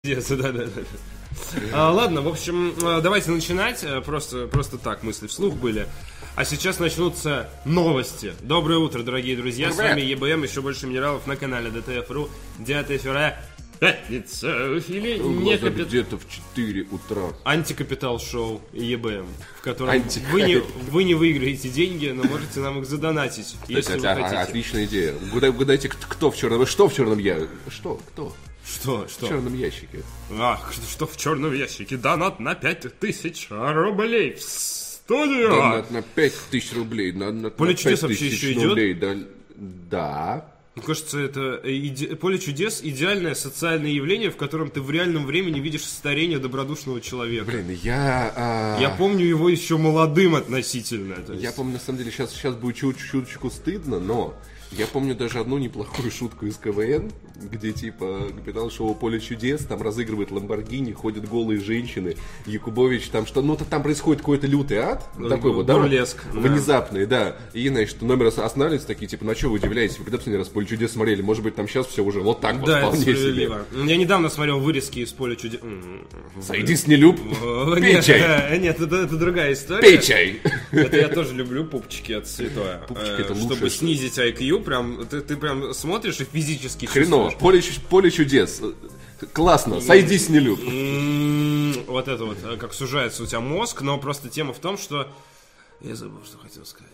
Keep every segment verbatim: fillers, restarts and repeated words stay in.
Да, да, да. А, ладно, в общем, давайте начинать. Просто, просто так мысли вслух были. А сейчас начнутся новости. Доброе утро, дорогие друзья. Привет. С вами ЕБМ, еще больше минералов на канале ДТФ.ру. девятое февраля. Пятница. В эфире не капит... где-то в четыре утра. Антикапитал шоу ЕБМ, в котором вы не, вы не выиграете деньги, но можете нам их задонатить, если это, вы а, хотите. Отличная идея. Угадайте, кто в черном... Что в черном ящике? Что? Кто? Что? Что? В черном ящике. Ах, что в черном ящике? Донат на пять тысяч рублей в студию. Донат на пять тысяч рублей. На, на, Поле на чудес вообще еще рублей. идет? Да. да. Мне кажется, это иде... Поле чудес — идеальное социальное явление, в котором ты в реальном времени видишь старение добродушного человека. Блин, я... А... Я помню его еще молодым относительно. есть... Я помню, на самом деле, сейчас, сейчас будет чуточку стыдно, но... Я помню даже одну неплохую шутку из КВН, где типа капитал шоу «Поле чудес», там разыгрывает Ламборгини, ходят голые женщины, Якубович, там что, ну там происходит какой-то лютый ад, ну, такой вот, да, бурлеск, внезапный, да. И, значит, номер останавливается, такие, типа, на что вы удивляетесь, вы когда последний раз «Поле чудес» смотрели, может быть, там сейчас все уже вот так вот, да, вполне себе. Я недавно смотрел вырезки из «Поля чудес». Сойди с нелюб, пей чай. Нет, это другая история. Пей чай. Это я тоже люблю пупчики от святое. Пупчики это лучше. Чтобы снизить ай кью, прям ты, ты прям смотришь и физически хреново. Поле, поле чудес. Классно. Сойдись не люб. Вот это вот, как сужается у тебя мозг, но просто тема в том, что... Я забыл, что хотел сказать.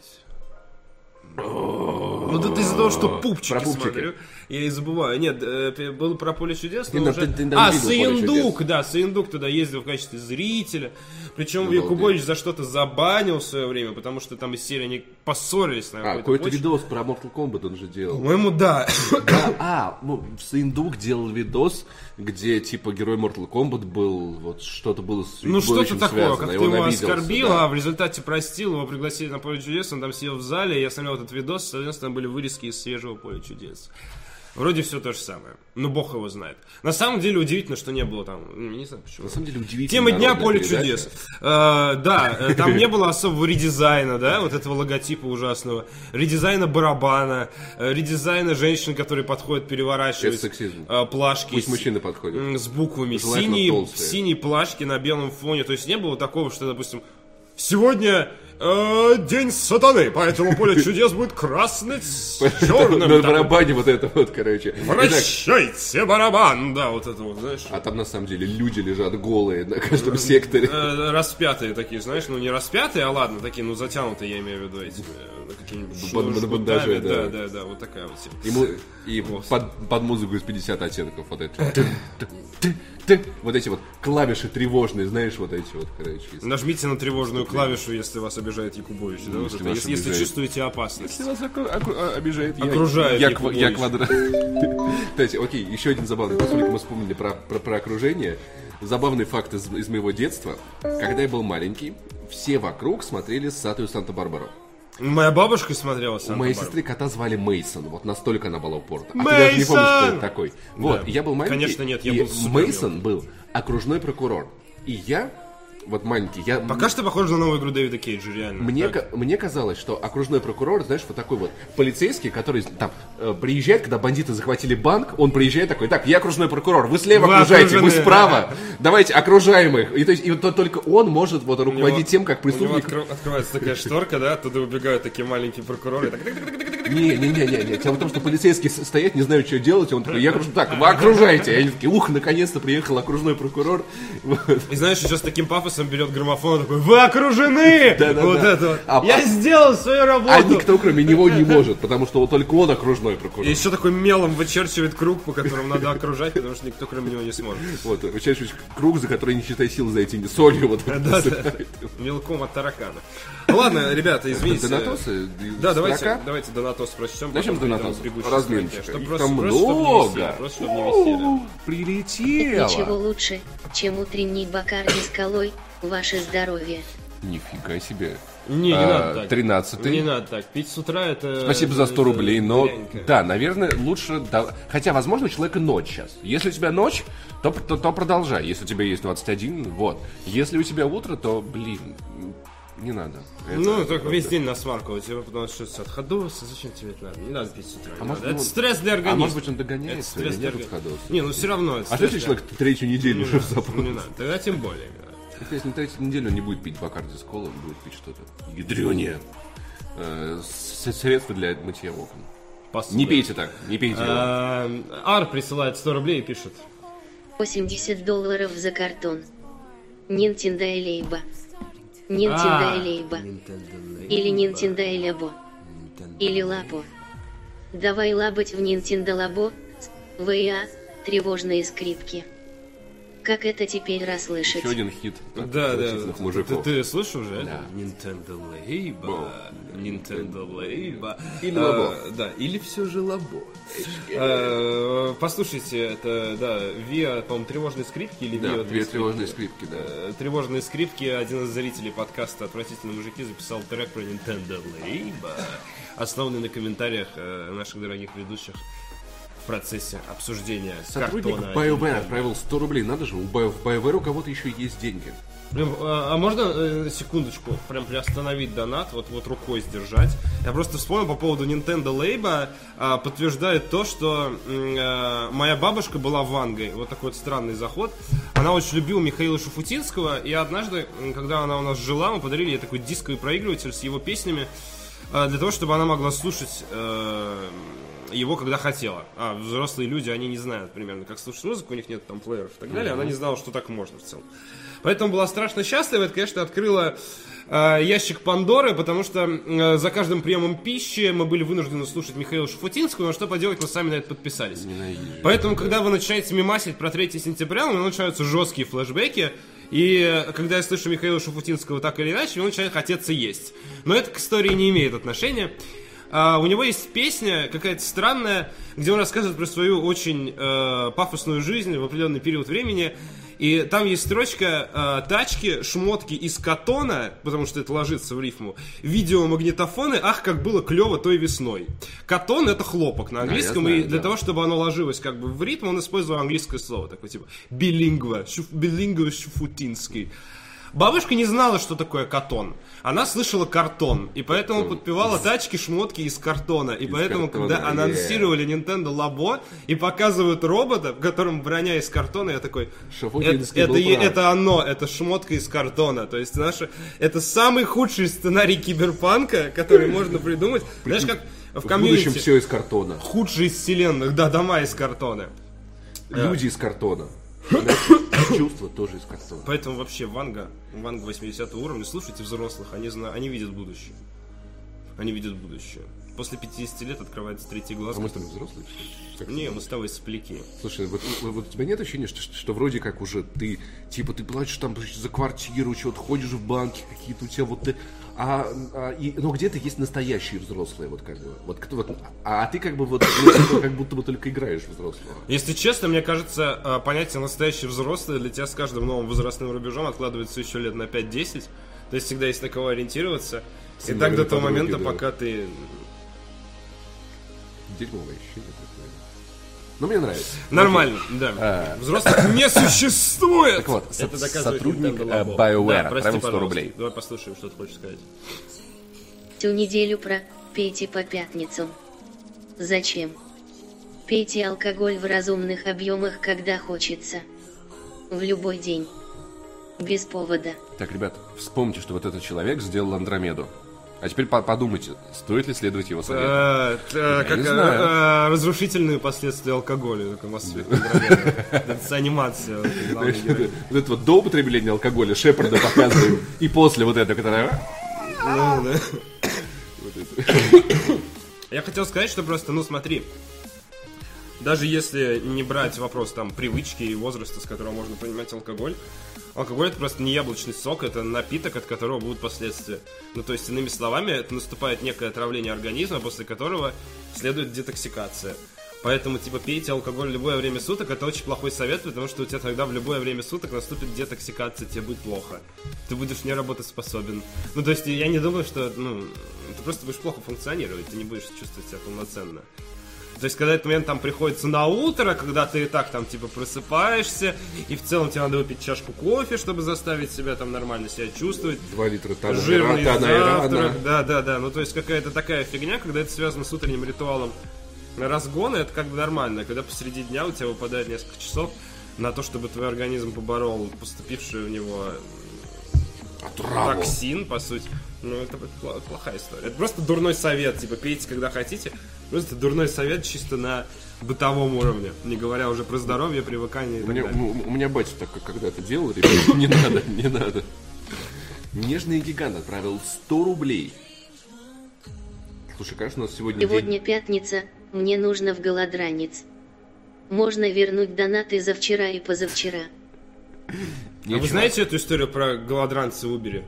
Ну тут из-за того, что пупчики смотрю, я и забываю. Нет, было про Поле чудес, но уже... А, Сыендук, да, Сыендук туда ездил в качестве зрителя. Причем Якубович за что-то забанил в свое время, потому что там из серии они поссорились. А, какой-то видос про Mortal Kombat он же делал. По-моему, да. А, ну, Сыендук делал видос, где типа герой Mortal Kombat был, вот что-то было с ну что-то такое, как ты его оскорбил, а в результате простил, его пригласили на Поле чудес, он там сидел в зале, я смотрел этот видос, соответственно, там были вырезки из свежего Поля чудес. Вроде все то же самое. Ну, бог его знает. На самом деле удивительно, что не было там. Не знаю почему. На самом деле удивительно. Тема дня Поле чудес. Э, да, там не было особого редизайна, да, вот этого логотипа ужасного. Редизайна барабана, редизайна женщин, которые подходят, переворачивают э, плашки. Пусть мужчины подходят. С буквами. Синие, синие плашки на белом фоне. То есть не было такого, что, допустим, сегодня э, день сатаны, поэтому Поле чудес будет красный с черным. На барабане вот это вот, короче. Вращайте барабан, да, вот это вот, знаешь. А там на самом деле люди лежат голые на каждом секторе. Распятые такие, знаешь, ну не распятые, а ладно, такие, ну затянутые, я имею в виду, эти какие-нибудь бандажи, да, да, да, вот такая вот тема. И под музыку из пятьдесят оттенков вот это. Вот эти вот клавиши тревожные, знаешь, вот эти вот, короче. Нажмите на тревожную клавишу, если вас обижает Якубович, да? Если, вот если, если чувствуете опасность. Если вас оку- оку- обижает окружает я, я, я квадрат. Кстати, окей, еще один забавный, поскольку мы вспомнили про, про, про окружение. Забавный факт из, из моего детства. Когда я был маленький, все вокруг смотрели «Сатую Санта-Барбару». Моя бабушка смотрела Санта-Барбару. У моей сестры кота звали Мейсон. Вот настолько она была упорта. А Мейсон! ты даже не помнишь, кто это такой. Вот, да. Я был маленький. Конечно, нет, я и был супер Мейсон мелкий. был окружной прокурор. И я, вот маленький, я... Пока что похоже на новую игру Дэвида Кейджа, реально. Мне, к- мне казалось, что окружной прокурор, знаешь, вот такой вот полицейский, который там э, приезжает, когда бандиты захватили банк, он приезжает такой: так, я окружной прокурор, вы слева Вы окружаете, окружены. вы справа, давайте окружаем их. И, то есть, и вот только он может вот руководить него, тем, как у него преступник... откро- открывается такая шторка, да, оттуда убегают такие маленькие прокуроры. Так... Не-не-не, дело в том, что полицейские стоят, не знают, что делать, и он такой: я окружу, так, вы окружаете. И они такие: ух, наконец-то приехал окружной прокурор. И знаешь, еще с таким пафосом берет граммофон, такой: вы окружены! Да-да-да. Вот это вот. А, я сделал свою работу! А никто, кроме него, не может, потому что вот только он окружной прокурор. И еще такой мелом вычерчивает круг, по которому надо окружать, потому что никто, кроме него, не сможет. Вот, вычерчиваешь круг, за который не считай сил зайти, не солью. Вот, да-да, мелком от таракана. Ладно, ребята, извините. Донатосы? Да, давайте, давайте донатос прочтем. Зачем донатос? Разменчик. Их там много. Просто чтобы не висели. Прилетело. Ничего лучше, чем утренний Бакарди с колой. Ваше здоровье. Нифига себе. Не, не а, надо так. тринадцатый. Не надо так. Пить с утра это... Спасибо за сто рублей, но... Маленькая. Да, наверное, лучше... Да, хотя, возможно, у человека ночь сейчас. Если у тебя ночь, то, то, то продолжай. Если у тебя есть двадцать один, вот. Если у тебя утро, то, блин... Не надо. Это, Ну, это только правда. весь день на сварку у тебя, потому что от ходоса, зачем тебе это надо? Не надо пить с утра. А не может, надо. Это он- стресс для А организма. может быть, он догоняет, Это что ли? стресс для Нет орга- отходов? Не, ну все равно. это А стресс следующий для- человек третью неделю Не уже в надо, запас. не надо. Тогда тем более. да. Если на третью неделю он не будет пить Бакарди с колой, он будет пить что-то ядрёнее. Э, с- Средства для мытья окон. Посуда. Не пейте так, не пейте его. А, Ар присылает сто рублей и пишет. восемьдесят долларов за картон. Нинтендо Лейба. А, Нинтендо Лейба. Или Нинтендо Лабо. Или Лапо. Давай лабать в Нинтендо Лабо. ВИА. Тревожные скрипки. Как это теперь расслышать? Еще один хит от Да, да. отвратительных Ты, мужиков. ты слышал уже? Да. Nintendo Labo. Nintendo Labo. Или А, Лабо. Да, или все же Лабо. А, Послушайте, это, да, Виа, по-моему, тревожные скрипки или Да, Виа две тревожные скрипки, да. Э, Тревожные скрипки. Один из зрителей подкаста «Отвратительные мужики» записал трек про Nintendo Labo, основанный на комментариях э, наших дорогих ведущих в процессе обсуждения Сотрудник картона. BioWare Nintendo. отправил сто рублей. Надо же, у Bio- в BioWare у кого-то еще есть деньги. Блин, а а можно э, на секундочку прям приостановить донат, вот, вот рукой сдержать? Я просто вспомнил по поводу Nintendo Labo, а, подтверждает то, что м, а, моя бабушка была вангой. Вот такой вот странный заход. Она очень любила Михаила Шуфутинского, и однажды, м, когда она у нас жила, мы подарили ей такой дисковый проигрыватель с его песнями, а, для того, чтобы она могла слушать э, его, когда хотела. А взрослые люди, они не знают примерно, как слушать музыку, у них нет там плееров и так далее. Она не знала, что так можно в целом. Поэтому была страшно счастлива. Это, конечно, открыла э, ящик Пандоры, потому что э, за каждым приемом пищи мы были вынуждены слушать Михаила Шуфутинского, но что поделать, мы сами на это подписались. Ненавижу. Поэтому, когда вы начинаете мемасить про третье сентября, у меня начинаются жесткие флешбеки. И э, когда я слышу Михаила Шуфутинского так или иначе, мне начинает хотеться есть. Но это к истории не имеет отношения. А, у него есть песня какая-то странная, где он рассказывает про свою очень э, пафосную жизнь в определенный период времени. И там есть строчка э, «Тачки, шмотки из катона», потому что это ложится в рифму, «Видеомагнитофоны, ах, как было клево той весной». Катон — это хлопок на английском, Да, я знаю, и для да. того, чтобы оно ложилось как бы в ритм, он использовал английское слово, такое типа «билингва», шуф, «билингва шуфутинский». Бабушка не знала, что такое катон. Она слышала картон, и поэтому Картон. подпевала тачки, шмотки из картона. И Из поэтому, картона, когда анонсировали Nintendo Labo и показывают робота, в котором броня из картона, я такой, это, Шафутинский это, был е- прав. это оно, это шмотка из картона. То есть наша, это самый худший сценарий киберпанка, который можно придумать. Знаешь, как в В будущем комьюнити все из картона. худший из вселенных, да, дома из картона. Люди из картона. Чувства тоже из картона. Поэтому вообще Ванга, Ванга восьмидесятого уровня, слушайте взрослых, они, зна- они видят будущее. Они видят будущее. После пятидесяти лет открывается третий глаз. А мы с тобой взрослые? Как Не, мы с тобой сопляки. Слушай, вот, вот- вот у тебя нет ощущения, что, что вроде как уже ты, типа, ты платишь там за квартиру, что-то ходишь в банки какие-то у тебя вот ты, а, а, и, но где-то есть настоящие взрослые, вот как бы, вот кто вот, а, а ты как бы вот, ну, типа, как будто бы только играешь в взрослого. Если честно, мне кажется, э, понятие настоящий взрослый для тебя с каждым новым возрастным рубежом откладывается еще лет на пять-десять. То есть всегда есть на кого ориентироваться. И так Семья до того подруги, момента, да. пока ты... Дерьмовое ощущение такое. Но мне нравится. Нормально, да. Взрослых не существует! Так вот, Это со- доказывает сотрудник, Nintendo э, Labo. BioWare Да, прости, отправил сто пожалуйста. рублей. Давай послушаем, что ты хочешь сказать. Всю неделю про «пейте по пятницам». Зачем? Пейте алкоголь в разумных объемах, когда хочется. В любой день. Без повода. Так, ребят, вспомните, что вот этот человек сделал Андромеду. А теперь по- подумайте, стоит ли следовать его совету. Э, э, Как не э, знаю. э, разрушительные последствия алкоголя. Такой Mass Effect. Это с анимация. вот, главный герой. Вот это вот до употребления алкоголя Шепарда показывают, и после вот это, которое... Ну, да. Я хотел сказать, что просто, ну смотри, даже если не брать вопрос там привычки и возраста, с которого можно принимать алкоголь, алкоголь это просто не яблочный сок, это напиток, от которого будут последствия. Ну то есть, иными словами, это наступает некое отравление организма, после которого следует детоксикация. Поэтому, типа, пейте алкоголь в любое время суток, это очень плохой совет, потому что у тебя тогда в любое время суток наступит детоксикация, тебе будет плохо. Ты будешь неработоспособен. Ну, то есть, я не думаю, что, ну, ты просто будешь плохо функционировать, ты не будешь чувствовать себя полноценно. То есть, когда этот момент там приходится на утро, когда ты и так там типа просыпаешься, и в целом тебе надо выпить чашку кофе, чтобы заставить себя там нормально себя чувствовать. Два литра тана, жирный тана, завтрак, да, да, да. Ну, то есть, какая-то такая фигня, когда это связано с утренним ритуалом разгона, это как бы нормально. Когда посреди дня у тебя выпадает несколько часов на то, чтобы твой организм поборол поступивший в него Отраву. токсин, по сути. Ну, это плохая история. Это просто дурной совет. Типа, пейте, когда хотите. Просто дурной совет чисто на бытовом уровне. Не говоря уже про здоровье, привыкание и так у меня, далее. У, у меня батя так когда-то делал, ребята, не надо, не надо. Нежный гигант отправил сто рублей. Слушай, кажется, у нас сегодня Сегодня день... пятница, мне нужно в голодранец. Можно вернуть донаты за вчера и позавчера. А вы знаете эту историю про голодранца в Uber?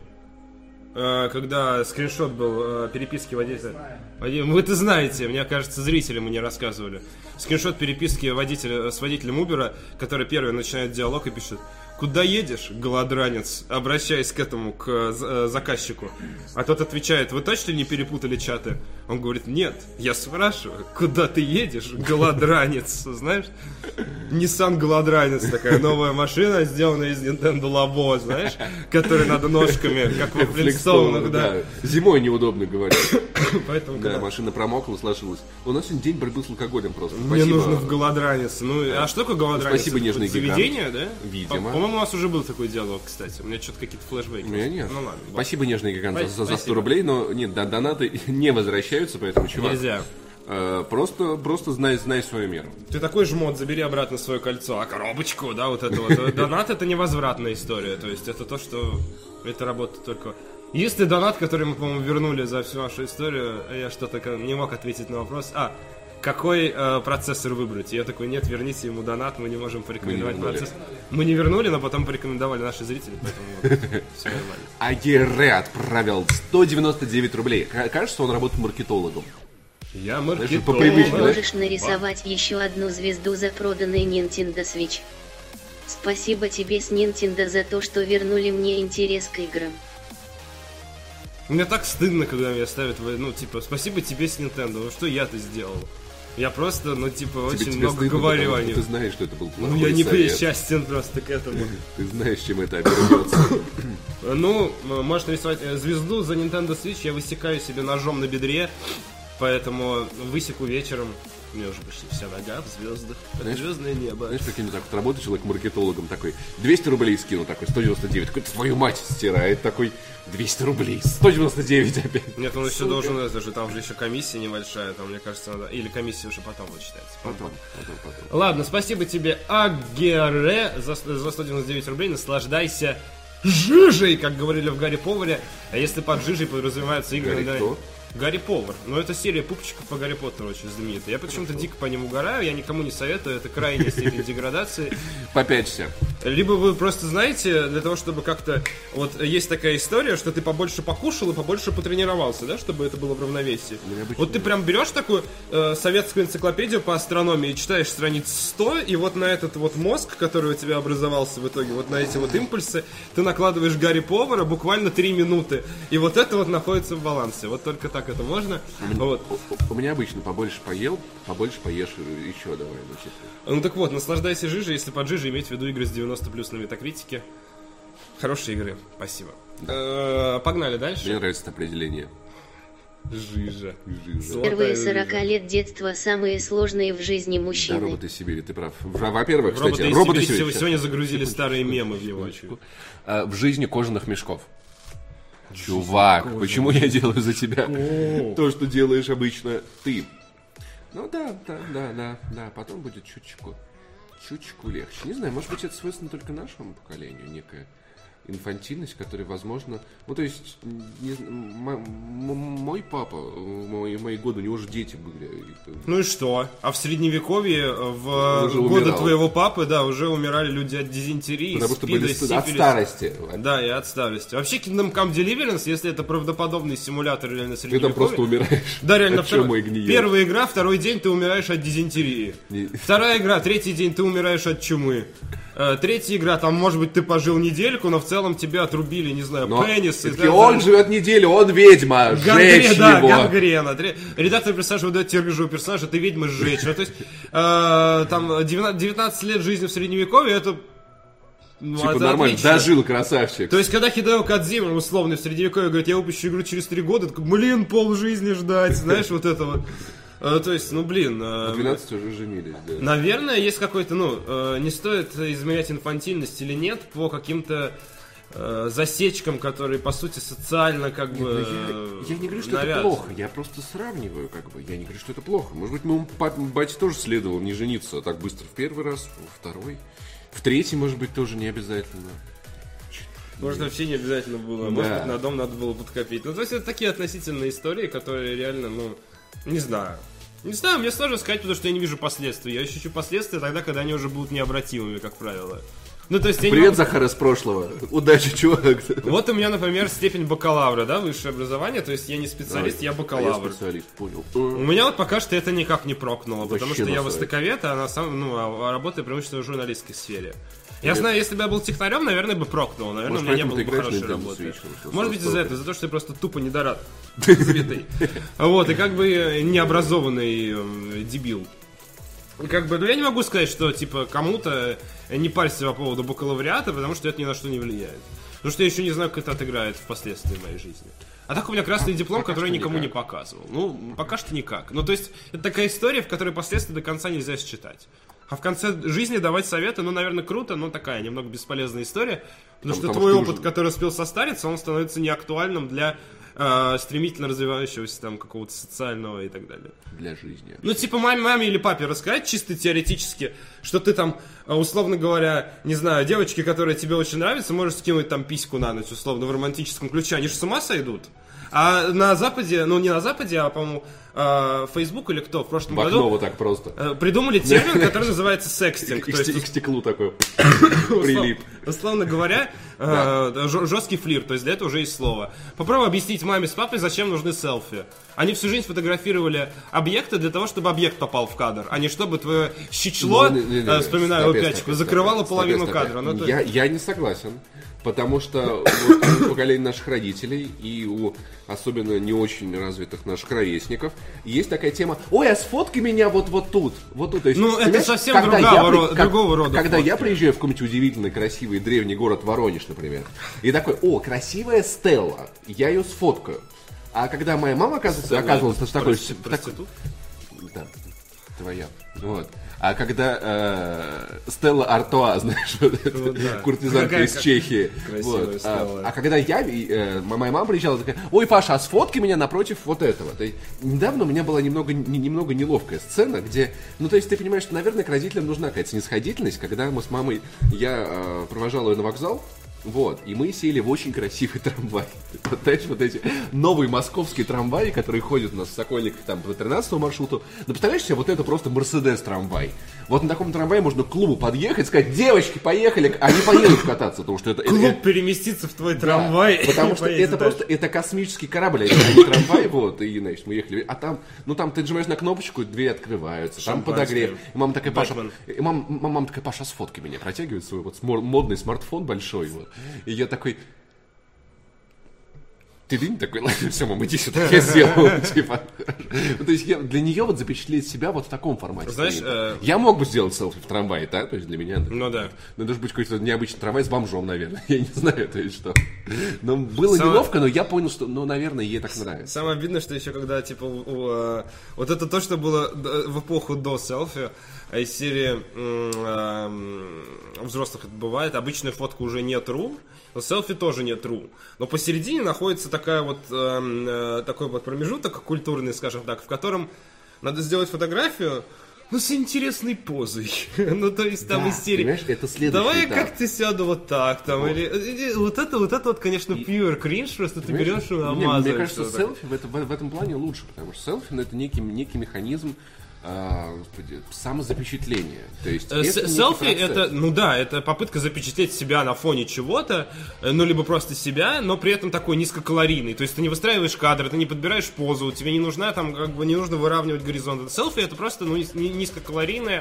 Когда скриншот был переписки водителя. Вы это знаете, мне кажется, зрители мне рассказывали. Скриншот переписки водителя с водителем Uber, который первый начинает диалог и пишет: «Куда едешь, голодранец?» Обращаясь к этому, к заказчику. А тот отвечает: «Вы точно не перепутали чаты?» Он говорит: «Нет, я спрашиваю, куда ты едешь, голодранец?» Знаешь? Nissan голодранец, такая новая машина, сделанная из Nintendo Labo, знаешь? Которой надо ножками, как во Флинстоунах, да. Зимой неудобно говорить. Поэтому, да, когда... машина промокла, сложилась. У нас сегодня день борьбы с алкоголем просто. Мне Спасибо. нужно в голодранец. Ну, а что такое голодранец? Спасибо, нежный гигант. Заведение, да? Видимо. По-моему, у нас уже был такой диалог, кстати. У меня что-то какие-то флешбеки. У меня нет. Ну ладно. Спасибо, нежный гигант, Спасибо. за, за сто рублей, но нет, донаты не возвращаются, поэтому, чувак. Нельзя. Э, просто, просто знай, знай свою меру. Ты такой жмот, забери обратно свое кольцо. А коробочку, да, вот это вот. Донат — это невозвратная история. То есть это то, что... Это работает только... Если донат, который мы, по-моему, вернули за всю нашу историю, я что-то не мог ответить на вопрос. А, какой э, процессор выбрать? И я такой: нет, верните ему донат, мы не можем порекомендовать мы не процессор. Мы не вернули, но потом порекомендовали наши зрители, поэтому вот, все нормально. Агере отправил сто девяносто девять рублей. Кажется, он работает маркетологом. Я Знаешь, по привычке, маркетолог. Можешь нарисовать еще одну звезду за проданный Nintendo Switch. Спасибо тебе с Nintendo за то, что вернули мне интерес к играм. Мне так стыдно, когда меня ставят, в- ну, типа, спасибо тебе с Nintendo, ну что я-то сделал? Я просто, ну, типа, Тебе- очень тебе много стыдно, говорю потому о что них. Ты знаешь, что это был плохой Ну, я не совет. причастен просто к этому. Ты знаешь, чем это обернется. Ну, м- можешь нарисовать э, звезду за Nintendo Switch, я высекаю себе ножом на бедре, поэтому высеку вечером. У меня уже почти вся нога в звездах. Это Знаешь- звездное небо. Знаешь, как-нибудь так вот работает человек маркетологом такой, двести рублей скинул, такой, сто девяносто девять, такой, твою мать, стирает, такой, двести рублей, сто девяносто девять опять. Нет, он еще должен, это же, там же еще комиссия небольшая, там, мне кажется, надо... Или комиссия уже потом вычитается. Потом, потом, потом. Ладно, спасибо тебе, Агере, за, за сто девяносто девять рублей. Наслаждайся жижей, как говорили в Гарри Поваре. А если под жижей подразумеваются игры... Гарри да, кто? Гарри Повар. Но это серия пупчиков по Гарри Поттеру очень знаменитая. Я почему-то дико по ним угораю, я никому не советую, это крайняя степень деградации. Попячься. Либо вы просто знаете, для того, чтобы как-то... Вот есть такая история, что ты побольше покушал и побольше потренировался, да, чтобы это было в равновесии. обычно- Вот ты прям берешь такую э, советскую энциклопедию по астрономии, читаешь страниц сто, и вот на этот вот мозг, который у тебя образовался в итоге, вот на эти вот импульсы, ты накладываешь Гарри Повара буквально три минуты. И вот это вот находится в балансе. Вот только так это можно. Вот. У, у меня обычно побольше поел, побольше поешь еще давай. Ну, типа. Ну так вот, наслаждайся жижей, если под жижей иметь в виду игры с девяносто плюс на метакритике. Хорошие игры, спасибо. Э, Погнали дальше. Мне нравится это определение. Жижа. Жижа. Первые Золотая сорок жижа. лет детства самые сложные в жизни Да, мужчины. роботы из Сибири, ты прав. В- Во-первых, кстати, Роботы из роботы Сибири Сибири. сегодня загрузили старые мемы в него. очевидно. А, в жизни кожаных мешков. Чувак, почему я делаю за тебя то, что делаешь обычно ты? Ну да, да, да, да, да, потом будет чуточку, чуточку легче. Не знаю, может быть, это свойственно только нашему поколению, некая инфантильность, которая, возможно... Ну, то есть, не зн- м- м- мой папа, в мои, в мои годы, у него же дети были. и- Ну и что? А в средневековье, в Уже годы умирал. твоего папы, да, уже умирали люди от дизентерии, Потому что спида, были ст- от сифилиса. старости. Да, и от старости. Вообще, Kingdom Come Deliverance, если это правдоподобный симулятор реально Ты там средневековья... просто умираешь. Да, реально, От второй- чумы и гниёшь. первая игра, второй день ты умираешь от дизентерии. Не- Вторая игра, третий день ты умираешь от чумы. Э, третья игра, там, может быть, ты пожил недельку, но в целом тебя отрубили, не знаю, но пенис. И, да, он да, живет неделю, он ведьма, гангрен, сжечь да, его. Гангрена. Редактор персонажа выдает тебе рыжего персонажа, ты ведьма, сжечь. Ну, то есть, э, там, девятнадцать лет жизни в Средневековье, это... Ну, типа это нормально, отлично. Дожил, красавчик. То есть, когда Хидео Кодзима, условно, в Средневековье говорит, я выпущу игру через три года, так, блин, полжизни ждать, знаешь, вот это вот. То есть, ну, блин... двенадцать уже женились, да. Наверное, есть какой-то, ну, не стоит измерять инфантильность или нет по каким-то засечкам, которые, по сути, социально, как нет, бы, я, я не говорю, что навязаны. Это плохо, я просто сравниваю, как бы, я не говорю, что это плохо. Может быть, моему бате тоже следовало не жениться так быстро в первый раз, во второй... В третий, может быть, тоже не обязательно. Может, вообще не обязательно было. Да. Может быть, на дом надо было подкопить. Ну, то есть, это такие относительные истории, которые реально, ну, не знаю. Не знаю, мне сложно сказать, потому что я не вижу последствий. Я ощущу последствия тогда, когда они уже будут необратимыми, как правило. Ну, то есть, Привет, могу... Захар из прошлого. Удачи, чувак. Вот у меня, например, степень бакалавра, да, высшее образование. То есть, я не специалист, а, я бакалавр. Я специалист, понял. У меня вот пока что это никак не прокнуло, вообще потому что я насрать. востоковед, а, на самом, ну, а работаю преимущественно в журналистской сфере. Я знаю, если бы я был технарем, наверное, бы прокнул. Наверное, может, у меня не было бы хорошей работы. Может быть, из-за этого, за то, что я просто тупо недорад. Вот, и как бы необразованный дебил. Как бы, ну я не могу сказать, что, типа, кому-то не парься по поводу бакалавриата, потому что это ни на что не влияет. Потому что я еще не знаю, как это отыграет впоследствии в моей жизни. А так у меня красный диплом, пока который я никому никак. не показывал. Ну, пока что никак. Ну, то есть, это такая история, в которой последствия до конца нельзя считать. А в конце жизни давать советы, ну, наверное, круто, но такая немного бесполезная история. Потому Там, что потому твой что опыт, уже... который успел состариться, он становится неактуальным для э, стремительно развивающегося там какого-то социального и так далее. Для жизни. Ну, типа, маме, маме или папе рассказать чисто теоретически, что ты там, условно говоря, не знаю, девочки, которые тебе очень нравятся, можешь скинуть там письку на ночь, условно, в романтическом ключе. Они же с ума сойдут. А на Западе, ну не на Западе, а, по-моему, Facebook или кто в прошлом в окно году вот так просто придумали термин, который называется секстинг. И к стеклу такой прилип. Условно говоря, жесткий флирт, то есть для этого уже есть слово. Попробуй объяснить маме с папой, зачем нужны селфи. Они всю жизнь фотографировали объекты для того, чтобы объект попал в кадр, а не чтобы твое щечло, вспоминаю опять, закрывало половину кадра. Я не согласен. Потому что вот, у поколения наших родителей и у особенно не очень развитых наших ровесников есть такая тема: ой, а сфоткай меня вот, вот тут, вот тут. То есть, ну, это совсем другого, рода, как, другого рода Когда фотки. Я приезжаю в какой-нибудь удивительный, красивый, древний город Воронеж, например, и такой: о, красивая Стелла, я ее сфоткаю. А когда моя мама оказывается, оказывалась в такой... Проститут? Да, твоя. Вот. А когда э, Стелла Артуа, знаешь, вот, ну, да. куртизанка Какая из Чехии. Вот. А, а когда я, э, моя мама приезжала, такая: ой, Паша, а сфоткай меня напротив вот этого. То есть, недавно у меня была немного, не, немного неловкая сцена, где, ну, то есть, ты понимаешь, что, наверное, к родителям нужна какая-то снисходительность, когда мы с мамой, я э, провожал ее на вокзал. Вот, и мы сели в очень красивый трамвай. Вот, знаешь, вот эти новые московские трамваи, которые ходят у нас в Сокольниках там по тринадцатому маршруту. Ну, представляешь себе, вот это просто Мерседес-трамвай. Вот на таком трамвае можно к клубу подъехать, сказать: девочки, поехали, а не поедут кататься, потому что это... Клуб это, переместится в твой трамвай. Да, потому что это дальше. Просто, это космический корабль, а не трамвай, вот, и, значит, мы ехали. А там, ну, там ты нажимаешь на кнопочку, двери открываются, там подогрев. И мама такая: Паша, и мама, мама такая: Паша, сфоткай меня, протягивает свой вот модный смартфон большой, вот. И я такой: ты дынь такой, ладно, все, мама, иди сюда, я сделал, типа. То есть я, для нее вот запечатлеть себя вот в таком формате. Знаешь, э... я мог бы сделать селфи в трамвае, да, то есть для меня. Ну да. Ну, должен быть какой-то необычный трамвай с бомжом, наверное, я не знаю, то есть что. Но было Самое... неловко, но я понял, что, ну, наверное, ей так нравится. Самое обидное, что еще когда, типа, у, у, вот это то, что было в эпоху до селфи, а из серии э, взрослых это бывает, обычная фотка уже не true, но селфи тоже не true. Но посередине находится такая вот, э, такой вот промежуток культурный, скажем так, в котором надо сделать фотографию, ну, с интересной позой. Ну, то есть там да, из серии. Это следующий давай этап. я как-то сяду вот так, там, вот. Или, или вот это, вот это вот, конечно, pure кринж, просто ты берешь и намазываешь. Мне кажется, селфи в, это, в, в этом плане лучше, потому что селфи, ну, это некий, некий механизм, А, господи, самозапечатление. То есть это селфи это, ну да, это попытка запечатлеть себя на фоне чего-то, ну либо просто себя, но при этом такой низкокалорийный. То есть ты не выстраиваешь кадр, ты не подбираешь позу, тебе не нужна там, как бы не нужно выравнивать горизонт. Селфи это просто ну, низкокалорийное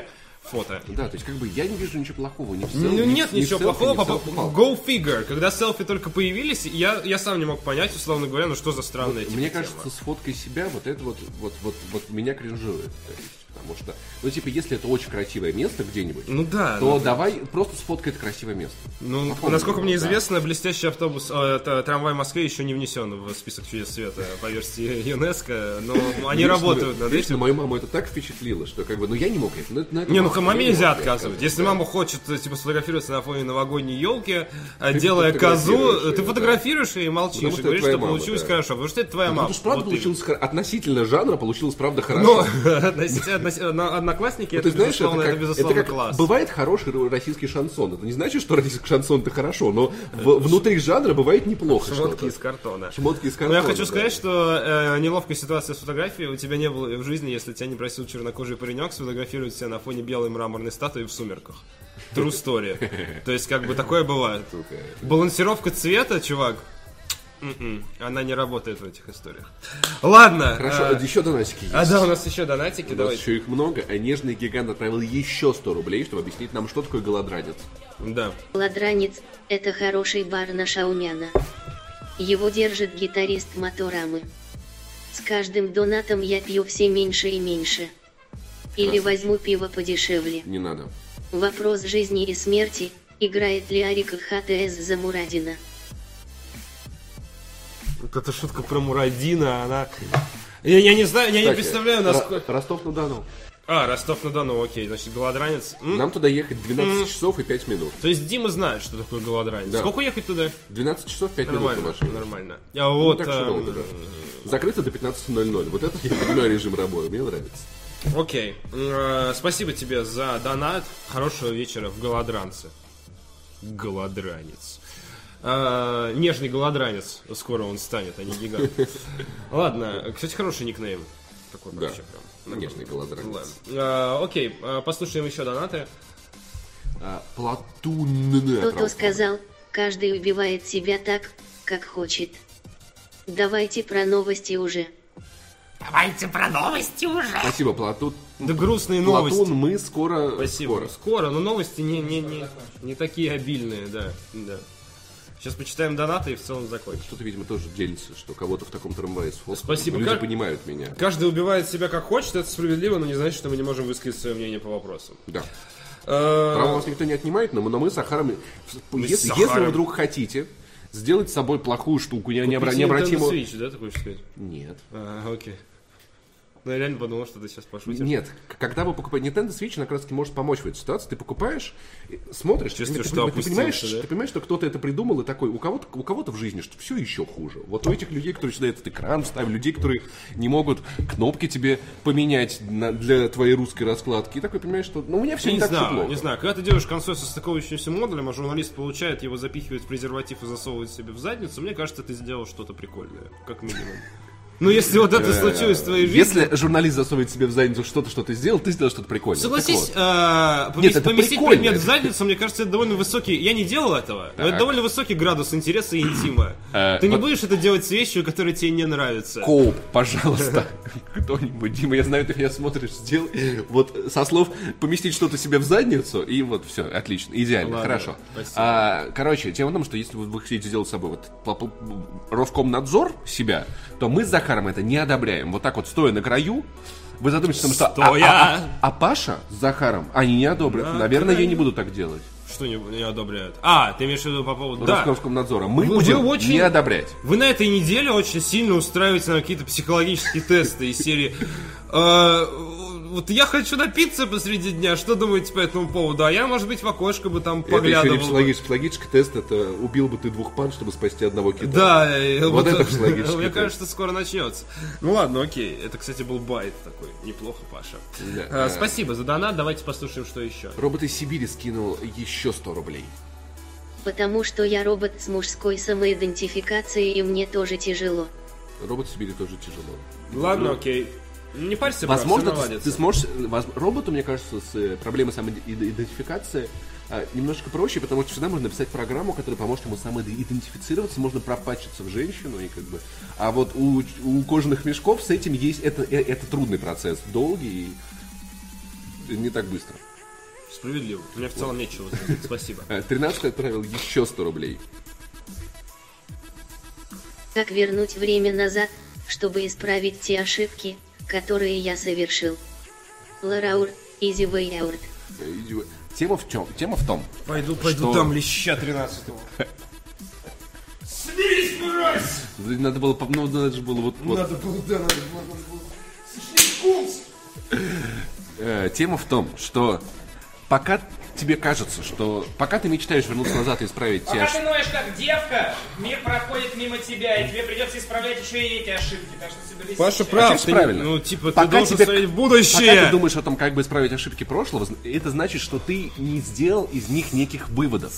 фото. Да, то есть как бы я не вижу ничего плохого. Не в Ну селфи, нет не в ничего селфи, плохого. не в По- селфи-палке. Go figure. Когда селфи только появились, я, я сам не мог понять, условно говоря, ну что за странная типа, Мне тема. кажется, с фоткой себя вот это вот, вот, вот, вот меня кринжует. То есть, потому что, ну типа, если это очень красивое место где-нибудь, Ну да. то ну, давай просто сфоткай это красивое место. Ну, Попробуй насколько его, мне да. известно, блестящий автобус, э, это трамвай в Москве еще не внесен в список чудес света по версии ЮНЕСКО, но они Лично- работают над лично этим. мою маму это так впечатлило, что как бы, ну я не мог это. Ну, это- ну, это Не, ну мама, маме я не нельзя мог ей отказывать. Если да. мама хочет, э, типа, сфотографироваться на фоне новогодней елки, делая фотографируешь козу, её, ты да. фотографируешь и молчишь, Потому и что говоришь, это твоя что мама, получилось да. хорошо, потому что это твоя Ну, мама. потому что правда Вот получилось именно. хор- относительно жанра получилось правда Но хорошо. относительно- относительно- одноклассники, Ну, это, ты знаешь, это безусловно, это, как, безусловно, это как класс. бывает хороший российский шансон. Это не значит, что российский шансон это хорошо, но в- внутри жанра бывает неплохо Шмотки что-то. из картона. Шмотки из Но картона. я хочу да. сказать, что э, неловкая ситуация с фотографией у тебя не было в жизни, если тебя не просил чернокожий паренек сфотографировать себя на фоне белой мраморной статуи в сумерках. True story. То есть, как бы такое бывает. Сука. Балансировка цвета, чувак, м-м, она не работает в этих историях. Ладно. Хорошо, э, еще донатики есть. а да, у нас еще донатики, У нас давайте. еще их много, а нежный гигант отправил еще сто рублей, чтобы объяснить нам, что такое голодранец. Да. Ладранец – это хороший бар на Шаумяна. Его держит гитарист Моторамы. С каждым донатом я пью все меньше и меньше. Или возьму пиво подешевле. Не надо. Вопрос жизни и смерти. Играет ли Арика ХТС за Мурадина? Вот эта шутка про Мурадина, она... Я, я не знаю, я не Кстати, представляю, Ро- насколько... Ростов-на-Дону. А, Ростов-на-Дону, окей, значит, голодранец. М? Нам туда ехать двенадцать часов и пять минут. То есть Дима знает, что такое голодранец. Да. Сколько ехать туда? двенадцать часов пять минут на Нормально, машине. нормально. А Ну, вот, так что эм, долго, да. Закрыто до пятнадцати ноль-ноль. Вот это я понимаю режим работы, мне нравится. окей. Э, спасибо тебе за донат. Хорошего вечера в голодранце. Голодранец. Э, нежный голодранец. Скоро он станет, а не гигант. Ладно, кстати, хороший никнейм. Такой Да. вообще прям. Нежный голодранец. Ладно. Э, окей, э, послушаем еще донаты. А, Платун. Кто-то сказал, каждый убивает себя так, как хочет. Давайте про новости уже. Давайте про новости уже. Спасибо, Платун. Да грустные новости. Платун, мы скоро. Спасибо. Скоро. Скоро, но новости не, не, не, не такие обильные, да, да. Сейчас почитаем донаты и в целом закончим. Что-то, видимо, тоже делится, что кого-то в таком трамвае сфоткали. Спасибо. Люди Как- понимают меня. Каждый убивает себя как хочет, это справедливо, но не значит, что мы не можем высказать свое мнение по вопросам. Да. Э, Право вас никто не отнимает, но мы, но мы с Сахаром... Мы с Если, Сахаром. если вы вдруг хотите сделать с собой плохую штуку, не, не, обра- купите не Nintendo обратимо... Switch, да, ты хочешь сказать? Нет. А, окей. Ну, я реально подумал, что ты сейчас пошутишь. Нет, к- когда вы покупаете Nintendo Switch, она как раз таки может помочь в этой ситуации. Ты покупаешь, и смотришь, Чувствуешь, ты, что ты понимаешь, опустился, да? ты понимаешь, что кто-то это придумал, и такой, у кого-то, у кого-то в жизни что все еще хуже. Вот у этих людей, которые сюда этот экран вставили, людей, которые не могут кнопки тебе поменять на- для твоей русской раскладки, и такой понимаешь, что ну, у меня все Я не, не так все знаю, плохо. не знаю. Когда ты делаешь консоль со стыковывающимся модулем, а журналист получает его, запихивает в презерватив и засовывает себе в задницу, мне кажется, ты сделал что-то прикольное, как минимум. Ну, если вот это случилось в твоей жизни... Если журналист засовывает себе в задницу что-то, что ты сделал, ты сделал что-то прикольное. Согласись, Так вот. э, помес- Нет, это поместить прикольно. предмет в задницу, мне кажется, это довольно высокий... Я не делал этого, но это Так. довольно высокий градус интереса и интима. Э, Ты не вот- будешь это делать с вещью, которая тебе не нравится. Коуп, пожалуйста, кто-нибудь, Дима, я знаю, ты меня смотришь, сделай, вот со слов поместить что-то себе в задницу, и вот все, отлично, идеально, Ладно, хорошо. спасибо. А, короче, тема в том, что если вы, вы хотите сделать с собой вот по- по- Роскомнадзор себя, то мы с Захаром это не одобряем. Вот так вот, стоя на краю, вы задумаетесь о том, что а, Стоя! а- а- а Паша с Захаром, они не одобрят. На Наверное, я краю. не буду так делать. Что не, не одобряют? А, ты имеешь в виду по поводу... Да. Роскомнадзора. Мы Вы- будем вы очень- не одобрять. Вы на этой неделе очень сильно устраиваете нам какие-то психологические тесты из серии э, вот я хочу напиться посреди дня, что думаете по этому поводу? А я, может быть, в окошко бы там Это еще не поглядывал. бы. психологический, психологический тест, это убил бы ты двух пан, чтобы спасти одного кита. Да, и Вот это психологический Мне тест. кажется, скоро начнется. Ну ладно, окей. Это, кстати, был байт такой. Неплохо, Паша. Да. А, спасибо за донат. Давайте послушаем, что еще. Робот из Сибири скинул еще сто рублей. Потому что я робот с мужской самоидентификацией и мне тоже тяжело. Робот в Сибири тоже тяжело. Ладно, окей. Не парься, брат, Возможно, всё ты, наладится. ты сможешь... воз- Роботу, мне кажется, с э, проблемой самоидентификации а, немножко проще, потому что всегда можно написать программу, которая поможет ему самоидентифицироваться, можно пропатчиться в женщину, и как бы... А вот у, у кожаных мешков с этим есть... Это, э, это трудный процесс, долгий и не так быстро. Справедливо. У меня в целом нечего сказать. Спасибо. тринадцатый отправил еще сто рублей. Как вернуть время назад, чтобы исправить те ошибки, которые я совершил? Лараур, Easy Way Out. Тема в чем? Тема в том. Пойду, пойду что... там леща тринадцатого. Смирись, мразь! Надо было, ну, надо же было вот... вот. Надо было, да, надо было. Слушай, э, Тема в том, что пока тебе кажется, что пока ты мечтаешь вернуться назад и исправить те Пока ошибки... ты ноешь как девка, мир проходит мимо тебя, и тебе придется исправлять еще и эти ошибки. Так что соберись. Паша сейчас. прав, А ты, правильно. ну типа Пока ты должен тебе- смотреть в Пока будущее. ты думаешь о том, как бы исправить ошибки прошлого, это значит, что ты не сделал из них неких выводов.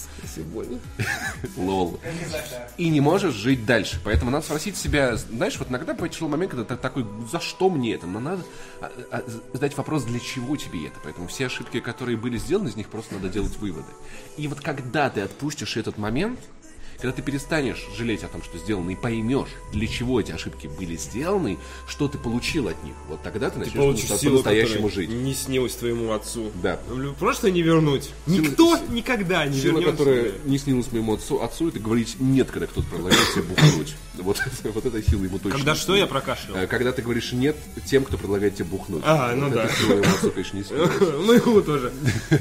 Лол. И не можешь жить дальше. Поэтому надо спросить себя, знаешь, вот иногда пришел момент, когда ты такой, за что мне это? Но надо а, а, задать вопрос, для чего тебе это. Поэтому все ошибки, которые были сделаны, из них просто надо делать выводы. И вот когда ты отпустишь этот момент, когда ты перестанешь жалеть о том, что сделано, и поймешь, для чего эти ошибки были сделаны, что ты получил от них, вот тогда ты начнешь Получишь по- силу, по-настоящему которая жить. не снилась твоему отцу. Да. Прошлое не вернуть. Никто никогда не Сила, вернет. которая не снилась моему отцу, отцу, это говорить нет, когда кто-то предлагает тебе бухнуть. Вот, вот эта сила ему точно. Когда не что, я снилась. прокашлял. Э, Когда ты говоришь нет тем, кто предлагает тебе бухнуть. А, ну Вот да. эта сила моему отцу, конечно, не снилась. Ну его тоже.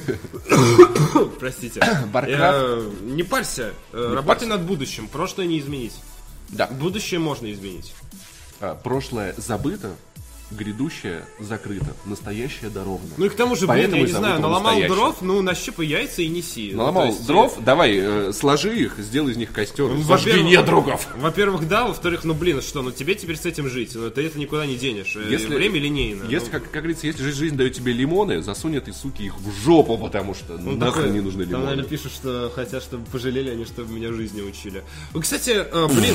Простите. Warcraft. Я- Не парься. Э, Работай парься. над будущим. Прошлое не изменить. Да. Будущее можно изменить. А, прошлое забыто, грядущее закрыто, настоящее даровано. Ну и к тому же, блин, Поэтому я и не зовут знаю, его наломал настоящим. дров, ну нащупай яйца и неси. Ну, Наломал то есть, дров, давай, э, сложи их, сделай из них костер, Ну, зажги во-первых- недругов. Во-первых, да, во-вторых, ну блин, что, ну тебе теперь с этим жить, ну ты это никуда не денешь. Э, Если- Время линейно. Если, Ну, как, как говорится, если жизнь, жизнь дает тебе лимоны, засунь этой суки их в жопу, потому что ну, нахрен такое- не нужны Там, лимоны. наверное, пишут, что хотят, чтобы пожалели они, чтобы меня жизни учили. Ну, кстати, э, блин,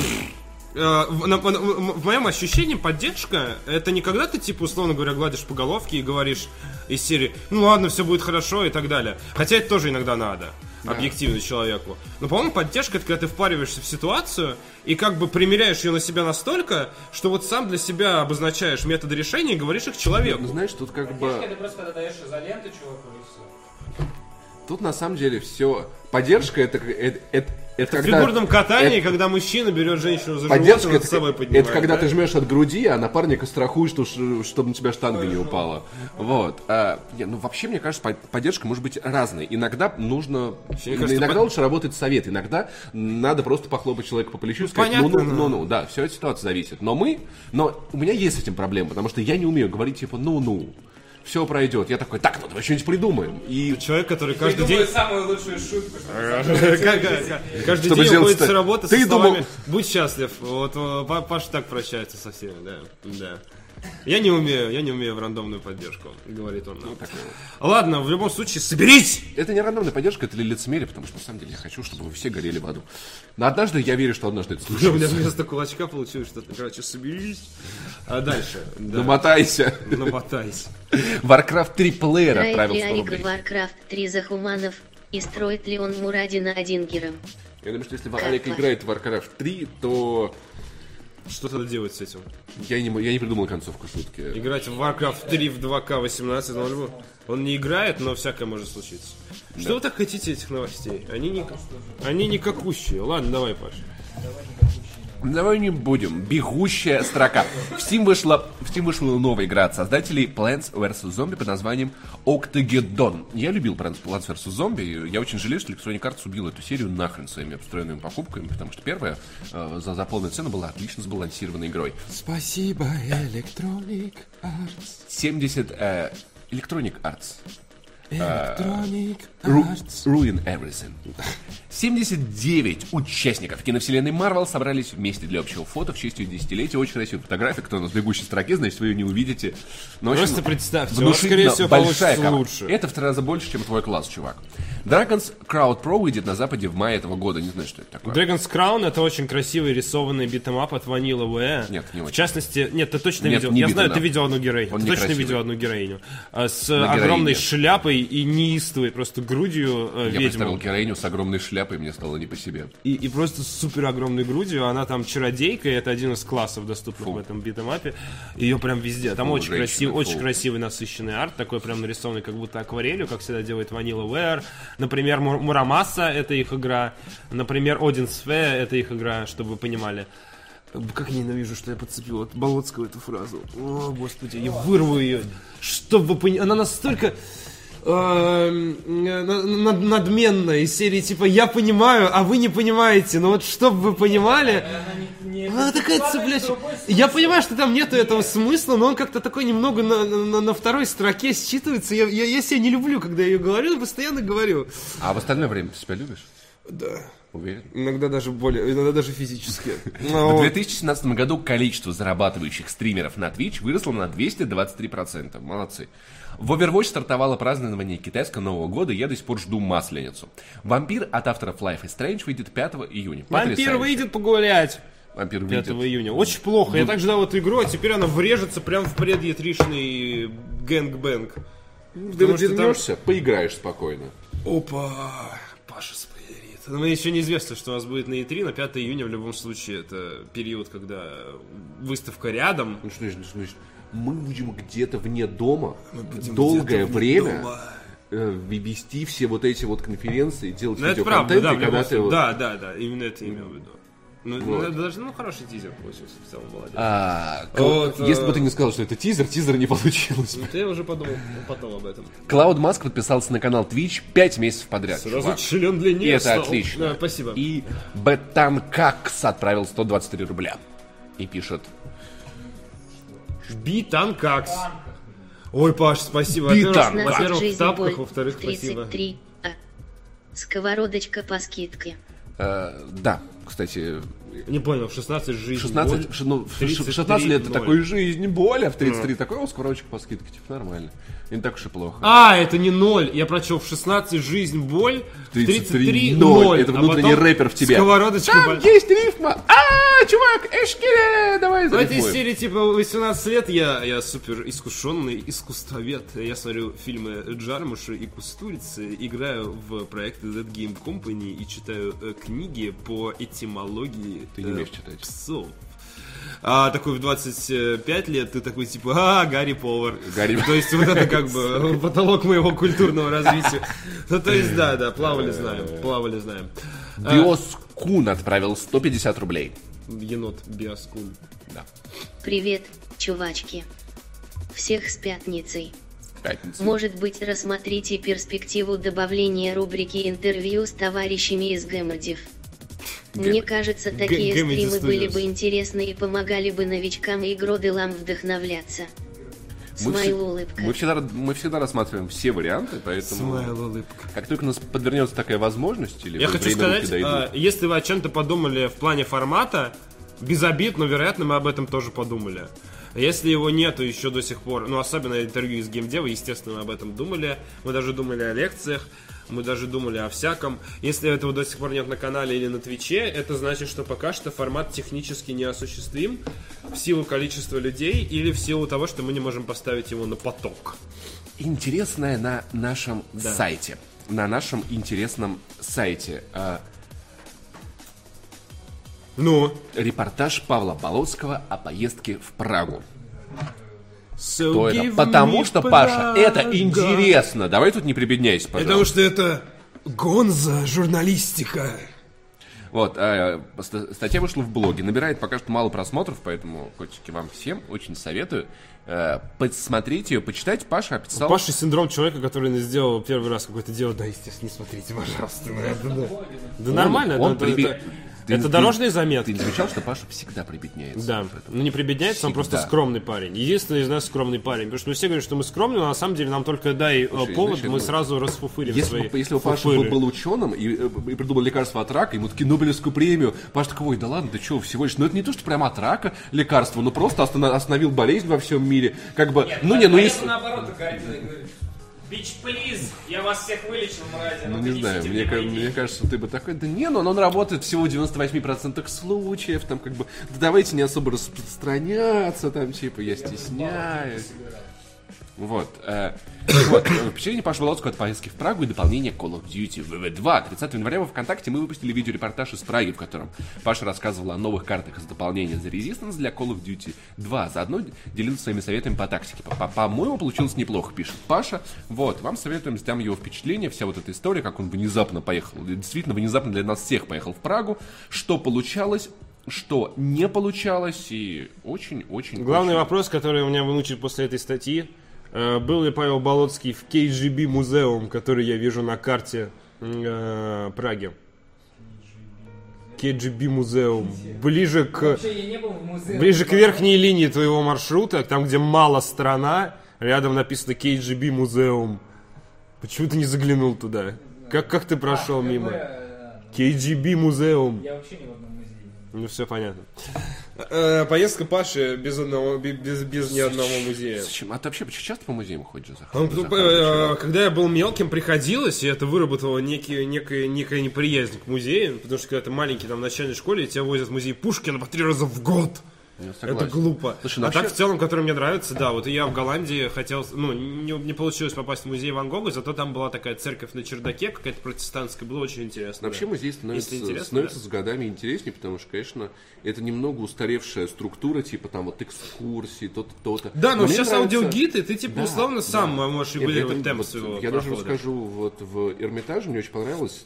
э, в, на- на- в моем ощущении поддержка это не когда ты, типа, условно говоря, гладишь по головке и говоришь из серии, ну ладно, все будет хорошо и так далее. Хотя это тоже иногда надо. Объективно человеку. Но, по-моему, поддержка это когда ты впариваешься в ситуацию и как бы примеряешь ее на себя настолько, что вот сам для себя обозначаешь методы решения и говоришь их человеку. Ну, знаешь, тут как бы... Это просто когда даешь изоленты чуваку и все. Тут на самом деле все... Поддержка это... Это, это, это В когда... фигурном катании, это- когда мужчина берет женщину за Поддержка живот и над это, собой это поднимает. когда да? ты жмешь от груди, а напарника страхуешь, что, чтобы на тебя штанга не упала. Вот. А, не, ну вообще, мне кажется, под- поддержка может быть разной. Иногда нужно. Мне кажется, иногда под- лучше работает совет. Иногда надо просто похлопать человека по плечу и сказать, ну, понятно, ну, но- ну, ну, да, все от ситуации зависит. Но мы. Но у меня есть с этим проблема, потому что я не умею говорить, типа, ну-ну. Все пройдет. Я такой, так, ну давай что-нибудь придумаем. И Человек, который каждый Придумаю день... самую лучшую шутку, чтобы Как- как- Каждый Чтобы день сделать уходит ста- с работы Ты со думал- словами «Будь счастлив». Вот э, Па- Паша так прощается со всеми, да. да. Я не умею, я не умею в рандомную поддержку, говорит он. нам. Ладно, в любом случае, соберись! это не рандомная поддержка, это лицемерие, потому что на самом деле я хочу, чтобы вы все горели в аду. Но однажды я верю, что однажды это У меня случится. вместо кулачка получилось что-то, короче, соберись. А дальше, да, Намотайся. намотайся. Warcraft три плеер Играет отправил ли сто Арик рублей. в Warcraft три за хуманов, и строит ли он Мурадина Адингером? Я думаю, что если Арик играет в Warcraft три, то Что надо делать с этим? я не, мо- я не придумал концовку шутки. Играть в Warcraft три в два ка восемнадцать ноль. Он не играет, но всякое может случиться. Что вы так хотите этих новостей? Они не, они не какущие. Ладно, давай, Паша. Давай не будем. Бегущая строка. В Steam вышла, в Steam вышла новая игра от создателей Plants версус. Zombie под названием Octageddon. Я любил Plants версус. Zombie. Я очень жалею, что Electronic Arts убил эту серию нахрен своими обстроенными покупками, потому что первая э, за, за полную цену была отлично сбалансированной игрой. Спасибо, Electronic Arts. семьдесят... э, Electronic Arts. Electronic Ru- Ruin Everything. семьдесят девять участников киновселенной Marvel собрались вместе для общего фото в честь ее десятилетия. Очень красивая фотография. Кто у нас в бегущей строке, значит, вы ее не увидите. Но очень Просто представьте, у вас, внушительно скорее всего, большая получится ком- лучше. Это в три раза больше, чем твой класс, чувак. Dragon's Crowd Pro выйдет на Западе в мае этого года. Не знаю, что это такое. Dragon's Crown — это очень красивый рисованный битэмап от Vanilla вэ. Нет, не В очень. частности, нет, ты точно Нет, видел. не Я знаю, beat'em ты up. видел одну героиню. Он Ты точно некрасивый. видел одну героиню. А, С На огромной героине. шляпой белой и неистовой просто грудью э, Я представил ведьму. героиню с огромной шляпой, мне стало не по себе. И, и просто с супер огромной грудью. Она там чародейка, и это один из классов, доступных Фу. в этом битэмапе. Ее прям везде. Там Фу, очень, женщина, красив, фу. очень красивый насыщенный арт, такой прям нарисованный как будто акварелью, как всегда делает Vanillaware. Например, Мур- Мурамаса — это их игра. Например, Odin Sphere — это их игра, чтобы вы понимали. Как я ненавижу, что я подцепил от Болоцкого эту фразу. О, господи, я вырву ее. Чтобы вы поняли, она настолько э, над- надменная из серии типа «я понимаю, а вы не понимаете». Но вот чтобы вы понимали, она такая цепляющая. Я понимаю, что там нету этого смысла, но он как-то такой немного на, на, на второй строке считывается. Я, я, я себя не люблю, когда я ее говорю, но постоянно говорю. А в остальное время ты себя любишь? Да. Уверен? Иногда даже более, иногда даже физически. В две тысячи семнадцатом году количество зарабатывающих стримеров на Twitch выросло на двести двадцать три процента. Молодцы. В Overwatch стартовало празднование китайского Нового года, и я до сих пор жду Масленицу. Вампир от авторов Life is Strange выйдет пятого июня. Вампир Потрясающе. выйдет погулять. Вампир выйдет. пятого июня. Очень плохо. Я так ждал эту игру, а теперь она врежется прямо в предъетришный гэнгбэнг. Ты Потому что там- вернешься, поиграешь спокойно. Опа, Паша спойлерит. Но мне еще неизвестно, что у нас будет на и три, но пятого июня в любом случае это период, когда выставка рядом. Ну что значит, что значит? Мы будем где-то вне дома будем долгое где-то вне время дома. э, вести все вот эти вот конференции, делать Ну это правда, видеоконтент, да, и в когда любом ты случае. вот- Да, да, да, именно это имел в виду. Ну, ну, Вот. это даже, ну, хороший тизер получился, в целом, молодец. А, Вот, Если э, бы ты не сказал, что это тизер, тизер не получилось. Ну, я уже подумал потом об этом. Клауд Маск подписался на канал Twitch пять месяцев подряд. Сразу чувак. член И длиннее это стал. отлично. Да, спасибо. И Бетанкакс отправил сто двадцать три рубля. И пишет: Битанкакс. Ой, Паш, спасибо. Битанкакс. Во-первых, во-первых, в Жизнь тапках, боль. во-вторых, спасибо. тридцать три. А. Сковородочка по скидке. э, Да, кстати, Не понял, в шестнадцать жизнь. шестнадцать, боль. ш- ну, в тридцать три шестнадцать лет это ноль. такой жизнь, боль, а в тридцать три такой, о, сковородочка по скидке, типа, нормально. И не так уж и плохо. А, это не ноль. Я прочел в шестнадцать жизнь боль, в тридцать три ноль. ноль. Это а внутренний потом рэпер в тебе. Сковородочка Там боль. есть рифма. А, чувак, эшкере, давай В этой зарифмуем. серии, типа, восемнадцать лет я, я супер искушенный искусствовед. Я смотрю фильмы Джармуша и Кустурицы, играю в проекты Z Game Company и читаю э, книги по этимологии Ты не э, умеешь читать. псов. А такой в двадцать пять лет ты такой типа, а, Гарри Повар. Гарри- То есть вот это как бы потолок моего культурного развития. Ну то есть да, да, плавали знаем, плавали знаем. А, Биоскун отправил сто пятьдесят рублей. Енот Биоскун. Да. Привет, чувачки. Всех с пятницей. Пятница. Может быть, рассмотрите перспективу добавления рубрики интервью с товарищами из Гэмодив. Мне кажется, такие Г- Гэмоди стримы были Studios. бы интересны и помогали бы новичкам и игроделам вдохновляться. Мы Смайл все- улыбка. Мы всегда, мы всегда рассматриваем все варианты, поэтому Смайл улыбка. как только у нас подвернется такая возможность, или Я время хочу руки сказать, дойдут, а, если вы о чем-то подумали в плане формата, без обид, но, вероятно, мы об этом тоже подумали. Если его нету еще до сих пор, ну, особенно интервью из геймдева, естественно, мы об этом думали. Мы даже думали о лекциях, мы даже думали о всяком. Если этого до сих пор нет на канале или на Твиче, это значит, что пока что формат технически неосуществим в силу количества людей или в силу того, что мы не можем поставить его на поток. интересное на нашем Да. сайте. На нашем интересном сайте. а, Ну, Репортаж Павла Болоцкого о поездке в Прагу. so То это? give Потому me что, Паша, Praga. это интересно. Давай тут не прибедняйся, Потому пожалуйста. что это гонза журналистика. Вот, а, ст- статья вышла в блоге, набирает пока что мало просмотров, поэтому, котики, вам всем очень советую э, посмотреть ее, почитать. Паша описал... Паша синдром человека, который сделал первый раз какое-то дело. Да, естественно, не смотрите, пожалуйста. ну, это да. Да нормально, он это, приби- это- Ты- это ты- дорожные Ты заметки. не замечал, что Паша всегда прибедняется? Да, ну не прибедняется, он просто Всегда. скромный парень. Единственный из нас скромный парень. Потому что мы все говорим, что мы скромные, но на самом деле нам только дай э, Слушай, повод, значит, мы ну, сразу расфуфырим Если, свои бы, если бы Паша фуфыры. был, был ученым и, э, и придумал лекарство от рака, ему такие Нобелевскую премию, Паша такой, ой, да ладно, да что, всего лишь, ну это не то, что прямо от рака лекарство, но просто остана- остановил болезнь во всем мире, как бы, ну не, ну я если... наоборот, говорит, говорит, бич, плиз, я вас всех вылечил, мрази. Ну, но не принесите знаю, мне, мне ка- мои мне деньги». кажется, ты бы такой, да не, ну он работает всего в девяносто восемь процентов случаев, там как бы, да давайте не особо распространяться, там типа, я стесняюсь. Вот. Э, вот. Впечатление Паши Володского от поездки в Прагу и дополнение Call of Duty ви ви два. тридцатого января во ВКонтакте мы выпустили видеорепортаж из Праги, в котором Паша рассказывал о новых картах из дополнения The Resistance для Call of Duty два. Заодно делился своими советами по тактике. По-моему, получилось неплохо, пишет Паша. Вот. Вам советуем, там его впечатления, вся вот эта история, как он внезапно поехал. Действительно, внезапно для нас всех поехал в Прагу. Что получалось, что не получалось, и очень-очень... Главный очень... вопрос, который меня вымучит после этой статьи: был ли Павел Болоцкий в кей джи би музеум, который я вижу на карте э, Праги? кей джи би музеум. Ближе к... Ближе к верхней линии твоего маршрута, там, где мало страна, рядом написано кей джи би музеум. Почему ты не заглянул туда? Как, как ты прошел а, мимо? кей джи би музеум. Я вообще не в одном музее. Ну все понятно. Поездка Паши без одного, без, без ни одного музея. Зачем? А ты вообще часто по музеям ходишь, Захар? Он, Захар когда я был мелким, приходилось, и это выработало некий, некая, некая неприязнь к музею, потому что когда ты маленький, там, в начальной школе, тебя возят в музей Пушкина по три раза в год. Это глупо. Слушай, а вообще... так в целом, который мне нравится, да, вот я в Голландии хотел, ну, не, не получилось попасть в музей Ван Гога, зато там была такая церковь на чердаке, какая-то протестантская, было очень интересно. Вообще да. Музей становится, становится да. с годами интереснее, потому что, конечно, это немного устаревшая структура, типа там вот экскурсии, то-то, то-то. Да, но, но сейчас нравится... аудиогид, и ты типа да, условно да. сам можешь регулировать темп вот, своего Я прохода. даже расскажу, вот в Эрмитаже мне очень понравилось,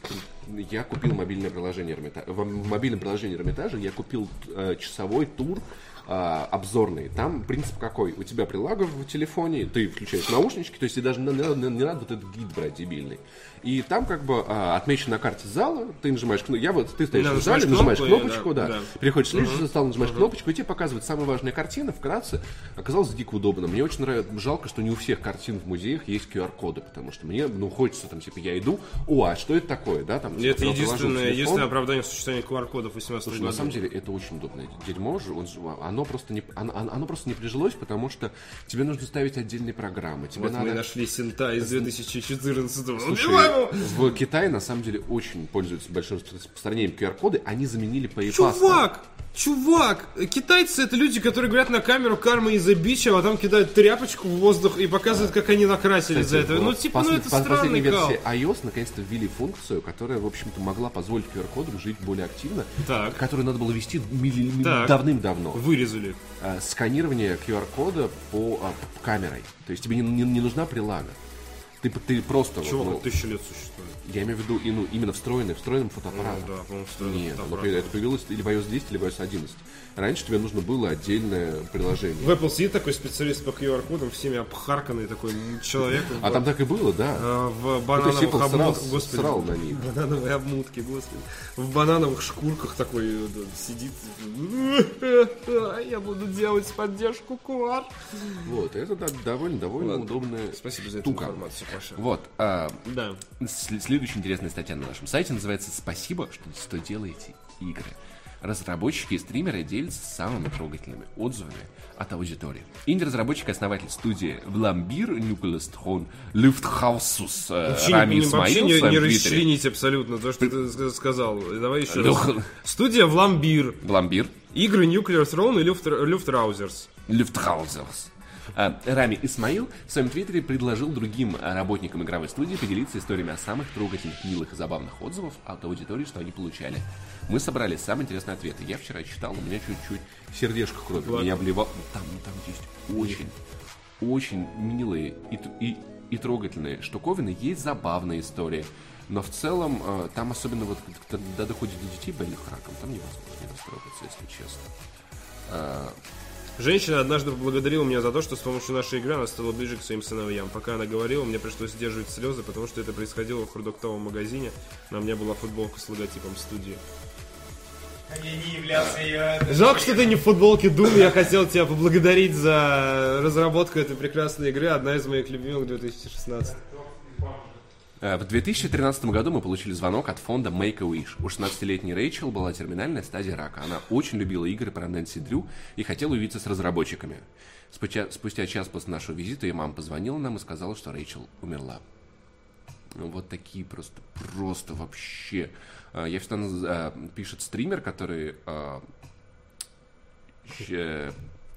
я купил мобильное приложение Эрмитажа, в мобильном приложении Эрмитажа я купил э, часовой тур обзорный. Там принцип какой? У тебя прилага в телефоне, ты включаешь наушнички, то есть тебе даже не надо, не надо вот этот гид брать дебильный. И там как бы а, отмечено на карте зала, ты нажимаешь кнопку, я вот, ты стоишь да, в зале, нажимаешь кнопочку, да, да. да. Переходишь в следующий зал, нажимаешь uh-huh. кнопочку, и тебе показывает самая важная картина, вкратце, оказалось дико удобно. Мне очень нравится, жалко, что не у всех картин в музеях есть ку ар-коды, потому что мне, ну, хочется, там, типа, я иду, о, а что это такое, да, там, это единственное, единственное оправдание существования ку ар-кодов в восемнадцатом году. На самом деле, это очень удобное дерьмо, он, оно просто не, оно, оно просто не прижилось, потому что тебе нужно ставить отдельные программы. Тебе вот надо... мы нашли Синта из две тысячи четырнадцатого. Слушай, в Китае на самом деле очень пользуются большим распространением ку ар-коды. Они заменили PayPass. Чувак! Чувак! Китайцы — это люди, которые говорят на камеру «Карма из-за бича», а там кидают тряпочку в воздух и показывают, как они накрасили за это. Ну, типа, ну это странный кал. В последней версии iOS наконец-то ввели функцию, которая, в общем-то, могла позволить ку ар-кодам жить более активно. Так. Которую надо было вести мили... так. давным-давно. Вырезали. Сканирование ку ар-кода по, по камерой. То есть тебе не, не, не нужна прилага. Ты, ты просто... Чего, ну, как тысячу лет существует? Я имею в виду и, ну, именно встроенный, встроенным фотоаппаратом. Ну, да, по-моему, встроенным Нет, фотоаппаратом. это появилось или в iOS десять, или в iOS одиннадцать. Раньше тебе нужно было отдельное приложение. В Apple сидит такой специалист по ку ар-кодам, всеми обхарканный такой человек. А там так и было, да. В банановых обмутках, господи. Срал на них. Банановые обмутки, господи. В банановых шкурках такой сидит. Я буду делать поддержку ку ар. Вот, это довольно, довольно удобная Спасибо за эту информацию, Паша. Вот. Да. Следующая интересная статья на нашем сайте называется «Спасибо, что делаете игры». Разработчики и стримеры делятся самыми трогательными отзывами от аудитории. Инди-разработчик и основатель студии Vlambeer Nicholas Throne Lufthausus Рами Исмаил вообще не, не расчленить абсолютно то, что ты сказал. Давай еще раз. Студия Vlambeer. Vlambeer. Игры Nuclear Throne и Luftrausers. Luftrausers. Рами Исмаил в своем твиттере предложил другим работникам игровой студии поделиться историями о самых трогательных, милых и забавных отзывах от аудитории, что они получали. Мы собрали самые интересные ответы. Я вчера читал, у меня чуть-чуть сердечко кровью не обливало. Там, там есть очень, очень милые и, и, и трогательные штуковины, есть забавные истории. Но в целом, там особенно вот, когда доходит до детей больных раком, там невозможно не расстроиться, если честно. Женщина однажды поблагодарила меня за то, что с помощью нашей игры она стала ближе к своим сыновьям. Пока она говорила, мне пришлось сдерживать слезы, потому что это происходило в продуктовом магазине. На мне была футболка с логотипом студии. Я не являлся ее... Жалко, что ты не в футболке Doom. Я хотел тебя поблагодарить за разработку этой прекрасной игры. Одна из моих любимых две тысячи шестнадцатого. В две тысячи тринадцатом году мы получили звонок от фонда Make-A-Wish. У шестнадцатилетней Рэйчел была терминальная стадия рака. Она очень любила игры про Нэнси Дрю и хотела увидеться с разработчиками. Спустя, спустя час после нашего визита ее мама позвонила нам и сказала, что Рэйчел умерла. Вот такие просто, просто вообще... Я всегда... Пишет стример, который...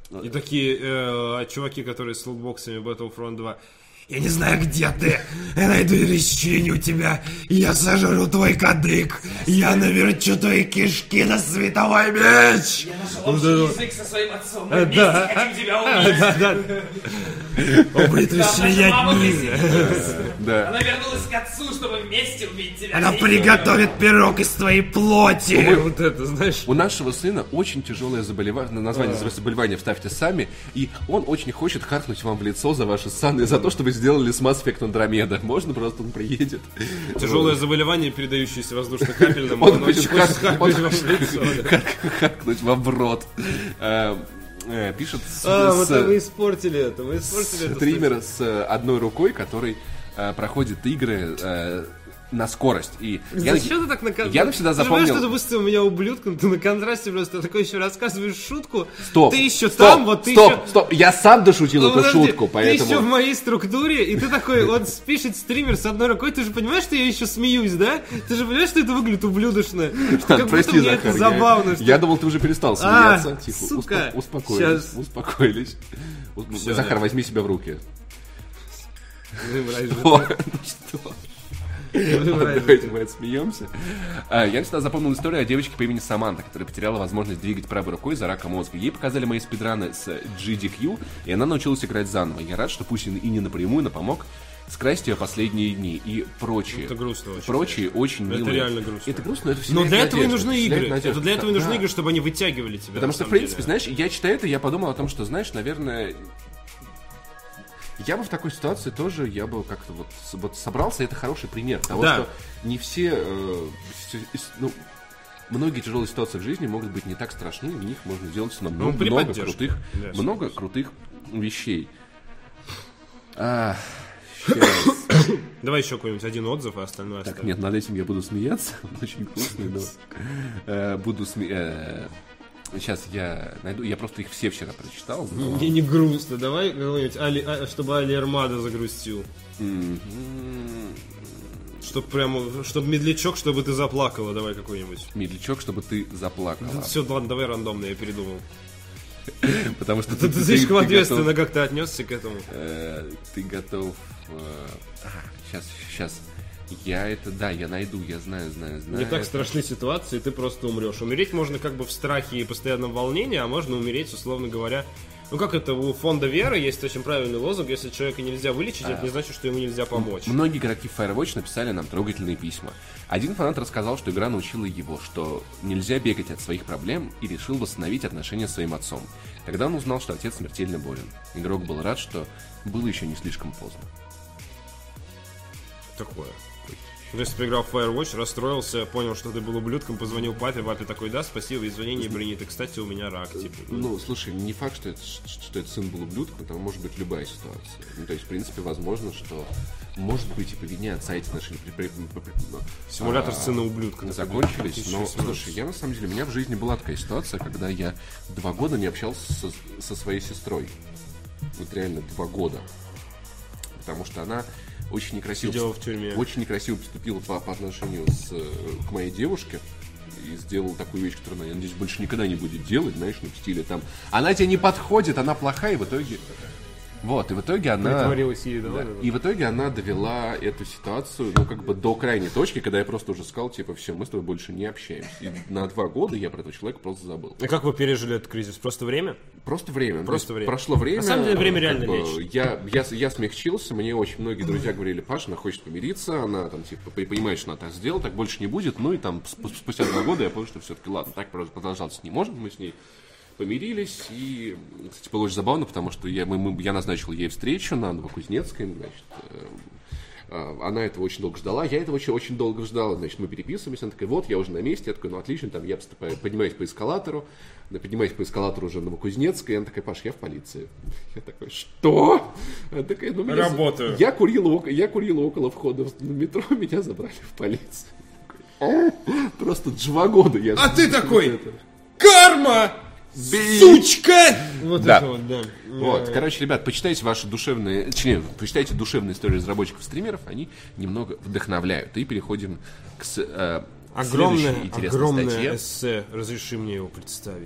И такие э, чуваки, которые с лутбоксами Battlefront два. Я не знаю, где ты. Я найду и расчленю тебя. Я сожру твой кадык. Я наверчу твои кишки на световой меч. Я нашел общий язык со своим отцом. Мы вместе Да. хотим тебя убить. Да, да. Он будет расчленять ниже. Да. Она вернулась к отцу, чтобы вместе убить тебя. Она Вместе. приготовит пирог из твоей плоти. Вот это, знаешь. У нашего сына очень тяжелое заболевание, название заболевания вставьте сами, и он очень хочет харкнуть вам в лицо за ваши саны, за то, что вы сделали с Mass Effect Andromeda. Можно просто он приедет. Тяжелое заболевание, передающееся воздушно-капельным. Он Он очень хочет хочет харкнуть вам в лицо. харк- харкнуть вам в рот. Э, э, Пишет с- А, вот с- вы испортили это, вы испортили это. стример с э, одной рукой, который э, проходит игры э, на скорость. И я, Зачем ты так на контрасте? я навсегда Ты же понимаешь, запомнил... что ты выставил меня ублюдком, ты на контрасте просто такой еще рассказываешь шутку. Стоп, Ты еще стоп, там, вот ты стоп, еще... стоп, я сам дошутил Ну, эту подожди, шутку, Ты поэтому... еще в моей структуре, и ты такой, вот пишет стример с одной рукой, ты же понимаешь, что я еще смеюсь, да? Ты же понимаешь, что это выглядит ублюдочно? Что как Прости, будто мне Захар, это забавно. я, что- я думал, ты уже перестал А, смеяться. Тихо, сука, успо- успокоились, щас. успокоились. У- Всё, Захар, да. возьми себя в руки. Выбирай же. О, ну что? Выбирай же. Давайте мы отсмеемся. А, Я всегда запомнил историю о девочке по имени Саманта, которая потеряла возможность двигать правой рукой из-за рака мозга. Ей показали мои спидраны с джи ди кью, и она научилась играть заново. Я рад, что пусть и не напрямую, но помог скрасить ее последние дни и прочие. Это грустно очень, Прочие очень Это милые. реально грустно. Это грустно, но это Но вселяет для этого и надежду, нужны вселяет игры. надежду. Это для этого и нужны Да. игры, чтобы они вытягивали тебя. Потому на что, самом в принципе, деле. знаешь, я читаю это, я подумал о том, что, знаешь, наверное, я бы в такой ситуации тоже, я бы как-то вот, с- вот собрался, это хороший пример того, Да. что не все, э, с- с- ну, многие тяжелые ситуации в жизни могут быть не так страшны, в них можно делать намного, Ну, при много поддержке. крутых, Да, много крутых вещей. А, щас. Давай еще какой-нибудь один отзыв, а остальное Так, оставим. нет, над этим я буду смеяться, он очень грустный, но э, буду смеяться. Сейчас я найду, я просто их все вчера прочитал. но- Мне не грустно. Давай какой-нибудь, Али- а, чтобы Али Армада загрустил. М, Чтоб прямо, чтоб медлячок, чтобы ты заплакала. Давай какой-нибудь. Медлячок, чтобы ты заплакала. Все, ладно, давай рандомно, я передумал. Потому что Ты, ты слишком ты ответственно готов, как-то отнесся к этому. э, ты готов. Сейчас, сейчас. Я это, да, я найду, я знаю, знаю, знаю. Не так это. страшны ситуации, ты просто умрешь. Умереть можно как бы в страхе и постоянном волнении, а можно умереть, условно говоря. Ну как это, у фонда веры есть очень правильный лозунг: если человека нельзя вылечить, это не значит, что ему нельзя помочь. Многие игроки в Firewatch написали нам трогательные письма. Один фанат рассказал, что игра научила его, что нельзя бегать от своих проблем, и решил восстановить отношения с своим отцом. Тогда он узнал, что отец смертельно болен. Игрок был рад, что было еще не слишком поздно. Такое. То есть, поиграл в Firewatch, расстроился, понял, что ты был ублюдком, позвонил папе, папе такой: да, спасибо, извинения приняты. Кстати, у меня рак, типа. Ну, слушай, не факт, что это, что этот сын был ублюдком, там может быть любая ситуация. Ну, то есть, в принципе, возможно, что может быть и по вине отца эти отношения при- при- при- при- Симулятор а, сына ублюдка. закончились. Но, тысяча восемнадцать. слушай, я на самом деле, у меня в жизни была такая ситуация, когда я два года не общался со, со своей сестрой. Вот реально два года. Потому что она очень некрасиво, Сидела в тюрьме. очень некрасиво поступила по, по отношению с, э, к моей девушке. И сделала такую вещь, которую она, я надеюсь, больше никогда не будет делать, знаешь, ну, в стиле там. Она тебе не подходит, она плохая, и в итоге... Вот, и в итоге она... Притворилась ей, да, Да. ладно? И в итоге она довела эту ситуацию, ну, как бы до крайней точки, когда я просто уже сказал, типа, все, мы с тобой больше не общаемся. И на два года я про этого человека просто забыл. А как вы пережили этот кризис? Просто время? Просто время. Просто То есть время. Прошло время. На самом деле время как реально бы, лечит. Я, я, я смягчился, мне очень многие друзья говорили: Паша, она хочет помириться, она там, типа, понимает, что она так сделала, так больше не будет. Ну и там сп- спустя два года я понял, что все-таки ладно, так продолжаться не может, мы с ней помирились. И, кстати, было очень забавно, потому что я, мы, мы- я назначил ей встречу на Новокузнецкой, значит, э, э, она этого очень долго ждала, я этого очень, очень долго ждал, значит, мы переписываемся, она такая: вот, я уже на месте, я такой: ну отлично, там я поступаю, поднимаюсь по эскалатору, я поднимаюсь по эскалатору уже Новокузнецкой, и она такая: Паш, я в полиции. Я такой: что? Она такая: ну, меня за- Работаю. Я курил, око- я курил около входа в метро, меня забрали в полицию. «О, просто два года я... А ты такой: Вот это. карма! Сучка! Вот Да. это вот, да. Вот, короче, ребят, почитайте ваши душевные, точнее, почитайте душевные истории разработчиков-стримеров, они немного вдохновляют. И переходим к с- э, Огромное, следующей интересной огромное статье. эссе. Разреши мне его представить.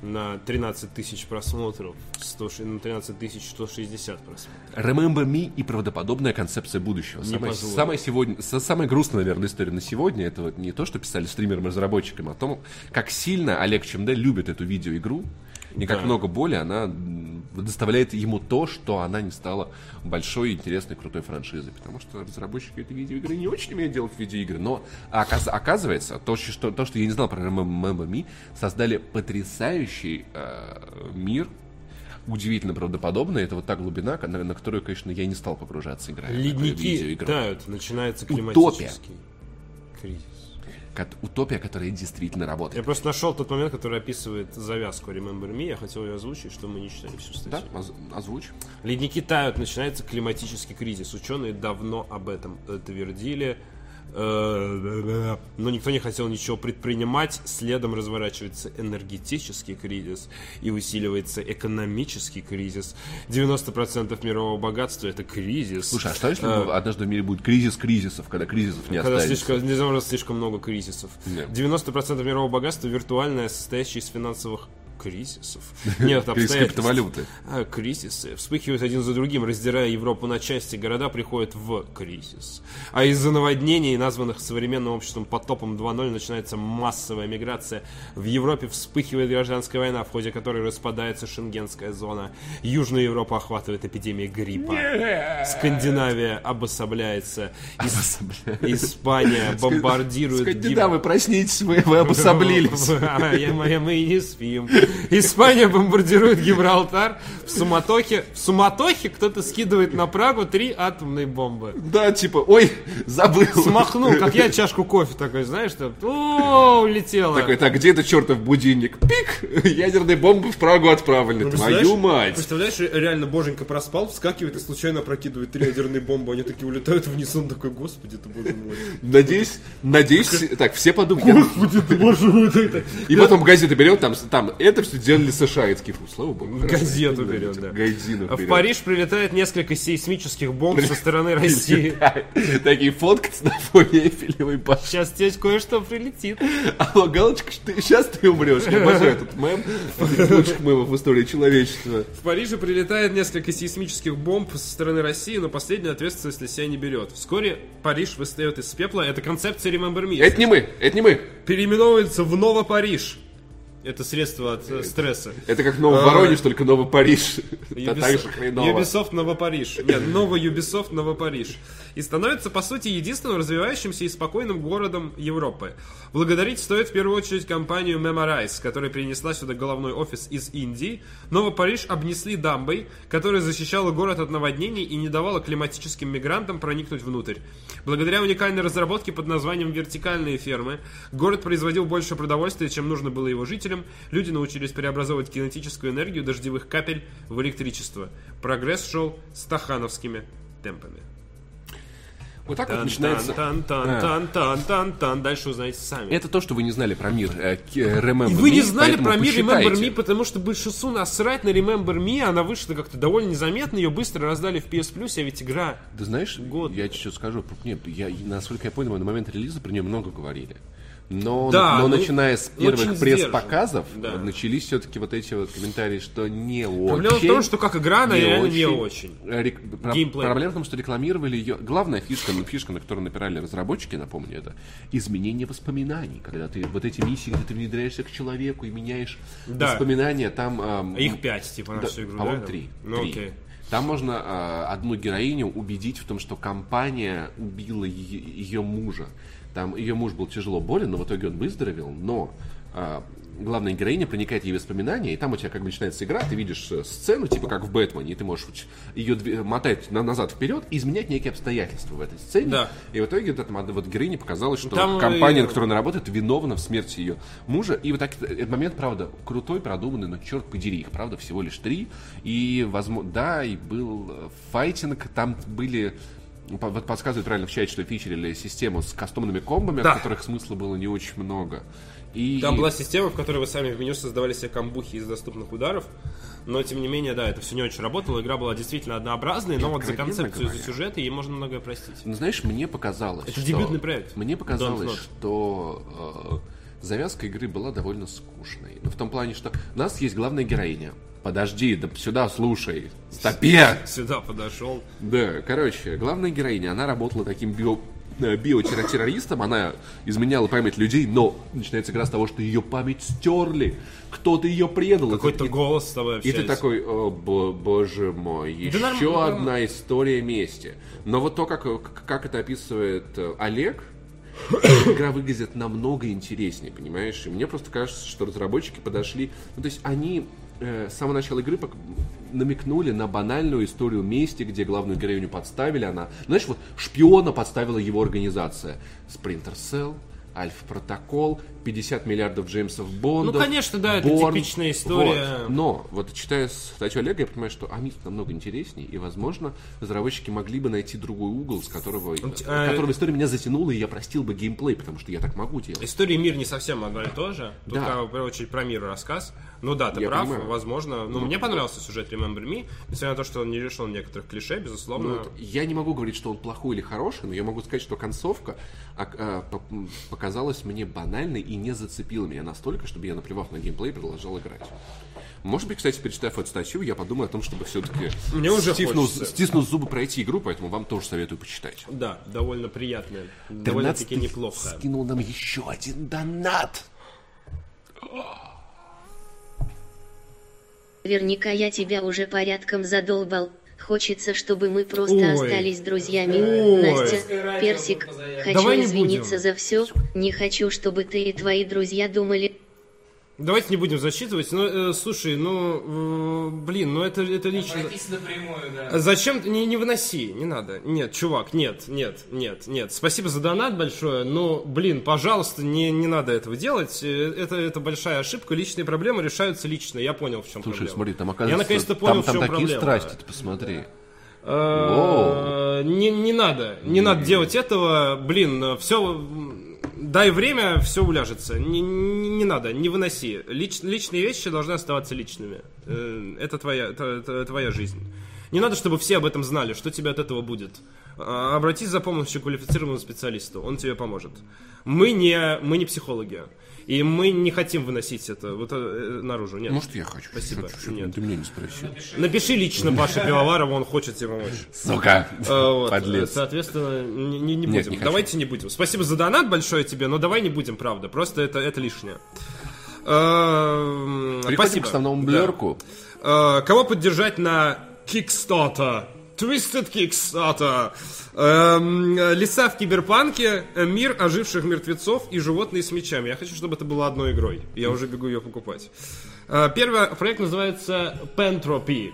на тринадцать тысяч просмотров, сто, на тринадцать тысяч сто шестьдесят просмотров. Remember Me и правдоподобная концепция будущего. Самая, самая, сегодня, самая грустная, наверное, история на сегодня, это вот не то, что писали стримерам-разработчикам, а о том, как сильно Олег Чемде любит эту видеоигру, и как да. много боли она доставляет ему то, что она не стала большой, интересной, крутой франшизой. Потому что разработчики этой видеоигры не очень умеют делать видеоигры. Но оказ- оказывается, то что, то, что я не знал про Remember Me, создали потрясающий э, мир, удивительно правдоподобный. Это вот та глубина, на, на которую, конечно, я не стал погружаться, играя. Ледники тают, начинается климатический кризис. Утопия, которая действительно работает. Я просто нашел тот момент, который описывает завязку Remember Me. Я хотел ее озвучить, что мы не читали всю статью. Да, оз- озвучь. Ледники тают, начинается климатический кризис. Ученые давно об этом твердили, но никто не хотел ничего предпринимать. Следом разворачивается энергетический кризис и усиливается экономический кризис. девяносто процентов мирового богатства — это кризис. Слушай, а что если а, однажды в мире будет кризис кризисов, когда кризисов не когда останется? Слишком, нельзя слишком много кризисов. Yeah. девяносто процентов мирового богатства виртуальное, состоящее из финансовых кризисов. Нет, кризис криптовалюты. А, кризисы вспыхивают один за другим, раздирая Европу на части. Города приходят в кризис. А из-за наводнений, названных современным обществом потопом два ноль, начинается массовая миграция. В Европе вспыхивает гражданская война, в ходе которой распадается Шенгенская зона. Южную Европу охватывает эпидемия гриппа. Скандинавия обособляется. Ис... Испания бомбардирует... Скандинавы, гиб... проснитесь, вы, вы обособлились. Мы и не спим. Испания бомбардирует Гибралтар. В суматохе, в суматохе кто-то скидывает на Прагу три атомные бомбы. Да, типа, ой, забыл. Смахнул, как я чашку кофе такой, знаешь, что о, улетела. Такой, так, где это чертов будильник? Пик! Ядерные бомбы в Прагу отправлены. Ну, твою мать. Представляешь, реально Боженька проспал, вскакивает и случайно опрокидывает три ядерные бомбы. Они такие улетают вниз, он такой, господи, ты боже мой. Надеюсь, надеюсь, так, все подумают. Господи, ты боже мой. И потом газеты берет, там, там, это все делали США. И такие, слава богу. Газету берет, да. В Париж прилетает несколько сейсмических бомб со стороны России. Такие фоткаться на фоне Эйфелевой башни. Сейчас тебе кое-что прилетит. Алло, галочка, сейчас ты умрешь. Я обожаю этот мем. Один из лучших мемов в истории человечества. В Париже прилетает несколько сейсмических бомб со стороны России, но последняя ответственность на себя не берет. Вскоре Париж восстает из пепла. Это концепция Remember Me. Это не мы, это не мы. Переименовывается в Ново-Париж. Это средство от э, стресса. Это как Ново-Воронеж, а, только Ново-Париж. Ubisoft Ново-Париж. Нет, новый Ubisoft Ново-Париж. И становится, по сути, единственным развивающимся и спокойным городом Европы. Благодарить стоит в первую очередь компанию Memorize, которая перенесла сюда головной офис из Индии. Ново-Париж обнесли дамбой, которая защищала город от наводнений и не давала климатическим мигрантам проникнуть внутрь. Благодаря уникальной разработке под названием «Вертикальные фермы» город производил больше продовольствия, чем нужно было его жителям. Люди научились преобразовывать кинетическую энергию дождевых капель в электричество. Прогресс шел стахановскими темпами. Вот так вот начинается. Тан-тан-тан-тан-тан-тан. Дальше узнаете сами. Это то, что вы не знали про мир э, Remember Me. И вы не знали про мир Remember Me, потому что большинству насрать на Remember Me. Она вышла как-то довольно незаметно. Ее быстро раздали в пи эс Plus, а ведь игра... Да знаешь, год. Я тебе что скажу. Нет, я, насколько я понял, на момент релиза про нее много говорили. Но, да, но ну, начиная с первых пресс-показов, да. начались все-таки вот эти вот комментарии, что не очень. Проблема в том, что как игра, она реально очень. не очень. Рек... Проблема в том, что рекламировали ее. Главная фишка, ну, фишка, на которую напирали разработчики, напомню, это изменение воспоминаний. Когда ты вот эти миссии, где ты внедряешься к человеку и меняешь да. воспоминания, там... Эм... Их пять, типа, на да, всю игру, по-моему, да? три. Ну, три. окей. Там можно э, одну героиню убедить в том, что компания убила ее, ее мужа. Там ее муж был тяжело болен, но в итоге он выздоровел, но а, главная героиня проникает в ее воспоминания, и там у тебя как бы начинается игра, ты видишь сцену, типа как в Бэтмене, и ты можешь ее дв... мотать на- назад вперед и изменять некие обстоятельства в этой сцене. Да. И в итоге вот, эта вот героине показалось, что там компания, и... на которой она работает, виновна в смерти ее мужа. И вот так, этот момент, правда, крутой, продуманный, но черт подери, их, правда, всего лишь три. И, возможно, да, и был файтинг, там были... Вот подсказывают правильно в чате, что фичерили систему с кастомными комбами, да. от которых смысла было не очень много. И... Там была система, в которой вы сами в меню создавали себе камбухи из доступных ударов. Но, тем не менее, да, это все не очень работало. Игра была действительно однообразной, но вот за концепцию, говоря. За сюжет ей можно многое простить. Ну, знаешь, мне показалось, это что... дебютный проект. Мне показалось, что... Э, завязка игры была довольно скучной. Но в том плане, что у нас есть главная героиня. Подожди, да сюда слушай. Стопе! Сюда подошел. Да, короче, главная героиня, она работала таким био... биотеррористом, она изменяла память людей, но начинается игра с того, что ее память стерли. Кто-то ее предал. Какой-то и, голос с тобой общается. И ты такой, о, бо- боже мой, еще Да нормально. одна история мести. Но вот то, как, как это описывает Олег, игра выглядит намного интереснее, понимаешь? И мне просто кажется, что разработчики подошли... Ну, то есть они э, с самого начала игры пок- намекнули на банальную историю мести, где главную героиню подставили. Она, знаешь, вот шпиона подставила его организация. Splinter Cell, Альфа Протокол, пятьдесят миллиардов Джеймсов Бондов. Ну, конечно, да, это Борн. типичная история. Вот. Но, вот читая статью Олега, я понимаю, что Амид намного интереснее, и, возможно, разработчики могли бы найти другой угол, с которого, А, которого история меня затянула, и я простил бы геймплей, потому что я так могу делать. История и мир не совсем одно и то же. Тут, Да. как, в первую очередь, про мир рассказ. Ну да, ты Я прав, понимаю. возможно. Ну, мне понравился сюжет Remember Me, несмотря на то, что он не решил некоторых клише, безусловно. Ну, вот я не могу говорить, что он плохой или хороший, но я могу сказать, что концовка а, а, по- показалась мне банальной и не зацепила меня настолько, чтобы я, наплевав на геймплей, продолжал играть. Может быть, кстати, перечитав эту статью, я подумаю о том, чтобы все-таки Мне уже стиснув, хочется. стиснув зубы пройти игру, поэтому вам тоже советую почитать. Да, довольно приятно. Довольно-таки тринадцатый неплохо. скинул нам еще один донат. Наверняка я тебя уже порядком задолбал. Хочется, чтобы мы просто Ой. остались друзьями. Ой. Настя, Персик, хочу Давай не извиниться будем. за все. Не хочу, чтобы ты и твои друзья думали... Давайте не будем зачитывать. Ну, э, слушай, ну, э, блин, ну это, это лично... Пройтись напрямую, да. Зачем? Не, не выноси, не надо. Нет, чувак, нет, нет, нет, нет. Спасибо за донат большое, но, блин, пожалуйста, не, не надо этого делать. Э, Это, это большая ошибка. Личные проблемы решаются лично. Я понял, в чем Слушай, проблема. смотри, там Я оказывается, наконец-то понял, там, в там чем такие проблема. страсти, ты посмотри. Э, Не, не надо, не надо делать этого. Блин, все, дай время, все уляжется. Не, не, не надо, не выноси. Лич, личные вещи должны оставаться личными. Э, Это твоя, это, это твоя жизнь. Не надо, чтобы все об этом знали, что тебе от этого будет. А, Обратись за помощью к квалифицированному специалисту, он тебе поможет. Мы не, мы не психологи. И мы не хотим выносить это вот э, наружу. Нет. Может, я хочу. Спасибо. Хочу, хочу. Нет. Ты меня не спросил. Напиши лично Паше Пивоварову, он хочет тебе помочь. Сука, А, вот, подлец. Соответственно, не, не- не Нет, будем. не хочу. Давайте не будем. Спасибо за донат большое тебе, но давай не будем, правда. Просто это, это лишнее. Эм, Переходим Спасибо. к основному Да. блерку. Э, Кого поддержать на Kickstarter? Twisted Kickstarter. Эм, Леса в киберпанке, э, мир оживших мертвецов и животные с мечами. Я хочу, чтобы это было одной игрой. Я уже бегу ее покупать. Э, Первый проект называется Pentropy.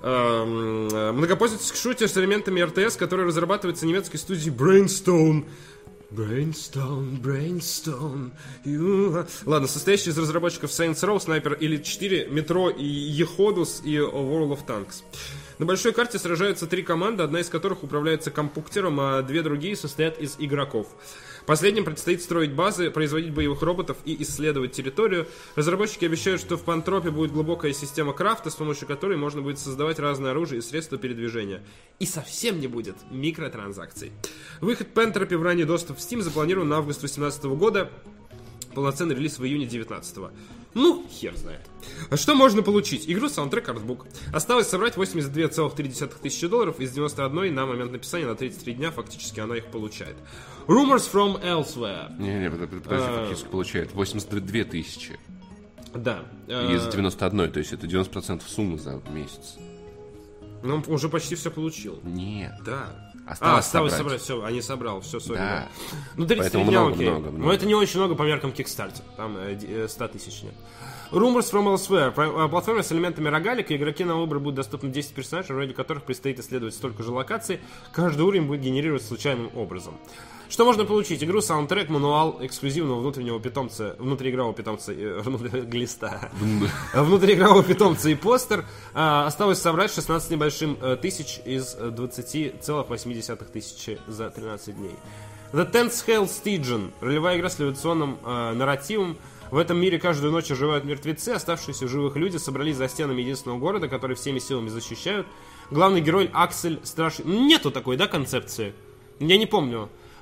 Эм, э, Многопользовательский шутер с элементами эр ти эс, который разрабатывается немецкой студией Brainstone. Brainstone, Brainstone. you- Ладно, состоящий из разработчиков Saints Row, Sniper Elite четыре, Metro и Еходус и World of Tanks. На большой карте сражаются три команды, одна из которых управляется компьютером, а две другие состоят из игроков. Последним предстоит строить базы, производить боевых роботов и исследовать территорию. Разработчики обещают, что в Пантропе будет глубокая система крафта, с помощью которой можно будет создавать разное оружие и средства передвижения. И совсем не будет микротранзакций. Выход Пентропе в ранний доступ в Steam запланирован на август две тысячи восемнадцатого года. Полноценный релиз в июне две тысячи девятнадцатого. Ну, хер знает. А что можно получить? Игру саундтрек артбук. Осталось собрать восемьдесят две целых три десятых тысячи долларов из девяноста одной на момент написания на тридцать три дня. Фактически она их получает. Rumors from Elsewhere. Не-не, подожди, подожди, А. фактически получает восемьдесят две тысячи Да. из Э, девяноста одной, то есть это девяносто процентов суммы за месяц. Ну, он уже почти все получил. Нет. Да. Осталось а, осталось собрать. собрать, все, а не собрал, все, сори. Да. Ну, тридцать три Поэтому дня, много, окей. много, много. Но это не очень много по меркам Kickstarter. Там э, д- э, сто тысяч нет. Rumors from Elsewhere. Про- э, Платформа с элементами рогалика. Игроки на выбор будут доступны десять персонажей, в роде которых предстоит исследовать столько же локаций. Каждый уровень будет генерировать случайным образом. Что можно получить? Игру, саундтрек, мануал эксклюзивного внутреннего питомца, внутриигрового питомца, э, внутри- глиста, внутриигрового питомца и постер. А, осталось собрать шестнадцать небольшим э, тысяч из двадцати целых восьми десятых тысячи за тринадцать дней. The Tenth Hell Stygian. Ролевая игра с революционным э, нарративом. В этом мире каждую ночь оживают мертвецы, оставшиеся в живых люди собрались за стенами единственного города, который всеми силами защищают. Главный герой Аксель Страшный. Нету такой, да, концепции? Я не помню.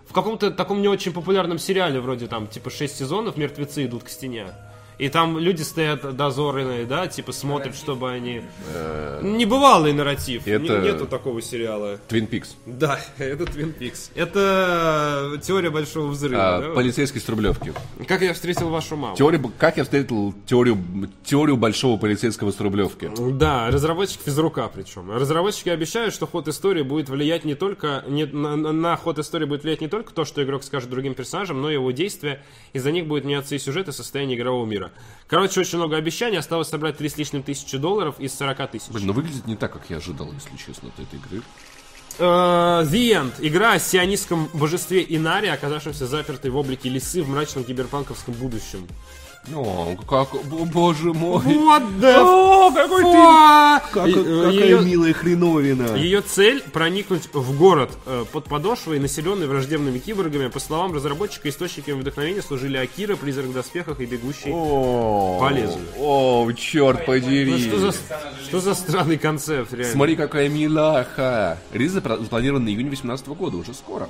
в каком-то таком не очень популярном сериале, вроде там, типа, шесть сезонов, мертвецы идут к стене. И там люди стоят дозорные, да, типа смотрят, чтобы они... Небывалый нарратив. Это... Нету такого сериала. Твин Пикс. Да, это Твин Пикс. Это теория большого взрыва. А, да? Полицейский с Рублевки. Как я встретил вашу маму. Теория... Как я встретил теорию, теорию большого полицейского с Рублевки. Да, разработчик физрука причем. Разработчики обещают, что ход истории будет влиять не только... Не, на, на ход истории будет влиять не только то, что игрок скажет другим персонажам, но и его действия. Из-за них будет меняться и сюжет, и состояние игрового мира. Короче, очень много обещаний. Осталось собрать три с лишним тысячи долларов из сорок тысяч. Блин, ну выглядит не так, как я ожидал, если честно, от этой игры. Uh, The End. Игра о сионистском божестве Инари, оказавшемся запертой в облике лисы в мрачном киберпанковском будущем. О, как, боже мой. What the О, какой ты... Как, какая ее, милая хреновина. Ее цель — проникнуть в город э, под подошвой, населенный враждебными киборгами. По словам разработчика, источниками вдохновения служили Акира, Призрак в доспехах и Бегущий о, по лезвию. О, черт подери. Ну, что, за, что за странный концепт, реально. Смотри, какая милаха. Релиз запланирован на июнь две тысячи восемнадцатого года, уже скоро.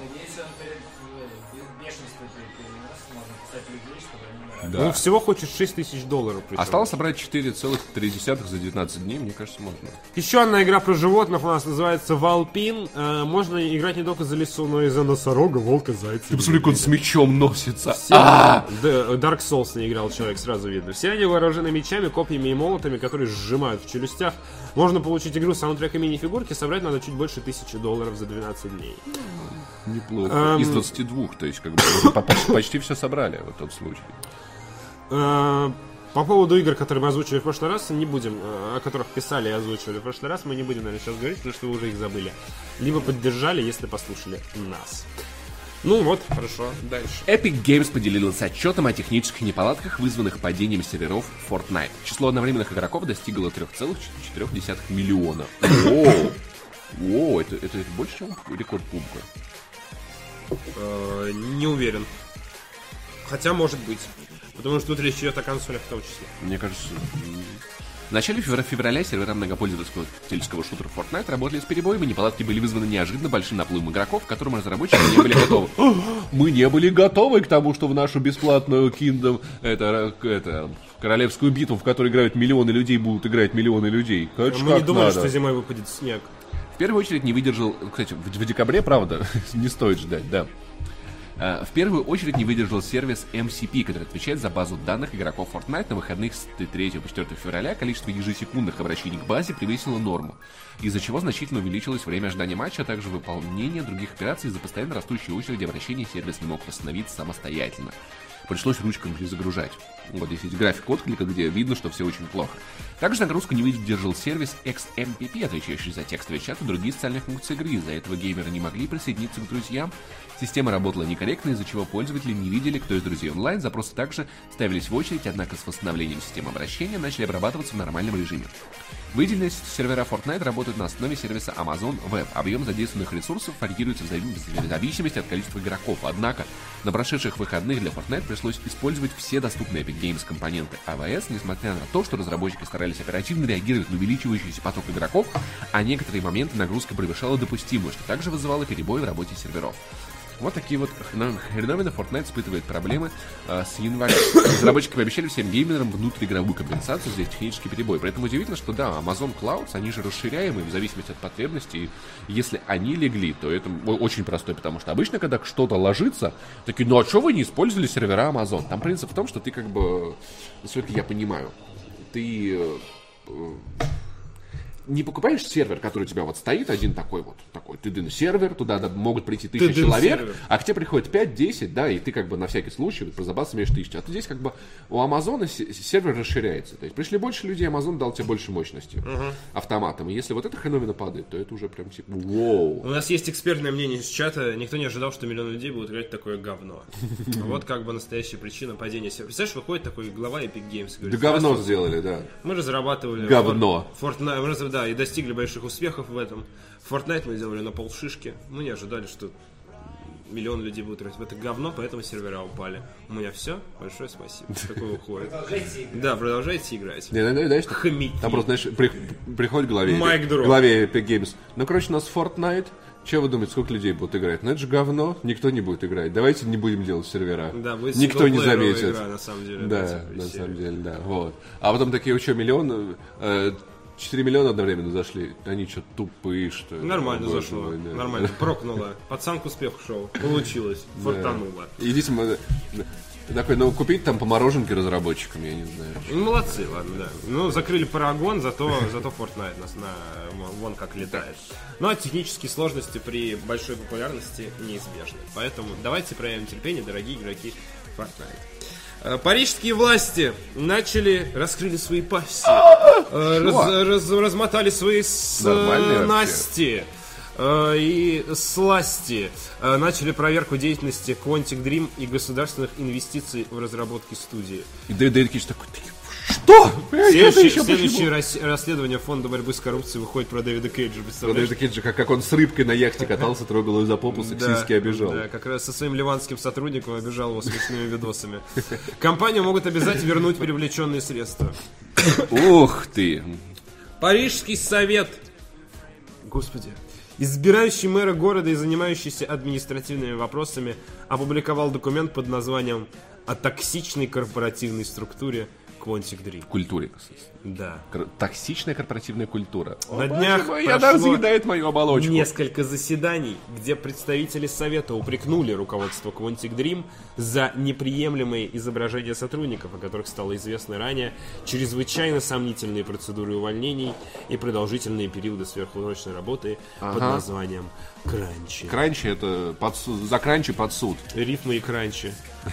Да. Он всего хочет шесть тысяч долларов. Причем. Осталось собрать четыре целых три десятых за девятнадцать дней, мне кажется, можно. Еще одна игра про животных у нас называется Валпин. Э, можно играть не только за лису, но и за носорога, волка, зайца. Ты посмотри, как он с мечом носится. Все... Dark Souls не играл человек, сразу видно. Все они вооружены мечами, копьями и молотами, которые сжимают в челюстях. Можно получить игру с саундтреком и мини-фигурки, собрать надо чуть больше тысячи долларов за двенадцать дней. Неплохо. Эм... Из двадцати двух, то есть как бы почти, почти все собрали в тот случай. По поводу игр, которые мы озвучивали в прошлый раз, не будем, о которых писали и озвучивали в прошлый раз, мы не будем, наверное, сейчас говорить, потому что вы уже их забыли. Либо поддержали, если послушали нас. Ну вот, хорошо, дальше. Epic Games поделилась отчетом о технических неполадках, вызванных падением серверов Fortnite. Число одновременных игроков достигло три целых четыре десятых миллиона. О, о, это, это больше, чем рекорд пубга? Не уверен. Хотя, может быть. Потому что тут речь идет о консолях в том числе. Мне кажется... В начале февраля сервера многопользовательского шутера Fortnite работали с перебоями. Неполадки были вызваны неожиданно большим наплывом игроков, к которым разработчики не были готовы. Мы не были готовы к тому, что в нашу бесплатную Kingdom, это, это королевскую битву, в которой играют миллионы людей, будут играть миллионы людей. Конечно, мы не думали, надо. что зимой выпадет снег. В первую очередь не выдержал... Кстати, в, в декабре, правда, не стоит ждать, да. В первую очередь не выдержал сервис эм си пи, который отвечает за базу данных игроков Fortnite. На выходных с третьего по четвёртое февраля количество ежесекундных обращений к базе превысило норму, из-за чего значительно увеличилось время ожидания матча, а также выполнение других операций. Из-за постоянно растущей очереди обращений сервис не мог восстановиться самостоятельно. Пришлось ручками перезагружать. Вот здесь есть график отклика, где видно, что все очень плохо. Также нагрузку не выдержал сервис икс эм пи пи, отвечающий за текстовый чат и другие социальные функции игры. Из-за этого геймеры не могли присоединиться к друзьям. Система работала некорректно, из-за чего пользователи не видели, кто из друзей онлайн. Запросы также ставились в очередь, однако с восстановлением системы обращения начали обрабатываться в нормальном режиме. Выделенные сервера Fortnite работают на основе сервиса Amazon Web. Объем задействованных ресурсов варьируется в зависимости от количества игроков. Однако на прошедших выходных для Fortnite пришлось использовать все доступные Epic Games компоненты эй ви эс, несмотря на то, что разработчики старались оперативно реагировать на увеличивающийся поток игроков, а некоторые моменты нагрузка превышала допустимую, что также вызывало перебои в работе серверов. Вот такие вот хреновины. Fortnite испытывает проблемы э, с января. Разработчики пообещали всем геймерам внутриигровую компенсацию за технический перебой. Поэтому удивительно, что да, Amazon Clouds, они же расширяемые в зависимости от потребностей. И если они легли, то это очень простой, потому что обычно, когда что-то ложится, такие, ну а что вы не использовали сервера Amazon? Там принцип в том, что ты как бы, насколько я понимаю, ты... Э, не покупаешь сервер, который у тебя вот стоит, один такой вот, такой тыдын сервер, туда да, могут прийти тысяча человек, сервер. А к тебе приходит пять-десять, да, и ты как бы на всякий случай вот, про запас имеешь тысячу. А то здесь как бы у Амазона сервер расширяется. То есть пришли больше людей, Амазон дал тебе больше мощности uh-huh. автоматом. И если вот эта хреновина падает, то это уже прям типа воу. У нас есть экспертное мнение из чата. Никто не ожидал, что миллион людей будут играть в такое говно. Вот как бы настоящая причина падения сервера. Представляешь, выходит такой глава Epic Games. Да говно сделали, да. Мы разрабатывали говно. Fortnite. Да, и достигли больших успехов в этом. Fortnite мы делали на полшишки. Мы не ожидали, что миллион людей будут играть в это говно, поэтому сервера упали. У меня все. Большое спасибо. Такой выходит. Продолжайте играть. Да, продолжайте играть. Не, не, не, Хомяки. Там просто, знаешь, при, приходит к главе, Майк Дроп. главе Epic Games. Ну, короче, у нас Fortnite, Че вы думаете, сколько людей будут играть? Ну это же говно, никто не будет играть. Давайте не будем делать сервера. Да, будет никто не синглплееровая заметит. игра, на самом деле. Да, да, на самом деле, да. Вот. А потом такие, что, миллион, э, четыре миллиона одновременно зашли. Они что, тупые, что ли? Нормально О, боже зашло, мой, да. нормально, прокнуло. Пацан к успеху шел, получилось, фартануло. И здесь мы... Такой, ну купить там по мороженке разработчикам, я не знаю. Ну, молодцы, ладно, да. Ну, закрыли Парагон, зато, зато Fortnite нас на, вон как летает. Ну, а технические сложности при большой популярности неизбежны. Поэтому давайте проявим терпение, дорогие игроки Fortnite. Парижские власти начали, раскрыли свои пасти, раз, раз, размотали свои снасти и сласти, начали проверку деятельности Quantic Dream и государственных инвестиций в разработки студии. И Дэвид Кейдж такой, что? Следующее, следующее рас, расследование фонда борьбы с коррупцией выходит про Дэвида Кейджа. Про Дэвида Кейджа, как, как он с рыбкой на яхте катался, трогал ее за попу, сексистски обижал. Да, как раз со своим ливанским сотрудником обижал его смешными видосами. Компанию могут обязать вернуть привлеченные средства. Ух ты! Парижский совет. Господи. Избирающий мэра города и занимающийся административными вопросами опубликовал документ под названием «О токсичной корпоративной структуре Quantic Dream». Культуре, да. Кор- токсичная корпоративная культура. На днях она заедает мою оболочку. Несколько заседаний, где представители совета упрекнули руководство Quantic Dream за неприемлемые изображения сотрудников, о которых стало известно ранее, чрезвычайно сомнительные процедуры увольнений и продолжительные периоды сверхурочной работы ага. под названием кранчи. Кранчи — это под суд, за кранчи под суд. Рифмы и кранчи.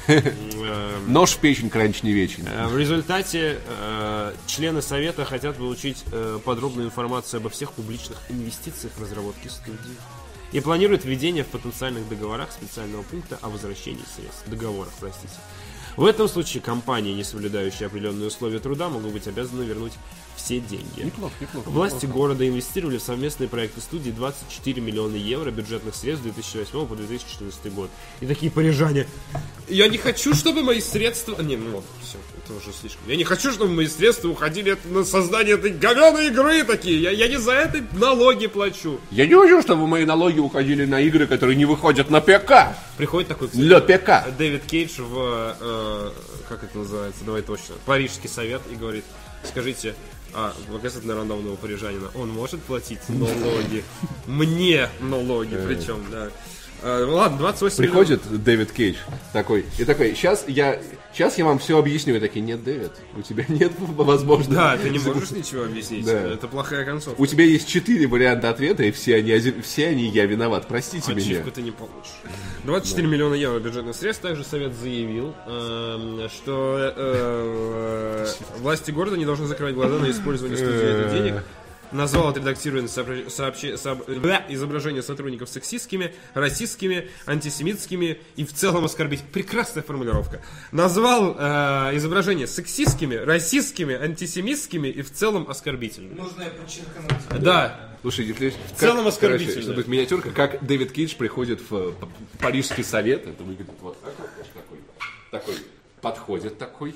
Нож в печень, кранч не вечен. В результате члены совета хотят получить подробную информацию обо всех публичных инвестициях в разработке студии и планируют введение в потенциальных договорах специального пункта о возвращении средств. Договорах, простите. В этом случае компании, не соблюдающие определенные условия труда, могут быть обязаны вернуть все деньги. Неплохо, неплохо, Власти неплохо. города инвестировали в совместные проекты студии двадцать четыре миллиона евро бюджетных средств с две тысячи восьмого по две тысячи четырнадцатый год. И такие парижане: я не хочу, чтобы мои средства... Не, ну ладно, все, это уже слишком. Я не хочу, чтобы мои средства уходили на создание этой говёной игры такие. Я, я не за это налоги плачу. Я не хочу, чтобы мои налоги уходили на игры, которые не выходят на ПК. Приходит такой, кстати, для ПК. Дэвид Кейдж в... Э, как это называется? Давай точно. Парижский совет и говорит: скажите... А, касательно рандомного парижанина, он может платить налоги? Мне налоги, причем, да. А, ладно, двадцать восемь Приходит миллионов. Дэвид Кейдж такой, и такой, сейчас я, сейчас я вам все объясню. И такие, нет, Дэвид, у тебя нет возможности. Да, ты не можешь ничего объяснить, да. Это плохая концовка. У тебя есть четыре варианта ответа, и все они, все они я виноват, простите меня. Ачивку ты не получишь. двадцать четыре да. миллиона евро бюджетных средств. Также совет заявил, э, что э, э, власти города не должны закрывать глаза на использование студии этих денег. Назвал отредактированные сообщ... сообщ... сооб... изображения сотрудников сексистскими, расистскими, антисемитскими и в целом оскорбительными. Прекрасная формулировка. Назвал э, изображения сексистскими, расистскими, антисемитскими и в целом оскорбительными. Нужно подчеркнуть. Да. Слушай, если в целом оскорбительно. Чтобы быть миниатюрка, как Дэвид Кейдж приходит в Парижский совет, это выглядит вот так, такой, такой, подходит такой.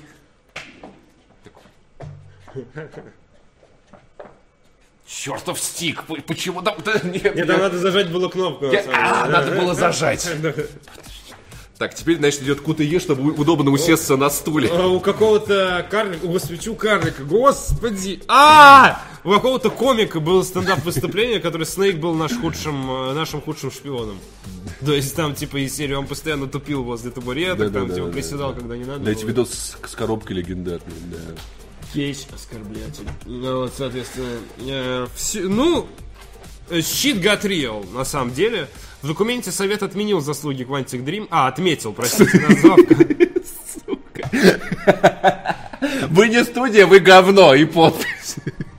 такой. Чертов стик! Почему там... Нет, Нет, я... там надо зажать было кнопку. Я... А, надо было зажать. Так, теперь, значит, идет КУТЕ, чтобы удобно усесться на стуле. У какого-то карлика, господи, у карлика, господи, а У какого-то комика было стендап-выступление, который Снейк был наш худшим, нашим худшим шпионом. То есть там, типа, из серии он постоянно тупил возле табуреток, там, типа, приседал, когда не надо. Дайте видос с коробкой легендарной, да. Кейдж оскорблятель. Ну, вот, соответственно, э, все, ну, shit got real, на самом деле. В документе совет отменил заслуги Quantic Dream. А, отметил, простите, назвав. Сука. Вы не студия, вы говно, и подпись.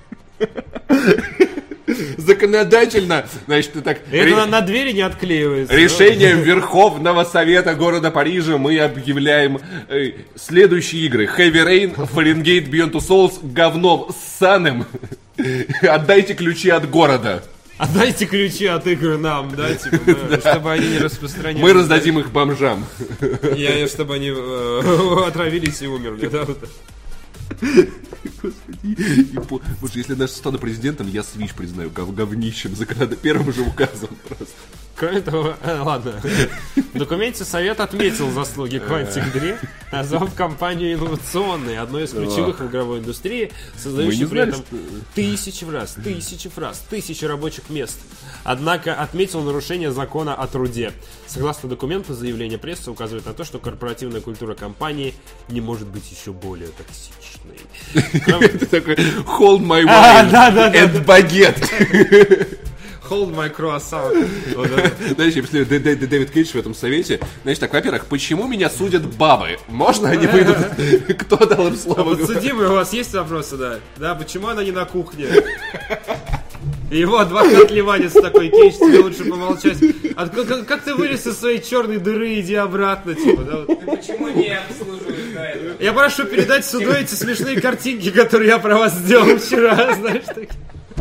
Законодательно, значит, ты так... Это на, на двери не отклеивается. Решением Верховного Совета города Парижа мы объявляем э, следующие игры. Heavy Rain, Fahrenheit Beyond Two Souls, говном ссаным. Отдайте ключи от города. Отдайте ключи от игр нам, да, типа, да, чтобы они не распространялись. Мы раздадим их бомжам. Я, чтобы они э, отравились и умерли, да, вот. Господи. И по- вот если я даже стану президентом, я Свич признаю гов- говнищем. Законодатель первым же указом просто. Кроме того, э, ладно. В документе Совет отметил заслуги Quantic Dream, назвав компанию инновационной, одной из ключевых в игровой индустрии, создающей при знали, этом что- тысячи фраз, тысячи фраз, тысячи рабочих мест. Однако отметил нарушение закона о труде. Согласно документу, заявление прессы указывает на то, что корпоративная культура компании не может быть еще более токсичной. Кроме- Ты такой, hold my А, wine да, да, да, and baguette. Hold my croissant. Вот это. Знаешь, я представляю, Д- Д- Д- Дэвид Кейдж в этом совете. Значит так, во-первых, почему меня судят бабы? Можно они выйдут? Кто дал им А слово? подсудимый, у вас есть вопросы, да? Да, почему она не на кухне? И его адвокат Ливанец такой: Кейдж, тебе лучше помолчать. А как, как- как ты вылез из своей черной дыры, иди обратно, типа, да? вот. Почему не обслуживают до этого? Я прошу передать суду эти смешные картинки, которые я про вас сделал вчера, знаешь, такие.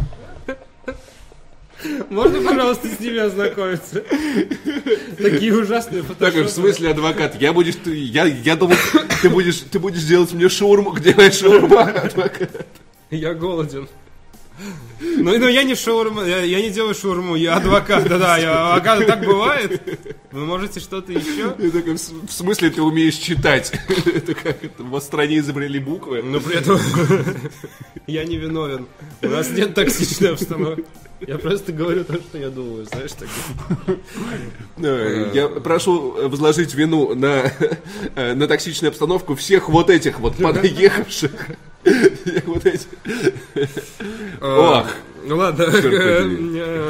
Можно, пожалуйста, с ними ознакомиться? Такие ужасные Так, фотошопы. в смысле, адвокат? Я будешь, ты- я, я думал, ты будешь, ты будешь делать мне шаурму. Где моя шаурма, адвокат? Я голоден. Ну, ну я не шаурма, я, я не делаю шаурму, я адвокат, да-да, я адвокат, так бывает. Вы можете что-то еще? Я такой, в с- в смысле ты умеешь читать? Это как это, в стране изобрели буквы? Но при этом я не виновен. У нас нет токсичной обстановки. Я просто говорю то, что я думаю, знаешь, так. Э, Я прошу возложить вину на, э, на токсичную обстановку всех вот этих вот подъехавших. Вот этих. Ох. Ну ладно. побери. Э,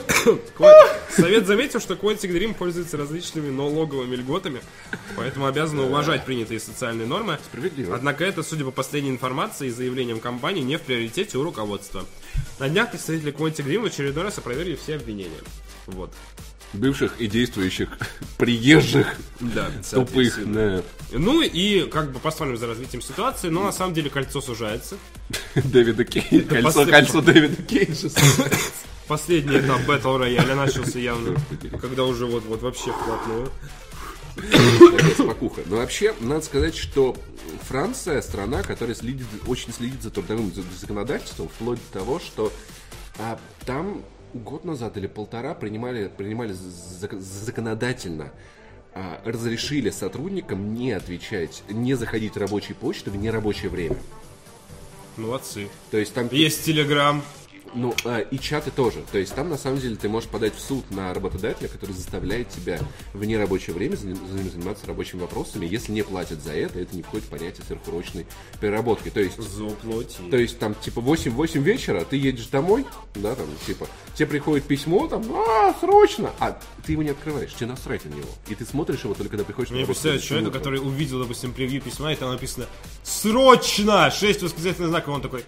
Совет заметил, что Quantic Dream пользуется различными налоговыми льготами, поэтому обязаны уважать принятые социальные нормы. Справедливо. Однако это, судя по последней информации и заявлениям компании, не в приоритете у руководства. На днях представители Quantic Dream в очередной раз опровергли все обвинения. Вот. Бывших и действующих приезжих Да, тупых. соответственно. Да. Ну и как бы посмотрим за развитием ситуации, но на самом деле кольцо сужается. Дэвида Кейджа. Кольцо, послед- кольцо Дэвида Кейджа. Последний этап Battle Royale начался явно, когда уже вот-вот вообще вплотную. Такая спокуха. Но вообще, надо сказать, что Франция страна, которая следит, очень следит за трудовым законодательством, вплоть до того, что а, там год назад или полтора принимали, принимали зак- законодательно, а, разрешили сотрудникам не отвечать, не заходить в рабочую почту в нерабочее время. Молодцы. То есть там... Есть Телеграм. Ну, а, и чаты тоже. То есть там, на самом деле, ты можешь подать в суд на работодателя, который заставляет тебя в нерабочее время заним- заним- заниматься рабочими вопросами. Если не платят за это, это не входит в понятие сверхурочной переработки. То есть, Зооплоти. то есть там, типа, восемь вечера, ты едешь домой, да, там, типа, тебе приходит письмо, там, а, срочно, а ты его не открываешь, тебе насрать на него. И ты смотришь его только когда приходишь на Мне работу. представляют человека, Утром. который увидел, допустим, превью письма, и там написано «Срочно!» Шесть восклицательных знаков, он такой: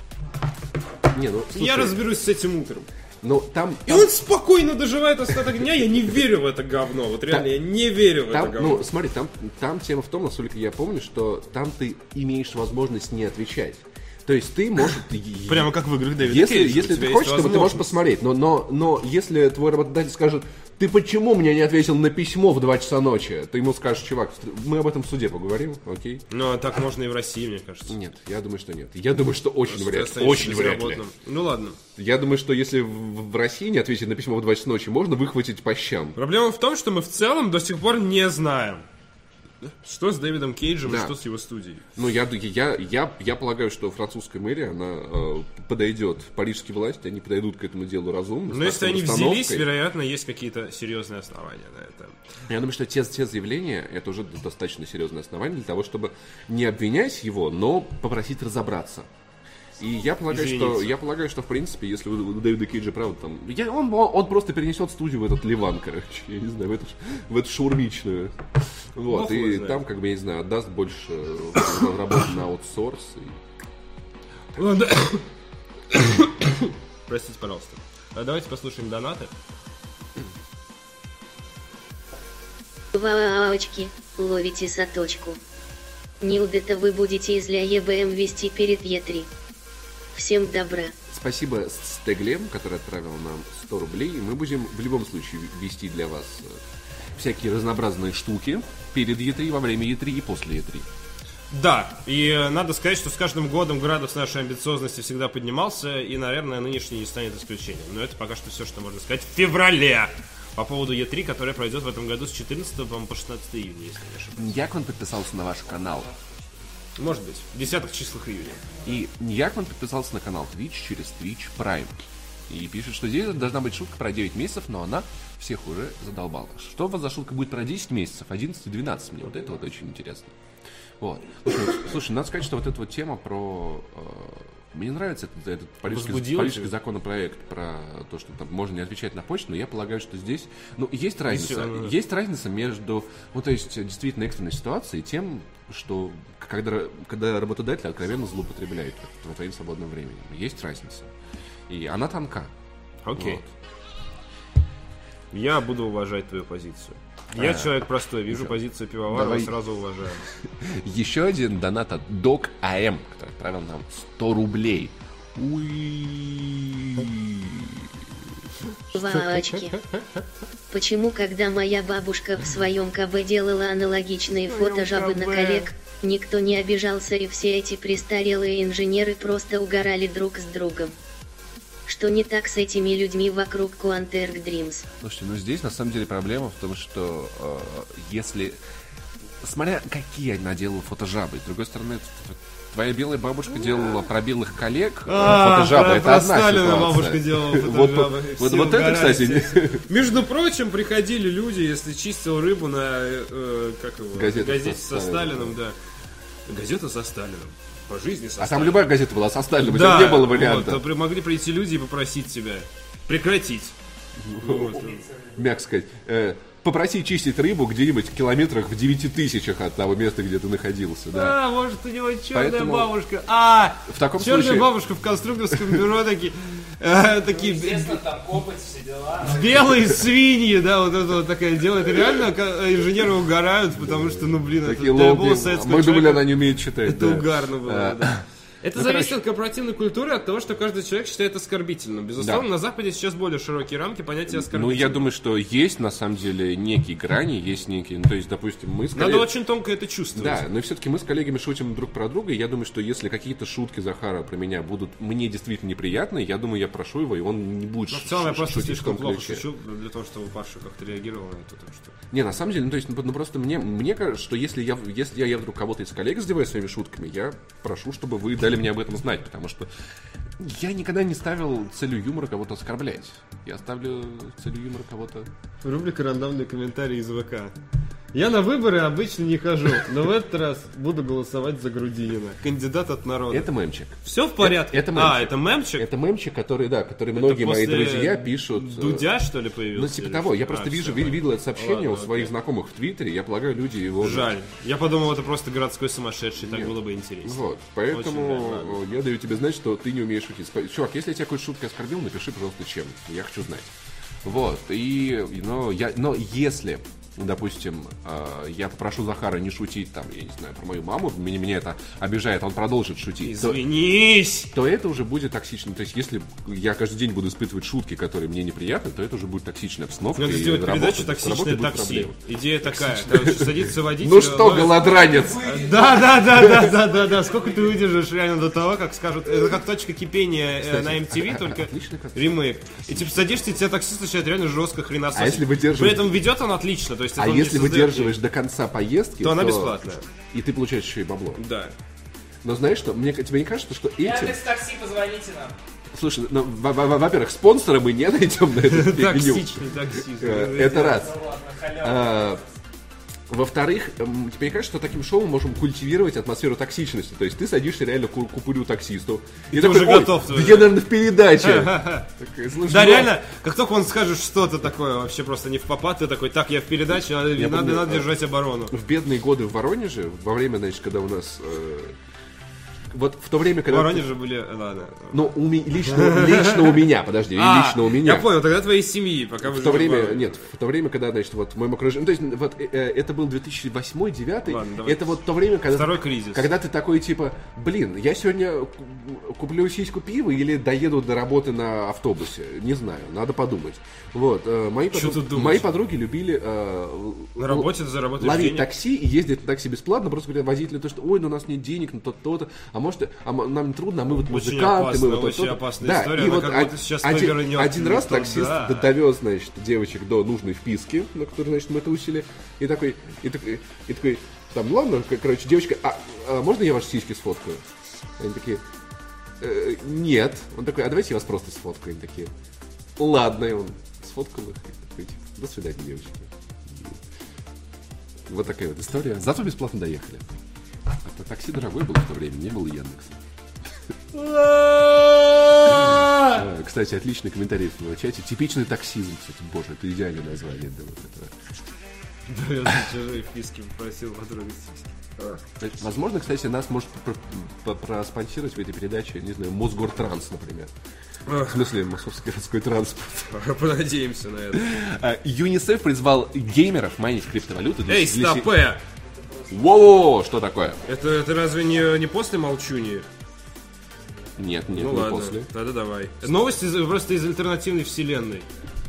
Не, ну, слушай, я разберусь с этим утром. ну, там, И там- он спокойно доживает остаток дня, я не верю в это говно. Вот реально, я не верю в это Там, говно. ну, смотри, там, там тема в том, насколько я помню, что там ты имеешь возможность не отвечать. То есть ты можешь... Прямо как в играх Дэвида Если, Кейджа, у если тебя ты есть хочешь, то ты можешь возможность. посмотреть. Но, но, но если твой работодатель скажет: ты почему мне не ответил на письмо в два часа ночи? Ты ему скажешь: чувак, мы об этом в суде поговорим, окей? Ну, а так можно и в России, мне кажется. Нет, я думаю, что нет. Я думаю, что очень Ты вряд ли. останешься Очень вряд ли. безработным. Ну ладно. Я думаю, что если в, в России не ответить на письмо в два часа ночи, можно выхватить по щам. Проблема в том, что мы в целом до сих пор не знаем, что с Дэвидом Кейджем и Да. что с его студией. Ну, я, я, я, я полагаю, что французская мэрия, она э, подойдет, парижские власти, они подойдут к этому делу разумно. с Но если такой они расстановкой. взялись, вероятно, есть какие-то серьезные основания на это. Я думаю, что те, те заявления, это уже достаточно серьезное основание для того, чтобы не обвинять его, но попросить разобраться. И я полагаю, что, Извиниться. я полагаю, что в принципе, если у, у Дэвида Кейджа, правда, там, я, он, он, он просто перенесет студию в этот Ливан, короче, я не знаю, в эту, в эту шаурмичную. Вот, Бог его и знает. там, как бы, я не знаю, отдаст больше э, работы на аутсорс. И... Ладно. Простите, пожалуйста. А давайте послушаем донаты. Вау-очки, ловите соточку. Нилд это вы будете из для ЕБМ вести перед Е три. Всем добра. Спасибо Стеглем, который отправил нам сто рублей. Мы будем в любом случае вести для вас э, всякие разнообразные штуки перед Е три, во время Е три и после Е три. Да, и э, надо сказать, что с каждым годом градус нашей амбициозности всегда поднимался, и, наверное, нынешний не станет исключением. Но это пока что все, что можно сказать в феврале по поводу и три, которая пройдет в этом году с четырнадцатого по четырнадцатое июня, если не ошибаюсь. Якман подписался на ваш канал. Может быть, в десятых числах июня. И Якман подписался на канал Twitch через Twitch Prime. И пишет, что здесь должна быть шутка про девять месяцев, но она всех уже задолбала. Что у вас за шутка будет про десять месяцев, одиннадцать и двенадцать? Мне вот это вот очень интересно. Вот. Слушай, слушай, надо сказать, что вот эта вот тема про... Э, мне нравится этот, этот политический, политический законопроект про то, что там можно не отвечать на почту, но я полагаю, что здесь... Ну, есть разница. Все, есть разница между... Ну, то есть, действительно экстренной ситуацией и тем, что когда, когда работодатель откровенно злоупотребляет вот, твоим свободным временем. Есть разница. И она тонка. Окей. Вот. Я буду уважать твою позицию. Я а, человек простой, вижу еще. Позицию пивоварова, Давай. Сразу уважаю. Еще один донат от Док АМ, который отправил нам сто рублей. Уи. Ваочки. Почему, когда моя бабушка в своем КБ делала аналогичные фото жабы на коллег, никто не обижался и все эти престарелые инженеры просто угорали друг с другом? Что не так с этими людьми вокруг Quanterg Dreams? Слушайте, ну здесь на самом деле проблема в том, что э, если... Смотря какие она делала фотожабы. С другой стороны, твоя белая бабушка делала про белых коллег а, фотожабы. Это одна ситуация. Бабушка делала фотожабы. Вот, вот это, кстати... Между прочим, приходили люди, если чистил рыбу на э, как его? газете со, со Сталином, да. Газета со Сталином. По жизни со А Сталином. Там любая газета была со Сталином, да, у тебя не было варианта. Вот, могли прийти люди и попросить тебя прекратить. Вот. Мягко сказать. Э, попроси чистить рыбу где-нибудь в километрах в девяти тысячах от того места, где ты находился. Да. А, может, у него черная Поэтому... бабушка. А, в таком черная случае... бабушка в конструкторском бюро такие... Э, такие ну, естественно, там копоть, все дела. Белые свиньи, да, вот это вот такая делает. Реально инженеры угорают, потому что, ну, блин, такие это лоуки. Мы думали, она не умеет читать. Это да. угарно было, а, да. Это ну, зависит короче. от корпоративной культуры, от того, что каждый человек считает оскорбительным. Безусловно, да. на Западе сейчас более широкие рамки понятия оскорбительного. Ну, я думаю, что есть, на самом деле, некие грани, есть некие... Ну, то есть, допустим, мы с коллег... Надо очень тонко это чувствовать. Да, но все-таки мы с коллегами шутим друг про друга, и я думаю, что если какие-то шутки Захара про меня будут мне действительно неприятны, я думаю, я прошу его, и он не будет шутить. В целом, я просто слишком плохо ключе. шучу для того, чтобы Паша как-то реагировал на это. Так что... Не, на самом деле, ну, то есть, ну, просто мне, мне кажется, что если я, если я, я вдруг кого-то из коллег задеваю своими шутками, я прошу, чтобы вы дали мне об этом знать, потому что я никогда не ставил целью юмора кого-то оскорблять. Я ставлю целью юмора кого-то... Рубрика «Рандомные комментарии» из ВК. Я на выборы обычно не хожу, но в этот раз буду голосовать за Грудинина. Кандидат от народа. Это мемчик. Все в порядке? Это, это мемчик. А, это мемчик? Это мемчик, который, да, который это многие мои друзья пишут. Дудя, что ли, появился? Ну, типа того. Я а, просто вижу, видел, видел это сообщение Ладно, у своих окей. знакомых в Твиттере. Я полагаю, люди его... Жаль. Я подумал, это просто городской сумасшедший. Так Нет. было бы интересно. Вот. Поэтому я даю тебе знать, что ты не умеешь шутить. Чувак, если я тебя какой-то шуткой оскорбил, напиши, пожалуйста, чем. Я хочу знать. Вот. И, но, я, но если... Допустим, я попрошу Захара не шутить, там, я не знаю, про мою маму, меня, меня это обижает, он продолжит шутить. Извинись! То, то это уже будет токсично. То есть, если я каждый день буду испытывать шутки, которые мне неприятны, то это уже будет токсичная обстановка. Надо сделать передачу «Токсичное такси». Идея такая. Садится водитель. Ну что, голодранец? Да, да, да, да, да, да, да. Сколько ты выдержишь реально до того, как скажут, это как точка кипения на эм ти ви, только ремейк. И типа садишься, и тебя таксист начинает реально жестко хренасосить. А если выдерживаешь... При этом ведет он отлично. То есть а если выдерживаешь до конца поездки, то она то... бесплатная. И ты получаешь еще и бабло. Да. Но знаешь что, мне, тебе не кажется, что этим... Яндекс Такси, позвоните нам. Слушай, ну, во-первых, спонсора мы не найдем на эту фигню. Токсичный таксист. Это раз. Во-вторых, тебе кажется, что таким шоу мы можем культивировать атмосферу токсичности. То есть ты садишься реально к купырю таксисту. И ты уже готов. Я, наверное, в передаче. Да, реально, как только он скажет что-то такое, вообще просто не в попад, ты такой, так, я в передаче, надо держать оборону. В бедные годы в Воронеже, во время, значит, когда у нас... вот в то время, В когда... Воронеже были... Ладно. Ну, у ми- лично, лично у меня, подожди, А, лично у меня. Я понял, тогда твоей семьи, пока вы В то жили в время, Воронеже. нет, в то время, когда, значит, вот в моем окружении, ну, то есть, вот, э, э, это был две тысячи восьмой две тысячи девятый, Ладно, давай. это вот то время, когда... Второй кризис. Когда ты такой, типа, блин, я сегодня ку- куплю сиську пива или доеду до работы на автобусе, не знаю, надо подумать. Вот, э, мои, Чё подруги, тут думать? мои подруги любили э, На работе ты заработаешь ловить денег. такси и ездить на такси бесплатно, просто говорят водителю то, что ой, ну у нас нет денег на то-то, то-то, а может, а м- нам трудно, а мы вот Очень музыканты, опасно, мы вот очень то-то. опасная Да, история, и она вот как од- будто сейчас один, повернёт один не раз туда. таксист д- довез, значит, девочек до нужной вписки, на которой, значит, мы тусили, и такой, и такой, и такой, там, ладно, к- короче, девочка, а, а можно я ваши сиськи сфоткаю? Они такие, «Э, нет. Он такой, а давайте я вас просто сфоткаю. Они такие, ладно, и он сфоткал их, и такой, типа, до свидания, девочки. Вот такая вот история. Зато бесплатно доехали. А то такси дорогой было в то время, не было Яндекса. А, Кстати, отличный комментарий в чате. Типичный таксизм, кстати, боже, это идеальное название для вот этого. Да, я за чужие вписки попросил потрогать сиськи. Возможно, кстати, нас может пр- пр- проспонсировать в этой передаче, не знаю, Мосгортранс, например. В смысле, Московский городской транспорт. Понадеемся на это. А, ЮНИСЕФ призвал геймеров майнить криптовалюты. для- Эй, для се- стопэ! Воу, что такое? Это, это разве не, не после молчуньи? Нет, нет, Ну не ладно, после. тогда давай. Новости из- просто из альтернативной вселенной.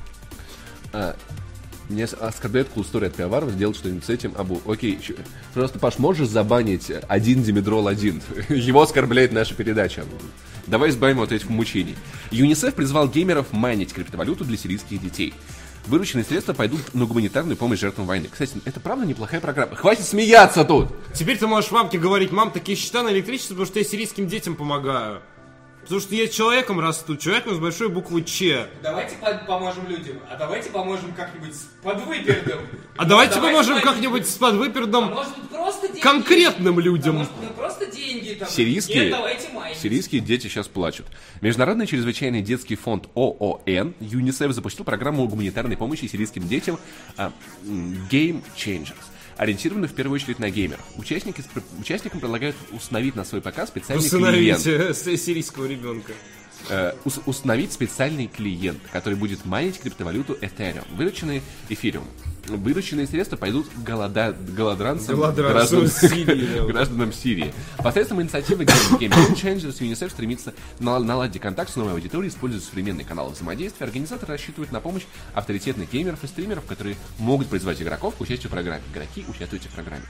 Мне с- оскорбляет cool story от пивоваров сделать что-нибудь с этим. Абу, окей, чё- просто, Паш, можешь забанить один Димедрол один? Его оскорбляет наша передача. Давай избавим от этих мучений. ЮНИСЕФ призвал геймеров майнить криптовалюту для сирийских детей. Вырученные средства пойдут на гуманитарную помощь жертвам войны. Кстати, это правда неплохая программа. Хватит смеяться тут! Теперь ты можешь мамке говорить: мам, такие счета на электричество, потому что я сирийским детям помогаю. Потому что я человеком расту, человеком с большой буквы Ч. Давайте по- поможем людям, а давайте поможем как-нибудь с подвыпердом. А давайте Давайте поможем майнить. как-нибудь с А подвыпердом может быть просто деньги? конкретным А людям. может быть просто деньги там? Сирийские, Нет, давайте майнить. сирийские дети сейчас плачут. Международный чрезвычайный детский фонд ООН ЮНИСЕФ запустил программу гуманитарной помощи сирийским детям а, м, Game Changers, ориентированную в первую очередь на геймеров. Участники, с- участникам предлагают установить на свой ПК специальный клиент. Усыновите сирийского ребенка. Э, ус- установить специальный клиент, который будет майнить криптовалюту Ethereum, вырученные эфириум. Вырученные средства пойдут голода... голодранцам, Голодранцам граждан- Сирии, да. гражданам Сирии. Посредством инициативы Game Game Changers ЮНИСЕФ стремится нал- наладить контакт с новой аудиторией, используя современные каналы взаимодействия. Организаторы рассчитывают на помощь авторитетных геймеров и стримеров, которые могут призвать игроков к участию в программе. Игроки, участвуйте в программе.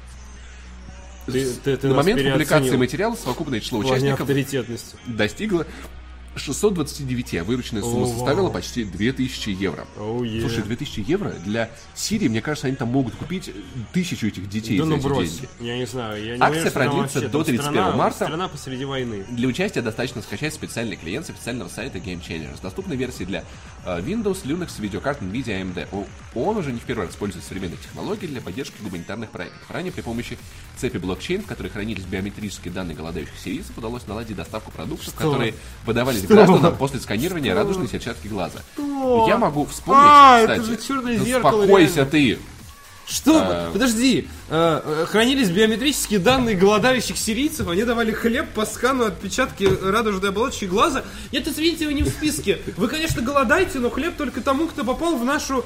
Ты, ты, ты На нас момент публикации переоценил материала совокупное число в плане участников авторитетности. достигло шестьсот двадцать девять, а вырученная сумма О, составила вау. почти две тысячи евро. Оу, е. Слушай, две тысячи евро для Сирии, мне кажется, они там могут купить тысячу этих детей Да за ну эти брось, деньги. я не знаю. Я не Акция уверен, что там продлится вообще, до там тридцать первого страна- марта. Страна посреди войны. Для участия достаточно скачать специальный клиент с официального сайта Game Changers. Доступны версии для э, Windows, Linux, видеокарт NVIDIA, эй эм ди. О- ООН уже не в первый раз использует современные технологии для поддержки гуманитарных проектов. Ранее при помощи цепи блокчейн, в которой хранились биометрические данные голодающих сирийцев, удалось наладить доставку продуктов, которые выдавались гражданам после сканирования радужной сетчатки глаза. Я могу вспомнить, А, это кстати, же чёрное ну, зеркало, успокойся реально. ты. Что? А. Подожди. э, э, Хранились биометрические данные голодающих сирийцев, они давали хлеб по скану отпечатки радужной оболочки глаза. Нет, извините, вы не в списке. Вы, конечно, голодаете, но хлеб только тому, кто попал в нашу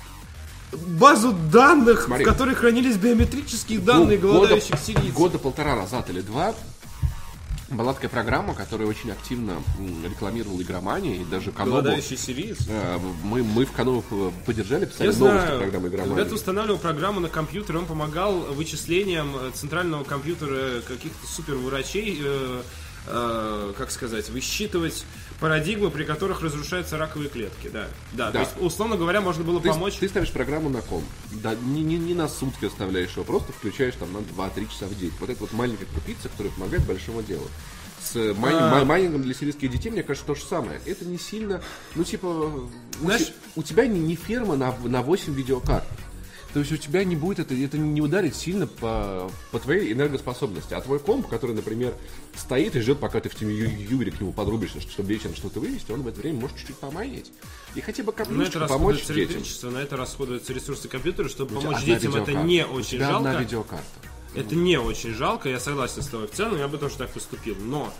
базу данных, Смотри. в которой хранились биометрические данные Ну, голодающих года, сирийцев. года полтора назад или два была такая программа, которая очень активно м, рекламировала игроманию, и даже Канобу. Голодающий сириец. э, Мы, мы в Канобу э, поддержали, писали Я новости знаю, программы когда игромании. ты устанавливал программу на компьютер, он помогал вычислениям э, центрального компьютера каких-то суперврачей, э, э, как сказать, высчитывать парадигмы, при которых разрушаются раковые клетки. Да, да, Да. то есть, условно говоря, можно было Ты, помочь. ты ставишь программу на ком? Да, не, не, не на сутки оставляешь его, просто включаешь там на два-три часа в день. Вот это вот маленькая крупица, которая помогает большому делу. С май- А. май- майнингом для сирийских детей, мне кажется, то же самое. Это не сильно, ну типа, у, Знаешь- те- у тебя не, не ферма на, на восемь видеокарт. То есть у тебя не будет это, это не ударит сильно по, по твоей энергоспособности. А твой комп, который, например, стоит и ждет, пока ты в теме Ювери к нему подрубишься, чтобы вечером что-то вывести, он в это время может чуть-чуть помайнить. И хотя бы На это каплюшечку помочь расходуется детям. электричество, на это расходуются ресурсы компьютера, чтобы У тебя помочь одна детям. Это видеокарта. не У очень тебя одна жалко. видеокарта. Это не очень жалко, я согласен с тобой в целом, я бы тоже так поступил. Но,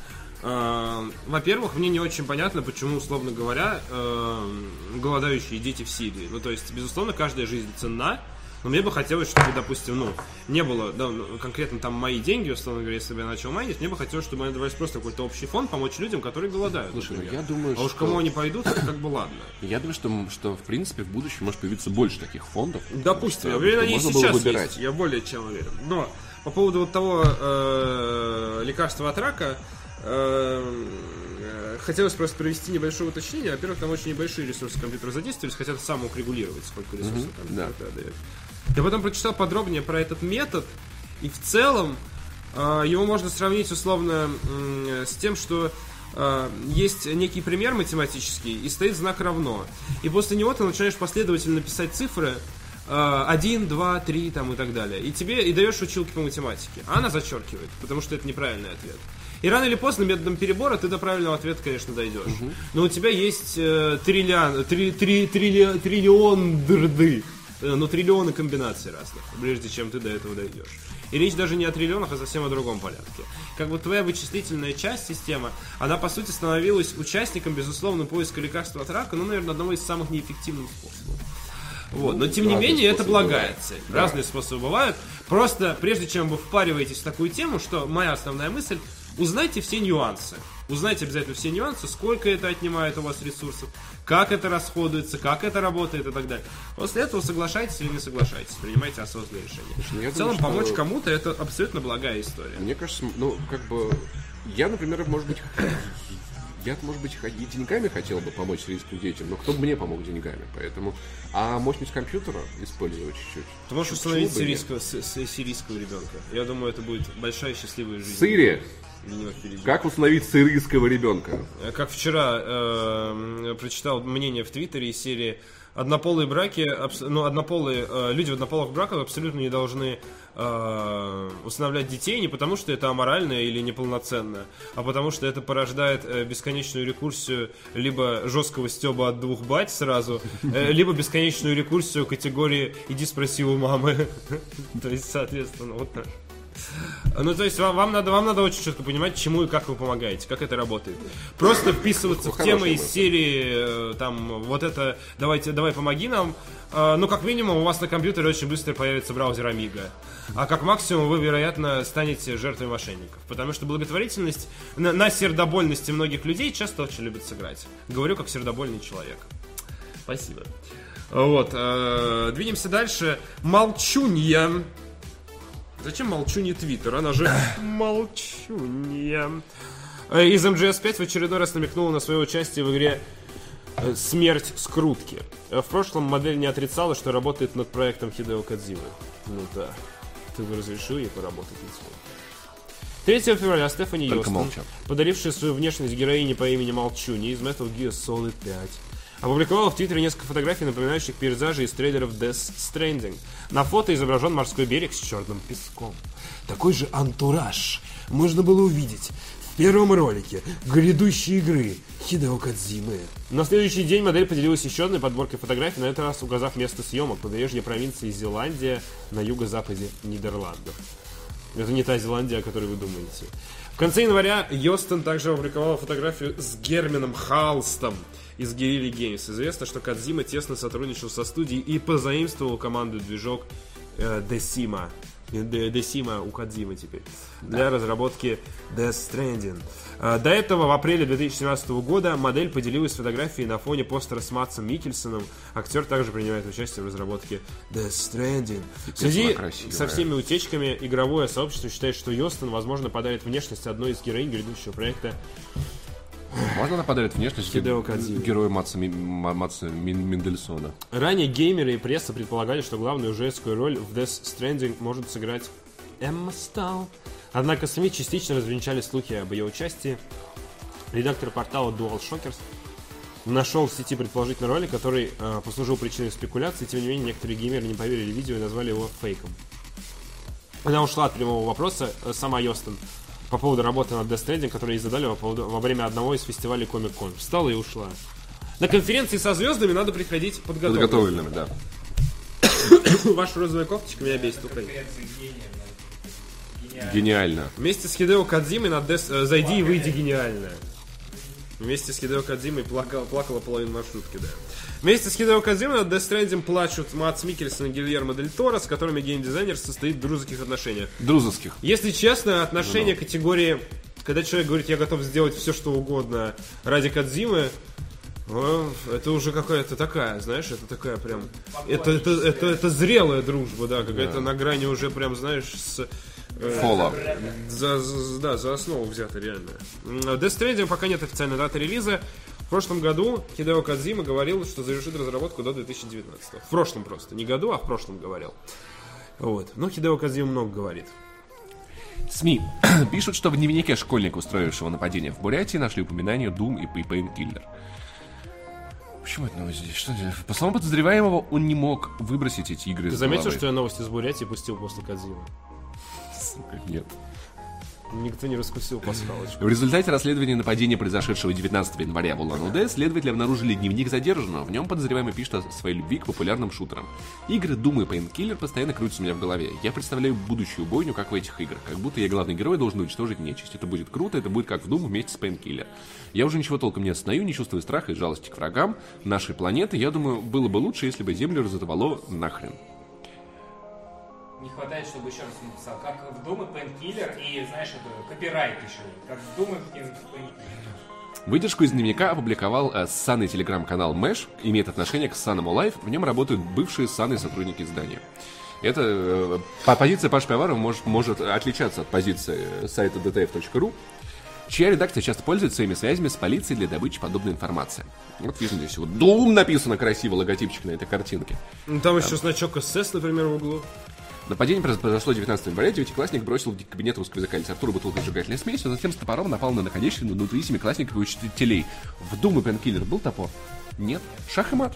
э, во-первых, мне не очень понятно, почему, условно говоря, э, голодающие дети в Сирии. Ну, то есть, безусловно, каждая жизнь ценна. Но мне бы хотелось, чтобы, допустим, ну, не было, да, конкретно там мои деньги, условно говоря, если бы я начал майнить, мне бы хотелось, чтобы они давались просто какой-то общий фонд, помочь людям, которые голодают. Слушай, ну, я думаю, а уж что... кому они пойдут, это как бы ладно. Я думаю, что, что в принципе в будущем может появиться больше таких фондов. Допустим, я уверен, они и сейчас есть, я более чем уверен. Но по поводу вот того э, лекарства от рака, э, хотелось просто провести небольшое уточнение. Во-первых, там очень небольшие ресурсы компьютера задействовались, хотят сам их регулировать, сколько ресурсов mm-hmm, компьютера да. дает. Я потом прочитал подробнее про этот метод, и в целом э, его можно сравнить условно э, с тем, что э, есть некий пример математический, и стоит знак равно. И после него ты начинаешь последовательно писать цифры э, один, два, три там, и так далее. И тебе и даешь училке по математике. А она зачеркивает, потому что это неправильный ответ. И рано или поздно методом перебора ты до правильного ответа, конечно, дойдешь. Uh-huh. Но у тебя есть э, триллион, три, три, трилли, триллион дырды. Ну, триллионы комбинаций разных, прежде чем ты до этого дойдешь. И речь даже не о триллионах, а совсем о другом порядке. Как бы твоя вычислительная часть системы, она, по сути, становилась участником, безусловно, поиска лекарства от рака, ну, наверное, одного из самых неэффективных способов. Вот. Но, тем не менее, это благая цель. Да. Разные способы бывают. Просто, прежде чем вы впариваетесь в такую тему, что моя основная мысль, узнайте все нюансы. Узнайте обязательно все нюансы, сколько это отнимает у вас ресурсов, как это расходуется, как это работает и так далее. После этого соглашайтесь или не соглашайтесь, принимайте осознанное решение. Слушай, в целом, думаю, помочь что... кому-то это абсолютно благая история. Мне кажется, ну, как бы, я, например, может быть, я, может быть, и деньгами хотел бы помочь сирийским детям, но кто бы мне помог деньгами, поэтому... А мощность компьютера использовать чуть-чуть. Ты можешь установить сирийского, с, с, сирийского ребенка. Я думаю, это будет большая счастливая жизнь. Сирия! Как установить сирийского ребенка? Как вчера э, прочитал мнение в Твиттере из серии однополые браки, абс, ну, однополые, э, люди в однополых браках абсолютно не должны э, усыновлять детей не потому, что это аморально или неполноценно, а потому, что это порождает э, бесконечную рекурсию либо жесткого стёба от двух бать сразу, э, либо бесконечную рекурсию категории «иди спроси у мамы». То есть, соответственно, вот так. Ну, то есть, вам, вам, надо, вам надо очень четко понимать, чему и как вы помогаете, как это работает. Просто вписываться в темы из серии, там, вот это, давайте, давай помоги нам. Ну, как минимум, у вас на компьютере очень быстро появится браузер Amiga. А как максимум, вы, вероятно, станете жертвой мошенников. Потому что благотворительность на, на сердобольности многих людей часто очень любят сыграть. Говорю, как сердобольный человек. Спасибо. Вот, э, двинемся дальше. Молчунья. Зачем молчунья Твиттер? Она же молчунья. Из эм джи эс пять в очередной раз намекнула на свое участие в игре «Смерть скрутки». В прошлом модель не отрицала, что работает над проектом Хидео Кодзимы. Ну да, ты бы разрешил ей поработать над своим. третьего февраля Стефани Йостон, подарившая свою внешность героине по имени Молчунья из Metal Gear Solid пять, опубликовала в Твиттере несколько фотографий, напоминающих пейзажи из трейлеров Death Stranding. На фото изображен морской берег с черным песком. Такой же антураж можно было увидеть в первом ролике грядущей игры Хидео Кодзимы. На следующий день модель поделилась еще одной подборкой фотографий, на этот раз указав место съемок: побережье провинции Зеландия на юго-западе Нидерландов. Это не та Зеландия, о которой вы думаете. В конце января Йостон также опубликовала фотографию с Германом Халстом из Guerrilla Games. Известно, что Кодзима тесно сотрудничал со студией и позаимствовал команду движок э, Decima. Decima у Кодзимы теперь. Да. Для разработки Death Stranding. Э, до этого в апреле две тысячи семнадцатого года модель поделилась фотографией на фоне постера с Мадсом Миккельсоном. Актер также принимает участие в разработке Death Stranding. В связи со всеми утечками игровое сообщество считает, что Йостон, возможно, подарит внешность одной из героинь грядущего проекта. Можно она подарит внешность героя Матса, Матса Мендельсона? Ранее геймеры и пресса предполагали, что главную женскую роль в Death Stranding может сыграть Эмма Стоун. Однако СМИ частично развенчали слухи об ее участии. Редактор портала DualShockers нашел в сети предположительный ролик, который э, послужил причиной спекуляции. Тем не менее, некоторые геймеры не поверили видео и назвали его фейком. Она ушла от прямого вопроса, э, сама Йостон, по поводу работы над Death Stranding, которые ей задали во, поводу, во время одного из фестивалей Comic-Con. Встала и ушла. На конференции со звездами надо приходить подготовленными. Подготовленными, да. Ваша розовая кофточка меня бесит. Гениально. Вместе с Хидео Кодзимой на Death... э, «Зайди и выйди» гениально. Вместе с Хидео Кодзимой плакала, плакала половина маршрутки, да. Вместе с Хидео Кодзимой над Death Stranding плачут Мадс Миккельсон и Гильермо Дель Торо, с которыми геймдизайнер состоит в дружеских отношениях. Дружеских. Если честно, отношение ну, категории, когда человек говорит, я готов сделать все, что угодно ради Кодзимы, это уже какая-то такая, знаешь, это такая прям... Это, это, это, это зрелая дружба, да, какая-то да. на грани уже прям, знаешь, с... Фола. За, за, да, за основу взято реально. Death Stranding пока нет официальной даты релиза. В прошлом году Хидео Кодзима говорил, что завершит разработку до две тысячи девятнадцатого. В прошлом просто. Не году, а в прошлом говорил. Вот. Но Хидео Кодзима много говорит. СМИ пишут, что в дневнике школьника, устроившего нападение в Бурятии, нашли упоминание Doom и Painkiller. Почему это новость здесь? Что здесь? По словам подозреваемого, он не мог выбросить эти игры Ты из заметил, головы. что я новости из Бурятии пустил после Кодзимы? Сука, нет. Никто не раскусил пасхалочку. В результате расследования нападения, произошедшего девятнадцатого января в Улан-Удэ, следователи обнаружили дневник задержанного. В нем подозреваемый пишет о своей любви к популярным шутерам. Игры Doom и Painkiller постоянно крутятся у меня в голове. Я представляю будущую бойню, как в этих играх. Как будто я главный герой должен уничтожить нечисть. Это будет круто, это будет как в Doom вместе с Painkiller. Я уже ничего толком не осознаю, не чувствую страха и жалости к врагам нашей планеты. Я думаю, было бы лучше, если бы Землю разорвало нахрен. Не хватает, чтобы еще раз написал, как в Doom и Painkiller, и, знаешь, это копирайт еще, как в Doom и Painkiller. Выдержку из дневника опубликовал э, ссаный телеграм-канал Мэш, имеет отношение к ссаному Лайф, в нем работают бывшие ссаные сотрудники издания. Это э, по позиция Паши Пивоварова может, может отличаться от позиции сайта ди ти эф точка ру, чья редакция часто пользуется своими связями с полицией для добычи подобной информации. Вот видно здесь вот Doom написано красиво, логотипчик на этой картинке. Ну, там еще значок эс эс, например, в углу. Нападение произошло девятнадцатого января, девятиклассник бросил в кабинет русского языка и литературы бутылку зажигательной смеси, а затем с топором напал на находящихся внутри семиклассников и учителей. В Doom и Painkiller был топор? Нет. Шах и мат.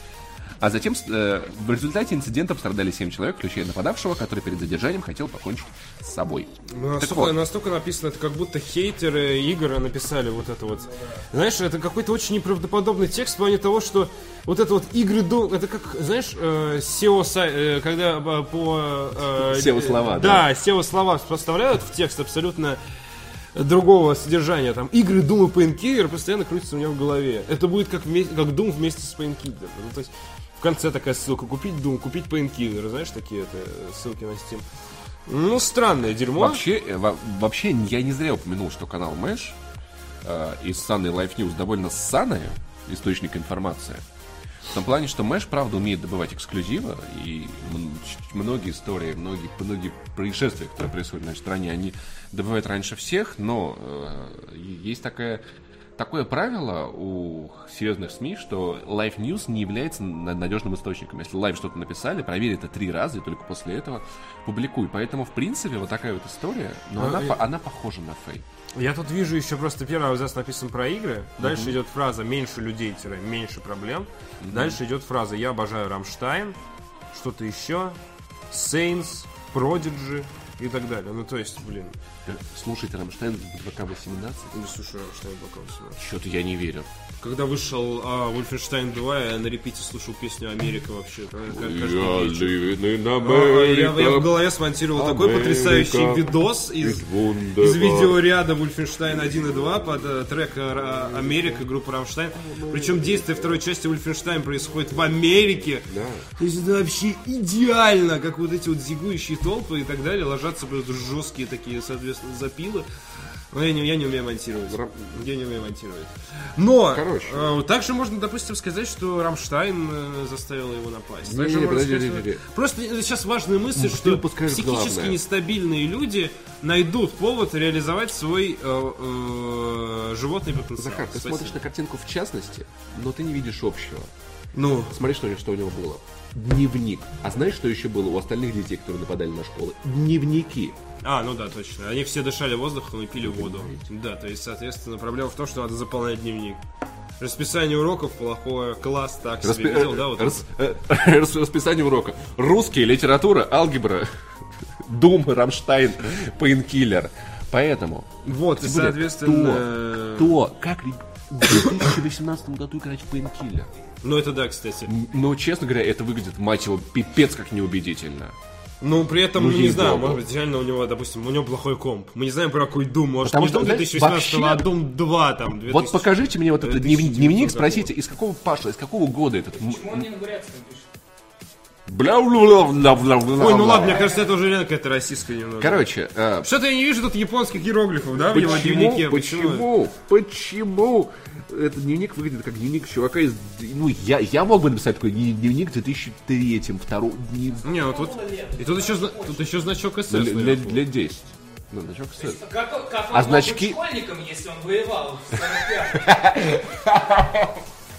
А затем э, в результате инцидента пострадали семь человек, включая нападавшего, который перед задержанием хотел покончить с собой. Ну, настолько, вот. настолько написано, это как будто хейтеры игр написали вот это вот. Знаешь, это какой-то очень неправдоподобный текст в плане того, что вот это вот игры до... Это как, знаешь, э, сео, э, когда по... Э, сео-слова, да. Да, сео-слова поставляют в текст абсолютно другого содержания. Там игры Doom и Painkiller постоянно крутятся у меня в голове. Это будет как, вместе, как Doom вместе с Painkiller. Ну, то есть в конце такая ссылка: купить Doom, купить Painkiller. Знаешь, такие это, ссылки на Steam. Ну, странное дерьмо. Вообще, во, вообще я не зря упомянул, что канал Мэш э, и ссаный Life News довольно ссаный источник информации. В том плане, что Мэш, правда, умеет добывать эксклюзивы, и многие истории, многие, многие происшествия, которые происходят в нашей стране, они добывают раньше всех, но э, есть такая... Такое правило у серьезных СМИ, что Live News не является надежным источником. Если Live что-то написали, проверь это три раза и только после этого публикуй. Поэтому, в принципе, вот такая вот история, но а, она, я... она похожа на фейк. Я тут вижу еще просто первый абзац написан про игры. Дальше uh-huh. идет фраза «меньше людей-меньше проблем». Uh-huh. Дальше идет фраза «я обожаю Рамштайн», что-то еще, Saints, Prodigy и так далее. Ну, то есть, блин. Слушайте, Рамштайн в ВК восемнадцать? Не слушаю Рамштайн в ВК восемнадцать. Что-то я не верю. Когда вышел а, Wolfenstein два, я на репите слушал песню «Америка» вообще. Как, я, я, я в голове смонтировал Америка, такой потрясающий видос из, из видеоряда Wolfenstein один и два под uh, трек uh, «Америка» группы Рамштайн. Причем действие второй части Wolfenstein происходит в Америке. Да. То есть это вообще идеально, как вот эти вот зигующие толпы и так далее ложатся жесткие такие, соответственно, запилы. Но я не, я не умею монтировать. Я не умею монтировать. Но э, также можно, допустим, сказать, что Рамштайн э, заставил его напасть. Не, не, подожди, сказать, не, не, не. Просто сейчас важная мысль, что психически главное. нестабильные люди найдут повод реализовать свой э, э, животный потенциал. Захар, ты смотришь на картинку в частности, но ты не видишь общего. Ну, смотри, что, что у него было. Дневник. А знаешь, что еще было у остальных детей, которые нападали на школы? Дневники. А, ну да, точно. Они все дышали воздухом и пили воду. Да, то есть, соответственно, проблема в том, что надо заполнять дневник. Расписание уроков плохое, класс так себе. Распи... Видел, да, вот Рас... Расписание урока. Русский, литература, алгебра, Doom, Рамштайн, Painkiller. Поэтому... Вот, и, соответственно... То, то, как в две тысячи восемнадцатом году играть в Painkiller? Ну, это да, кстати. Но, честно говоря, это выглядит, мать его, пипец как неубедительно. Ну, при этом, Ну, мы не есть знаем, Богу. может быть, реально у него, допустим, у него плохой комп. Мы не знаем, про какой Doom. Может, Потому не что, Doom знаешь, две тысячи восемнадцатого, вообще- а Doom два там. две Вот тысячи покажите мне вот этот две тысячи дневник, дневник, девятнадцатого спросите, из какого Паша, из какого года этот? м- Почему он не на бурятском пишет? Бля-бля-бля-бля-бля-бля. Ой, ну ладно, мне кажется, это уже реально какая-то российская немного. Короче, э, Что-то я не вижу тут японских иероглифов, да, в его почему, дневнике. почему, почему этот дневник выглядит как дневник чувака из... Ну, я, я мог бы написать такой дневник в две тысячи третьем, втором... Не, Не, ну тут... И тут еще, зна- тут еще значок СС. для, для, наверху. для десять. Ну, значок СС. Как, как А он значки- мог быть школьником, если он воевал в сорок пятом?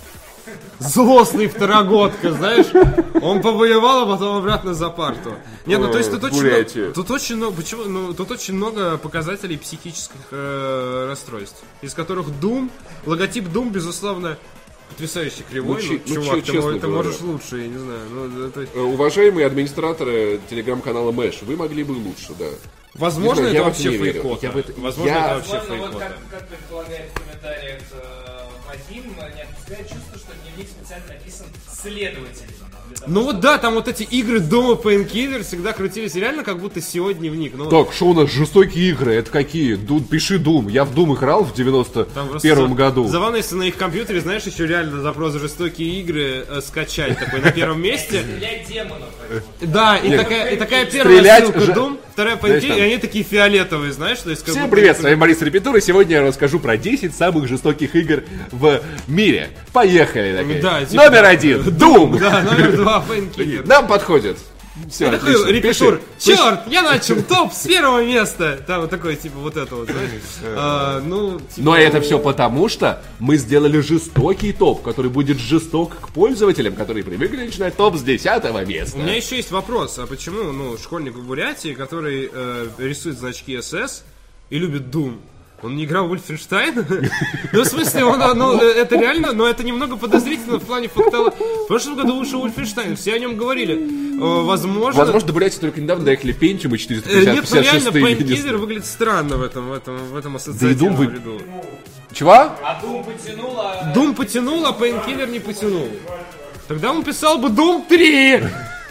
Злостный второгодка, знаешь? Он повоевал, а потом обратно за парту. Нет, ну то есть тут очень, Бурятия. много, тут очень много, почему, ну, тут очень много показателей психических э, расстройств, из которых Doom, логотип Doom, безусловно, потрясающе кривой. Ну, Ну, че- ну, чувак, че- ты, честно мо- ты говоря. можешь лучше, я не знаю. Ну, это- Э, Уважаемые администраторы телеграм-канала Мэш, вы могли бы лучше, да. возможно, Не знаю, это я в это вообще не верю. фейкота. Я в это- Возможно, я- это вообще Возможно, вот фейкота. как, как предполагает в комментариях э, Вадим, не отпускает чувство, что дневник специально написан следователями. для того, Ну вот да, там вот эти игры дома Painkiller всегда крутились реально как будто сего дневник. Ну, Так, что у нас жестокие игры? Это какие? Ду, пиши Doom. Я в Doom играл в девяносто Там просто первом за- году. Забавно, если на их компьютере, знаешь, еще реально запрос жестокие игры э, скачать такой на первом месте. стрелять демонов. Да, и Нет. такая, и такая первая Стрелять ссылка же- Doom, вторая Знаешь, Painkiller, там- и они такие фиолетовые, знаешь, то есть как Всем будто- привет, с вами Борис Репетур, и сегодня я расскажу про десять самых жестоких игр в мире. Поехали, такие. Да, типа- Номер один, Doom. Да, номер два Painkiller. Нам подходит. Все, И такой репетур, черт, я начал топ с первого места. Там вот такой, типа, вот это вот, знаешь. А, ну, типа, Но это все потому, что мы сделали жестокий топ, который будет жесток к пользователям, которые привыкли начинать топ с десятого места. У меня еще есть вопрос, а почему, ну, школьник в Бурятии, который э, рисует значки СС и любит Doom, он не играл в Wolfenstein? Ну, в смысле, он, ну, это реально, но это немного подозрительно в плане фактала. В прошлом году вышел Wolfenstein, все о нем говорили. Э, Возможно... Возможно, до Бурятии только недавно доехали Pentium и Э, четыреста Нет, ну пятьдесят реально, шесть. Painkiller выглядит странно в этом, в этом, в этом Да и ассоциативном Doom вы- ряду. Чего? А Doom потянула... Doom потянул, а Painkiller не потянул. Тогда он писал бы Doom три!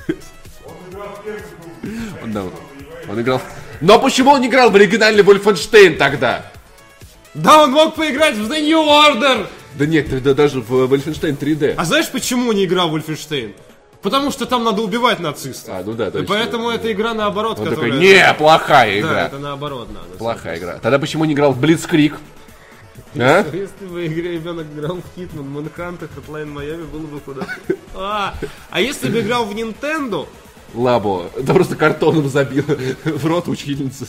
Да, он играл... Но почему он не играл в оригинальный Wolfenstein тогда? Да, он мог поиграть в The New Order! Да нет, тогда даже в Wolfenstein три дэ. А знаешь, почему не играл в Wolfenstein? Потому что там надо убивать нацистов. А, ну да, И точно. поэтому эта игра наоборот, Он которая... такой, не, плохая Да, игра. это наоборот надо. Плохая игра. Тогда почему не играл в Blitzkrieg? А? Если бы игре ребенок играл в Hitman, Manhunt, Hotline Miami, было бы куда. А, а если бы играл в Nintendo, Лабо. Да просто картоном забил в рот учительницы.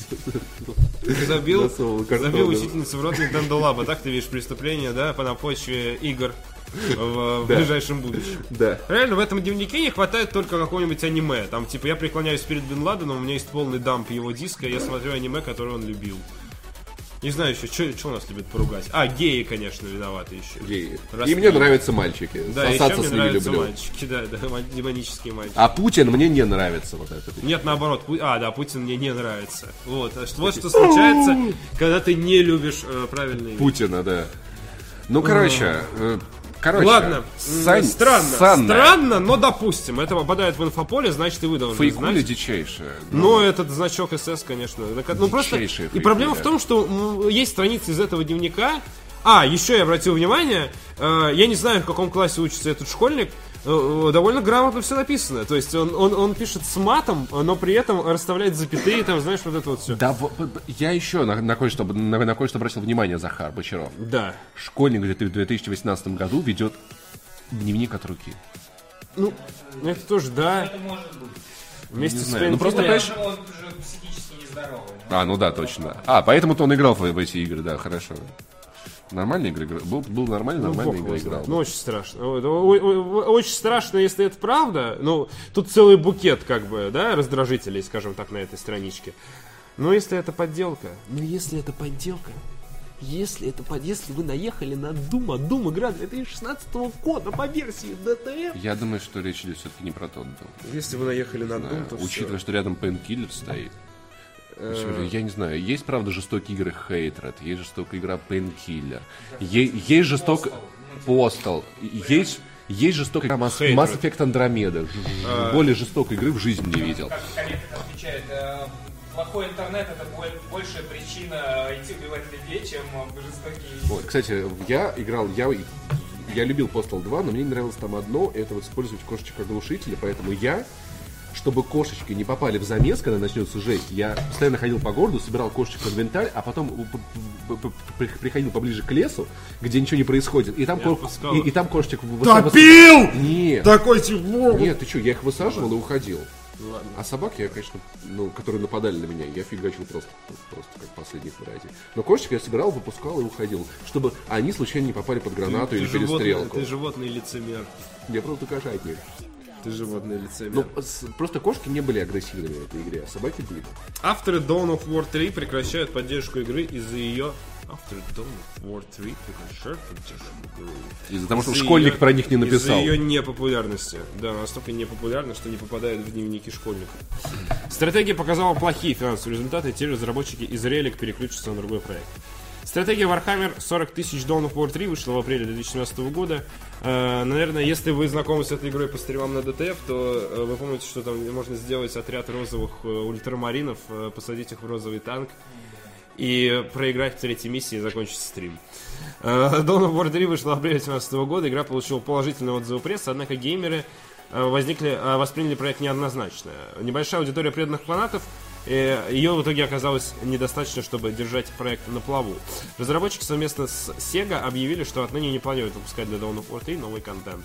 забил, Засовывал картоном. забил учительницу в рот Nintendo Labo. Так ты видишь преступление, да, по на почве игр в, в Да. ближайшем будущем. Да. Реально, в этом дневнике не хватает только какого-нибудь аниме. Там, типа, я преклоняюсь перед Бен Ладеном, у меня есть полный дамп его диска, я смотрю аниме, которое он любил. Не знаю еще, что у нас любят поругать. А, геи, конечно, виноваты еще. Геи. Раз И мне геи. нравятся мальчики. Да, еще Сосаться мне с ними нравятся люблю. мальчики, да, да, ма- демонические мальчики. А Путин мне не нравится вот это. Нет, наоборот, Пу- а, да, Путин мне не нравится. Вот, а что- вот что случается, когда ты не любишь э, правильные вещи. Путина, да. Ну, короче, э, короче. Ладно, Сань- м, странно, Санна. странно, но допустим, это попадает в инфополе, значит и вы должны Фейкуля знать. дичайшая. Но этот значок СС, конечно, нака- ну просто. Дичайшая И фейкуля. проблема в том, что м, есть страницы из этого дневника. А, еще я обратил внимание, э, я не знаю, в каком классе учится этот школьник, э, э, довольно грамотно все написано. То есть он, он, он пишет с матом, но при этом расставляет запятые, там, знаешь, вот это вот все. Да, в- в- я еще на, на кое-что на, на кое-что обратил внимание, Захар Бочаров. Да. Школьник в две тысячи восемнадцатом году ведет дневник от руки. Ну, это тоже, да. Это может быть. Вместе Не с знаю, ну просто, Painkiller. понимаешь- Он же психически нездоровый. А, ну да, точно. А, поэтому-то он играл в, в эти игры, да, хорошо. Нормальные игры играл? Был, был нормальный, Ну, нормальные бог игры его играл. знает. Ну, очень страшно. Ой, это о- о- о- Очень страшно, если это правда. Ну, тут целый букет, как бы, да, раздражителей, скажем так, на этой страничке. Но если это подделка, ну, если это подделка, если это под... если вы наехали на Doom, а Doom игра две тысячи шестнадцатого года по версии ди ти эф, Я думаю, что речь идет все-таки не про тот Doom. если вы наехали на Да, Doom, то учитывая, всё. что рядом Painkiller стоит. Э, В общем, я не знаю, есть, правда, жестокие игры Hatred, есть жестокая игра Painkiller, е- есть жестокая Postal, есть Есть жестокая игра Mass, Hatred. Mass Effect Andromeda. Ж- А. Более жестокой игры в жизни не видел. Как коллега отвечает, э, плохой интернет это боль- большая причина идти убивать людей, чем э, жестокие. Вот, кстати, я играл, я, я любил Postal два, но мне не нравилось там одно, это вот использовать кошечек-оглушителя, поэтому я, чтобы кошечки не попали в замес, когда начнется жесть, я постоянно ходил по городу, собирал кошечек в инвентарь, а потом п- п- п- п- приходил поближе к лесу, где ничего не происходит, и там, ко- отпускал и, их. и там кошечек... выс- Топил! Нет, Такой типа... нет, ты что, я их высаживал и уходил. Ладно. А собак я, конечно, ну, которые нападали на меня, я фигачил просто, просто как последних мразей. Но кошечек я собирал, выпускал и уходил, чтобы они случайно не попали под гранату или животный, перестрелку. ты животный лицемер. Я просто кошатник. Ты животный лицемер. Ну, с- просто кошки не были агрессивными в этой игре, а собаки были. Авторы Dawn of War три прекращают поддержку игры из-за ее... Авторы Dawn of War три прекращают поддержку игры. Из-за того, что Из-за школьник её- про них не написал. Из-за ее непопулярности. Да, настолько непопулярна, что не попадает в дневники школьников. Стратегия показала плохие финансовые результаты, и те разработчики из Relic переключатся на другой проект. Стратегия Warhammer сорок тысяч Dawn of War три вышла в апреле две тысячи семнадцатого года. Э, наверное, если вы знакомы с этой игрой по стримам на ди ти эф, то э, вы помните, что там можно сделать отряд розовых э, ультрамаринов, э, посадить их в розовый танк и проиграть в третьей миссии и закончить стрим. Э, Dawn of War три вышла в апреле две тысячи семнадцатого года, игра получила положительные отзывы прессы, однако геймеры э, возникли, э, восприняли проект неоднозначно. Небольшая аудитория преданных фанатов, э, ее в итоге оказалось недостаточно, чтобы держать проект на плаву. Разработчики совместно с Sega объявили, что отныне не планируют выпускать для Dawn of War три новый контент.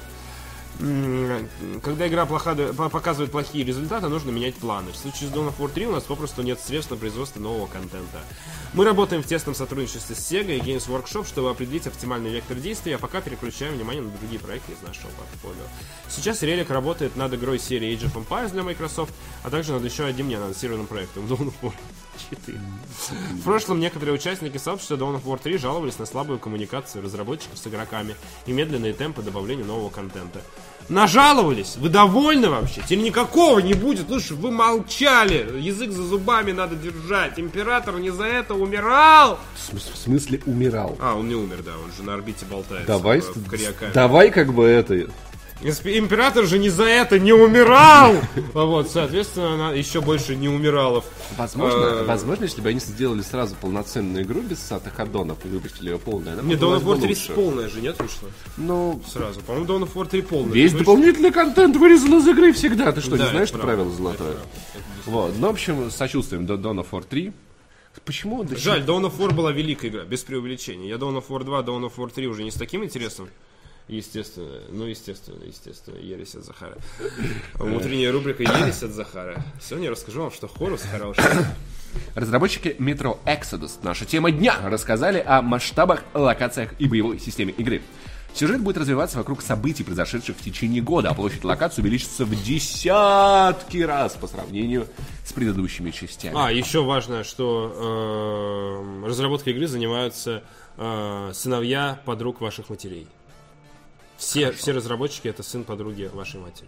М, Когда игра плоха- по- показывает плохие результаты, нужно менять планы. В случае с Dawn of War три у нас попросту нет средств на производство нового контента. Мы работаем в тесном сотрудничестве с Sega и Games Workshop, чтобы определить оптимальный вектор действия, а пока переключаем внимание на другие проекты из нашего портфолио. Сейчас Relic работает над игрой серии Age of Empires для Microsoft, а также над еще одним неанонсированным проектом Dawn of War четыре. В прошлом некоторые участники сообщества Dawn of War три жаловались на слабую коммуникацию разработчиков с игроками и медленные темпы добавления нового контента. Нажаловались? Вы довольны вообще? Теперь никакого не будет. Лучше вы молчали. Язык за зубами надо держать. Император не за это умирал. В смыс- в смысле умирал. А, он не умер, да. Он же на орбите болтается. Давай, в, в Кариакаме. давай как бы это... Инсп- Император же не за это не умирал. А вот, соответственно, она еще больше не умиралов. Возможно, А, возможно, если бы они сделали сразу полноценную игру без сатых аддонов и выпустили ее полной, она Не, Dawn была of бы War три лучше. полная же, нет, вышла? Ну, Сразу. По-моему, Dawn of War три полная. весь Вышла. дополнительный контент вырезан из игры всегда. Ты что, Да, не знаешь, это что правда, правило золотое? это правда, это Вот, ну, в общем, с сочувствием до Dawn of War три. Почему? Да Жаль, Dawn of War была великая игра, без преувеличения. Я Dawn of War два, Dawn of War три уже не с таким интересом. Естественно, ну естественно, естественно, ересь от Захара. Внутренняя рубрика ересь от Захара. Сегодня я расскажу вам, что Хорус хороший. Разработчики Metro Exodus, наша тема дня, рассказали о масштабах, локациях и боевой системе игры. Сюжет будет развиваться вокруг событий, произошедших в течение года, а площадь локаций увеличится в десятки раз по сравнению с предыдущими частями. А, еще важно, что э, разработкой игры занимаются э, сыновья подруг ваших матерей. Все, все разработчики — это сын подруги вашей матери.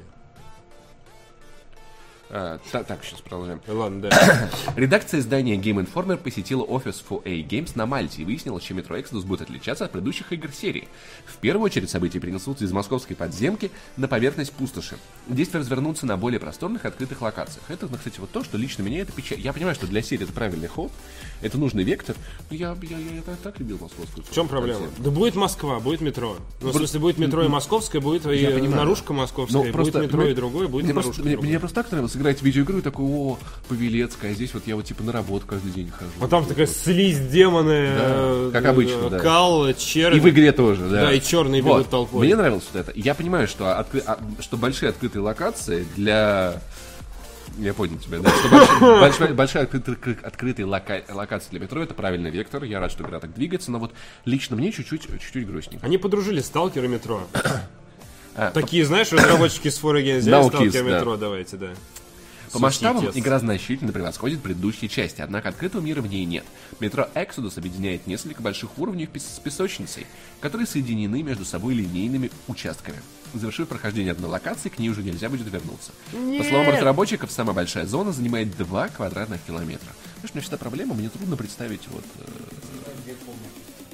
А, та- так, сейчас продолжаем. Ладно, да. Редакция издания Game Informer посетила офис фор эй Games на Мальте и выяснила, что Metro Exodus будет отличаться от предыдущих игр серии. В первую очередь события перенесутся из московской подземки на поверхность пустоши. Действия развернутся на более просторных открытых локациях. Это, ну, кстати, вот то, что лично меня это печаль. Я понимаю, что для серии это правильный ход, это нужный вектор. Но я, я, я, я так, так любил московскую. В чем проблема? Да будет Москва, будет метро. Ну, в смысле, будет метро и московское, будет и понимаю. наружка московская, Ну, будет просто, метро мне- и другое, будет мне наружка просто, мне, другое. мне просто так нравилось играть в видеоигру и такой, о, Павелецкая, а здесь вот я вот типа на работу каждый день хожу. А там такая слизь, демоны, Да, э, как обычно, э, да. кал, червь. И в игре тоже, да. Да, и черные Вот. бегут толпой. Мне нравилось вот это. Я понимаю, что, откры- а, что большие открытые локации для... Я понял тебя, да? Что большие, большой- большие открытые, открытые лока- локации для метро — это правильный вектор. Я рад, что игра так двигается, но вот лично мне чуть-чуть, чуть-чуть грустненько. Они подружились, сталкеры метро. А, Такие, знаешь, разработчики с фор эй Games, No сталкеры kiss, да. метро, давайте, да. По масштабам Сухие игра значительно превосходит предыдущие части, однако открытого мира в ней нет. Metro Exodus объединяет несколько больших уровней пес- с песочницей, которые соединены между собой линейными участками. Завершив прохождение одной локации, к ней уже нельзя будет вернуться. По словам разработчиков, самая большая зона занимает два квадратных километра. Знаешь, у меня всегда проблема, мне трудно представить вот... э,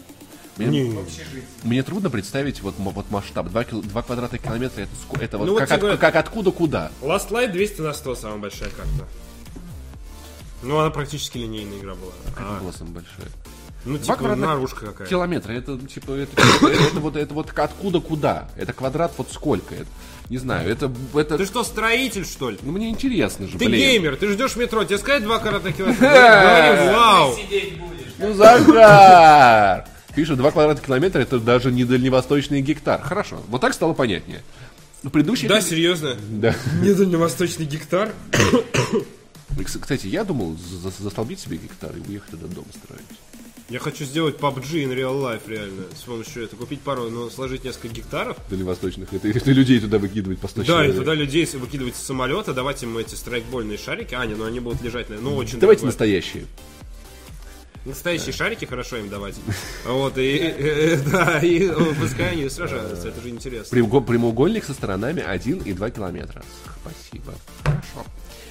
Мне, Не. мне трудно представить вот, м- вот масштаб. Два, кил- два квадратных километра, это, ско- это вот, Ну, вот как, тебе от- говорят- как откуда куда. Last Light двести на сто самая большая карта. Ну, она практически линейная игра была. Как А, была самая большая? ну, Два типа, квадратных наружка какая-то. километра, это типа это, это, это вот это вот откуда куда? Это квадрат вот сколько? Это, не знаю, это, это Ты что, строитель, что ли? ну мне интересно же, Ты блин. геймер, ты ждешь метро, тебе сказать два квадратных километра? Говори, вау! Сидеть будешь. Ну Захар! Пишут, два квадратных километра это даже не дальневосточный гектар. Хорошо, вот так стало понятнее. Ну, предыдущий... Да, серьезно? Да. Не дальневосточный гектар? Кстати, я думал за- застолбить себе гектар и уехать туда дом строить. Я хочу сделать пабг in real life, реально, с помощью этого. Купить пару, но сложить несколько гектаров. Дальневосточных. Это, это людей туда выкидывать по сто Да, человек. и туда людей выкидывать с самолета, давать им эти страйкбольные шарики. А, не, ну они будут лежать, на- ну очень Давайте дорогое. настоящие. Настоящие шарики хорошо им давать. Вот, и, и- и- да, и о, пускай они сражаются, это же интересно. Прямого- Прямоугольник со сторонами один и два километра. Спасибо. Хорошо.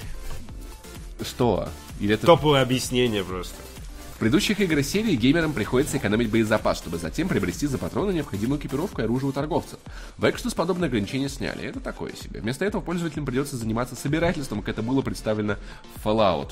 Что? Или это... Топовое объяснение просто. В предыдущих играх серии геймерам приходится экономить боезапас, чтобы затем приобрести за патроны необходимую экипировку и оружие у торговцев. В Exodus подобное ограничение сняли, это такое себе. Вместо этого пользователям придется заниматься собирательством, как это было представлено в Fallout.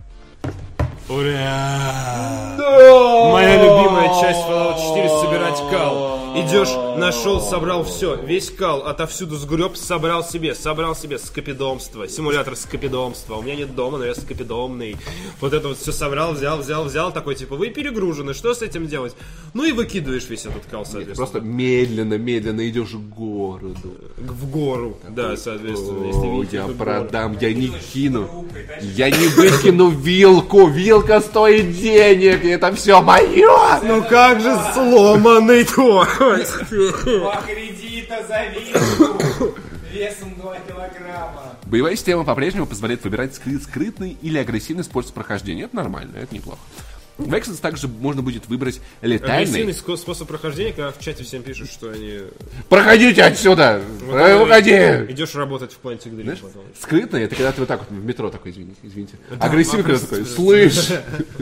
Ура! Моя любимая часть Fallout четыре — собирать кал. Идешь, нашел, собрал все, весь кал, отовсюду сгреб, собрал себе, собрал себе скопидомство, симулятор скопидомства. У меня нет дома, но я скопидомный. Вот это вот все собрал, взял, взял, взял, такой типа, вы перегружены, что с этим делать? Ну и выкидываешь весь этот кал, соответственно. Просто медленно, медленно идешь к городу. В гору, да, соответственно. Если О, видите я эту гору. продам, я не кину. Я не выкину вилку, вилка стоит денег, и это все мое. Ну как же сломанный твой! Два кредита за вилку весом два килограмма. Боевая система по-прежнему позволяет выбирать скры- скрытный или агрессивный способ прохождения. Это нормально, это неплохо. В Exodus также можно будет выбрать летальный. Агрессивный ско- способ прохождения, когда в чате всем пишут, что они... Проходите отсюда! Вот Э, ты Выходи! Идешь работать в Plantic Dream Знаешь, потом. скрытный, это когда ты вот так вот в метро такой, извините, извините. Да, Агрессивный, когда агрессивный. такой, слышь,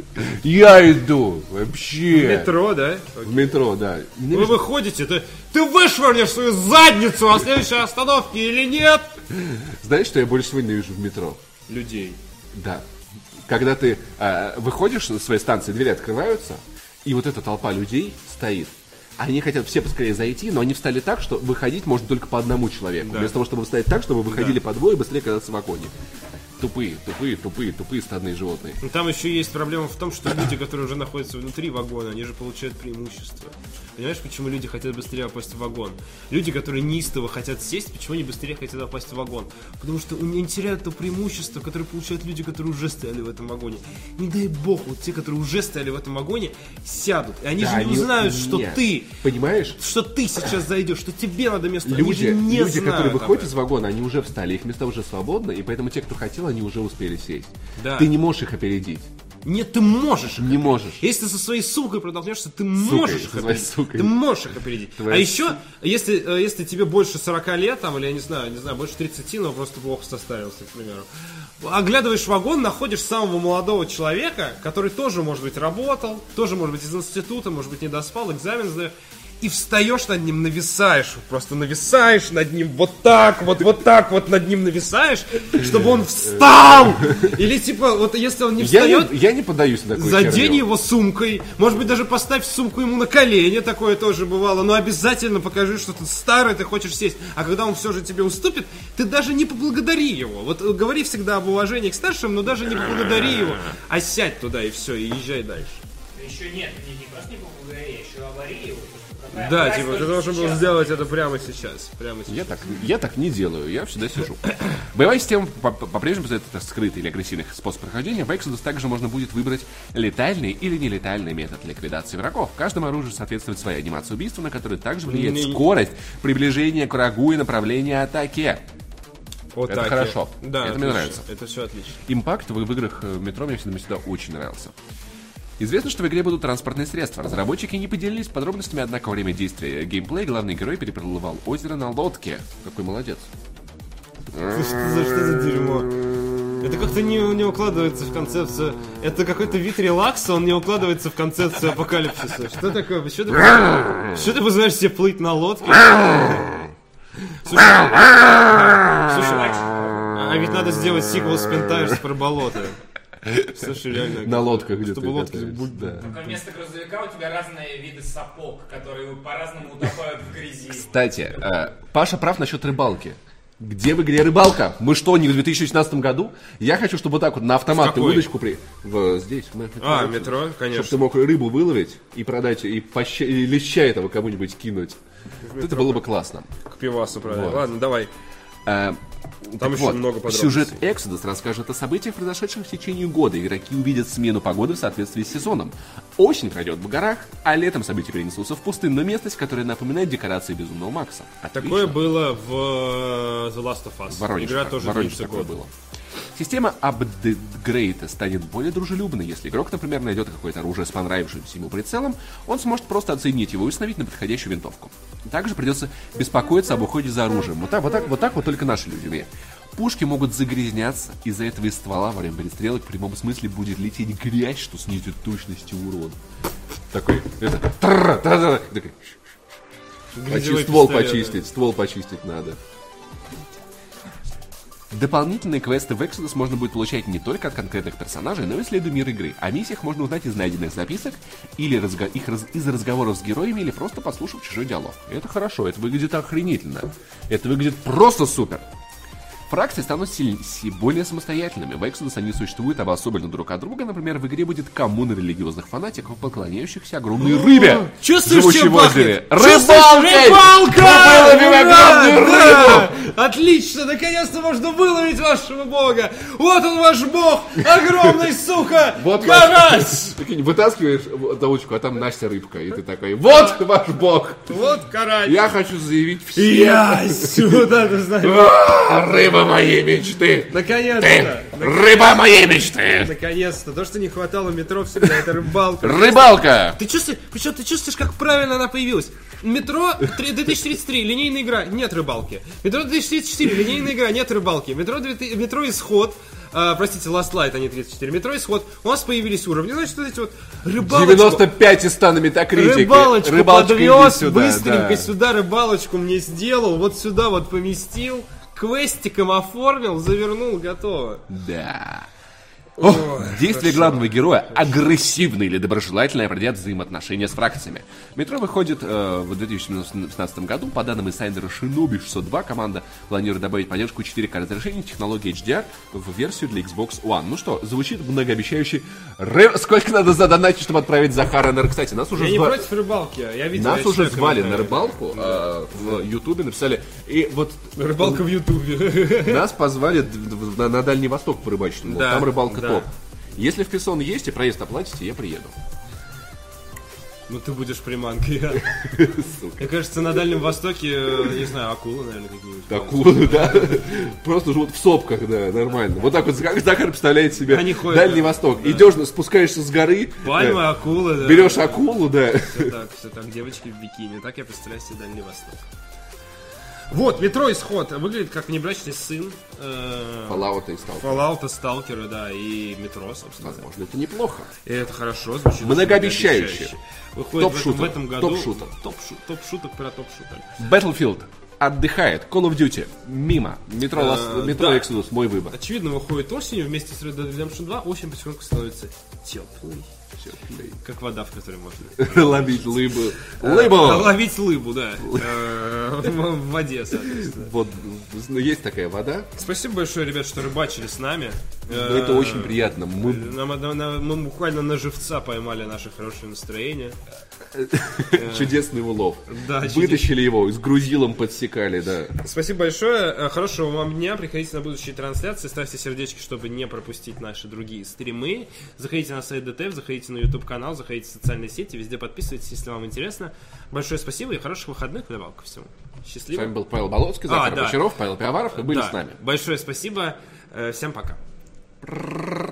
я иду, вообще. Метро, да? В метро, да. Вы выходите, ты, ты вышвырнешь свою задницу на следующей остановке или нет? Знаешь, что я больше всего ненавижу в метро? Людей. Да. Когда ты э, выходишь со своей станции, двери открываются, и вот эта толпа людей стоит. Они хотят все поскорее зайти, но они встали так, что выходить можно только по одному человеку. Да. Вместо того, чтобы встать так, чтобы выходили Да. по двое и быстрее оказаться в вагоне. Тупые, тупые, тупые, тупые стадные животные. Но там еще есть проблема в том, что люди, которые уже находятся внутри вагона, они же получают преимущество. Понимаешь, почему люди хотят быстрее попасть в вагон? Люди, которые неистово хотят сесть, почему они быстрее хотят попасть в вагон? Потому что они теряют то преимущество, которое получают люди, которые уже стояли в этом вагоне. Не дай бог, вот те, которые уже стояли в этом вагоне, сядут. И они Да, же не они- узнают, что нет. ты, Понимаешь? что ты сейчас зайдешь, что тебе надо место. они Люди, же не люди знают которые об выходят этом. из вагона, они уже встали, их места уже свободны, и поэтому те, кто хотел, они уже успели сесть. Да. Ты не можешь их опередить. Нет, ты можешь их Не можешь. Если ты со своей сумкой продолжешься, ты можешь их со своей опередить. сукой. Ты можешь их опередить. Твоя А еще, если, э, если тебе больше сорока лет, там, или я не знаю, не знаю, больше тридцати, но просто плохо состарился, к примеру. Оглядываешь вагон, находишь самого молодого человека, который тоже, может быть, работал, тоже, может быть, из института, может быть, не доспал, экзамен сдает. И встаешь над ним, нависаешь, просто нависаешь над ним, вот так, вот, вот так вот над ним нависаешь, чтобы он встал! Или типа, вот если он не Я встает, не, я не поддаюсь на такую задень херню. его сумкой. Может быть, даже поставь сумку ему на колени. Такое тоже бывало. Но обязательно покажи, что ты старый, ты хочешь сесть. А когда он все же тебе уступит, ты даже не поблагодари его. Вот э, говори всегда об уважении к старшим, но даже не поблагодари его. А сядь туда и все, и езжай дальше. Еще нет, не, не просто не поблагодари, а еще аварии его. Какая Да, власть типа, ты только должен был сейчас. сделать это прямо сейчас. Прямо сейчас. Я так, я так не делаю, я всегда сижу. Боевая система по- по- по-прежнему это скрытый или агрессивный способ прохождения. В Exodus также можно будет выбрать летальный или нелетальный метод ликвидации врагов. Каждому оружию соответствует своя анимация убийства, на которую также влияет Не- скорость приближения к врагу и направление атаки. Вот это так хорошо. я- Да, Это мне отлично. нравится. Это все отлично. Импакт в, в играх э, метро мне всегда, всегда очень нравился. Известно, что в игре будут транспортные средства. Разработчики не поделились подробностями, однако во время действия геймплея главный герой переплывал озеро на лодке. Какой молодец. Что за, что за дерьмо? Это как-то не, не укладывается в концепцию. Это какой-то вид релакса, он не укладывается в концепцию апокалипсиса. Что такое? Что ты, что ты позволяешь себе плыть на лодке? Слушай, слушай, а ведь надо сделать сиквел Spin Tires про болото. Слушай, реально. На лодках где-то. Чтобы лодки... Да. Только вместо грузовика у тебя разные виды сапог, которые по-разному утопают в грязи. Кстати, э, Паша прав насчет рыбалки. Где в игре рыбалка? Мы что, не в две тысячи шестнадцатом году? Я хочу, чтобы вот так вот на автомат ты удочку при... В, здесь. Мы... А, метро, конечно. Чтобы ты мог рыбу выловить и продать, и, поща... и леща этого кому-нибудь кинуть. Вот это было бы классно. К пивасу, правильно. Вот. Ладно, давай. Э, Там еще вот, много подробностей. Сюжет Exodus расскажет о событиях, произошедших в течение года. Игроки увидят смену погоды в соответствии с сезоном. Осень пройдет в горах, а летом события перенесутся в пустынную местность, которая напоминает декорации Безумного Макса. Отлично. Такое было в The Last of Us. Воронеж, Игра тоже Воронеж длится такое год. было. Система апгрейда станет более дружелюбной. Если игрок, например, найдет какое-то оружие с понравившимся ему прицелом, он сможет просто оценить его и установить на подходящую винтовку. Также придется беспокоиться об уходе за оружием. Вот так вот, так, вот, так вот только наши люди умеют. Пушки могут загрязняться, из-за этого из ствола во время перестрелок в прямом смысле будет лететь грязь, что снизит точность урона. Такой, это... Такой, Почи, ствол пистолет, почистить, да. ствол почистить надо. Дополнительные квесты в Exodus можно будет получать не только от конкретных персонажей, но и исследуя мир игры. О миссиях можно узнать из найденных записок, или разго- их раз- из разговоров с героями, или просто послушав чужой диалог. И это хорошо, это выглядит охренительно. Это выглядит просто супер. Фракции станут сильнее, более самостоятельными. В Exodus они существуют обособленно друг от друга. Например, в игре будет коммуна религиозных фанатиков, поклоняющихся огромной рыбе, живущей в озере. Рыбалкой! Рыбалка! Ура! Да! Отлично! Наконец-то можно выловить вашего бога! Вот он ваш бог! Огромный, сука! Вот карась! Прикинь, вытаскиваешь удочку, а там Настя рыбка. И ты такой, вот ваш бог! Вот карась! Я хочу заявить всем. Я сюда, ты знаешь. Рыба моей мечты! Наконец-то! Рыба моей мечты! Наконец-то! То, что не хватало метро всегда, это рыбалка. Рыбалка! Ты чувствуешь, причем ты чувствуешь, как правильно она появилась. Метро две тысячи тридцать три, линейная игра, нет рыбалки. Метро две тысячи тридцать четыре, линейная игра, нет рыбалки. Метро, метро Исход, э, простите, Last Light, а не тридцать четыре. Метро Исход, у нас появились уровни. Значит, вот эти вот рыбалочку. девяносто пять из ста на метакритике. Рыбалочку Рыбалочка подвез, сюда, быстренько да. сюда рыбалочку мне сделал, вот сюда вот поместил. Квестиком оформил, завернул, готово. Да. О, действия хорошо. главного героя агрессивные или доброжелательные определят взаимоотношения с фракциями. Метро выходит э, в две тысячи семнадцатом году. По данным инсайдера Shinobi шестьсот два, команда планирует добавить поддержку четыре ка разрешения технологии эйч ди ар в версию для Xbox One. Ну что, звучит многообещающе. Ры... Сколько надо задонатить, чтобы отправить Захара на... Кстати, нас уже Я зва... не против рыбалки, я видел. Нас я уже звали комментарии. на рыбалку э, в Ютубе, написали. И вот Рыбалка в Ютубе. нас позвали на, на Дальний Восток порыбачить. Мол, Да, там рыбалка да. топ. Если в Писон есть и проезд оплатите, я приеду. Ну ты будешь приманкой. Мне кажется, на Дальнем Востоке, не знаю, акулы, наверное, какие-нибудь. Акулы, да. Просто живут в сопках, да, нормально. Вот так вот, как Захар представляет себе Они ходят, Дальний да. Восток. Да. Идешь, спускаешься с горы, Пальмы, да, акулы, да. берешь акулу, да. Все так, все так, девочки в бикини. Так я представляю себе Дальний Восток. Вот, метро Исход выглядит как внебрачный сын э, Fallout и Сталкер. Fallout, Сталкера, да, и метро, собственно. Возможно, это неплохо. И это хорошо звучит. Многообещающе. Выходит в этом, Топ-шутер. в этом году. Топ-шутер. Топ-шу- топ-шуток про топ-шутер. Battlefield отдыхает. Call of Duty мимо. Метро, Э, Лас- метро да. Exodus, мой выбор. Очевидно, выходит осенью вместе с Red Dead Redemption два. Осень потихоньку становится теплой. Как вода, в которой можно Ловить лыбу. Э, Лыбу! ловить лыбу, да. Э, В воде, соответственно. Вот, есть такая вода. Спасибо большое, ребят, что рыбачили с нами. Но это очень приятно. Мы Нам- нам- нам- Мы буквально на живца поймали наше хорошее настроение. чудесный улов. Да, Вытащили его, с грузилом подсекали, да. Спасибо большое. Э, Хорошего вам дня. Приходите на будущие трансляции. Ставьте сердечки, чтобы не пропустить наши другие стримы. Заходите на сайт ДТФ, заходите на YouTube канал, заходите в социальные сети. Везде подписывайтесь, если вам интересно. Большое спасибо и хороших выходных. Вдобавок ко всему. С Счастливо. вами был Павел Болоцкий, Захар А, да. Бочаров, Павел Пиаваров. Вы были Да. с нами. Большое спасибо. Э, Всем пока.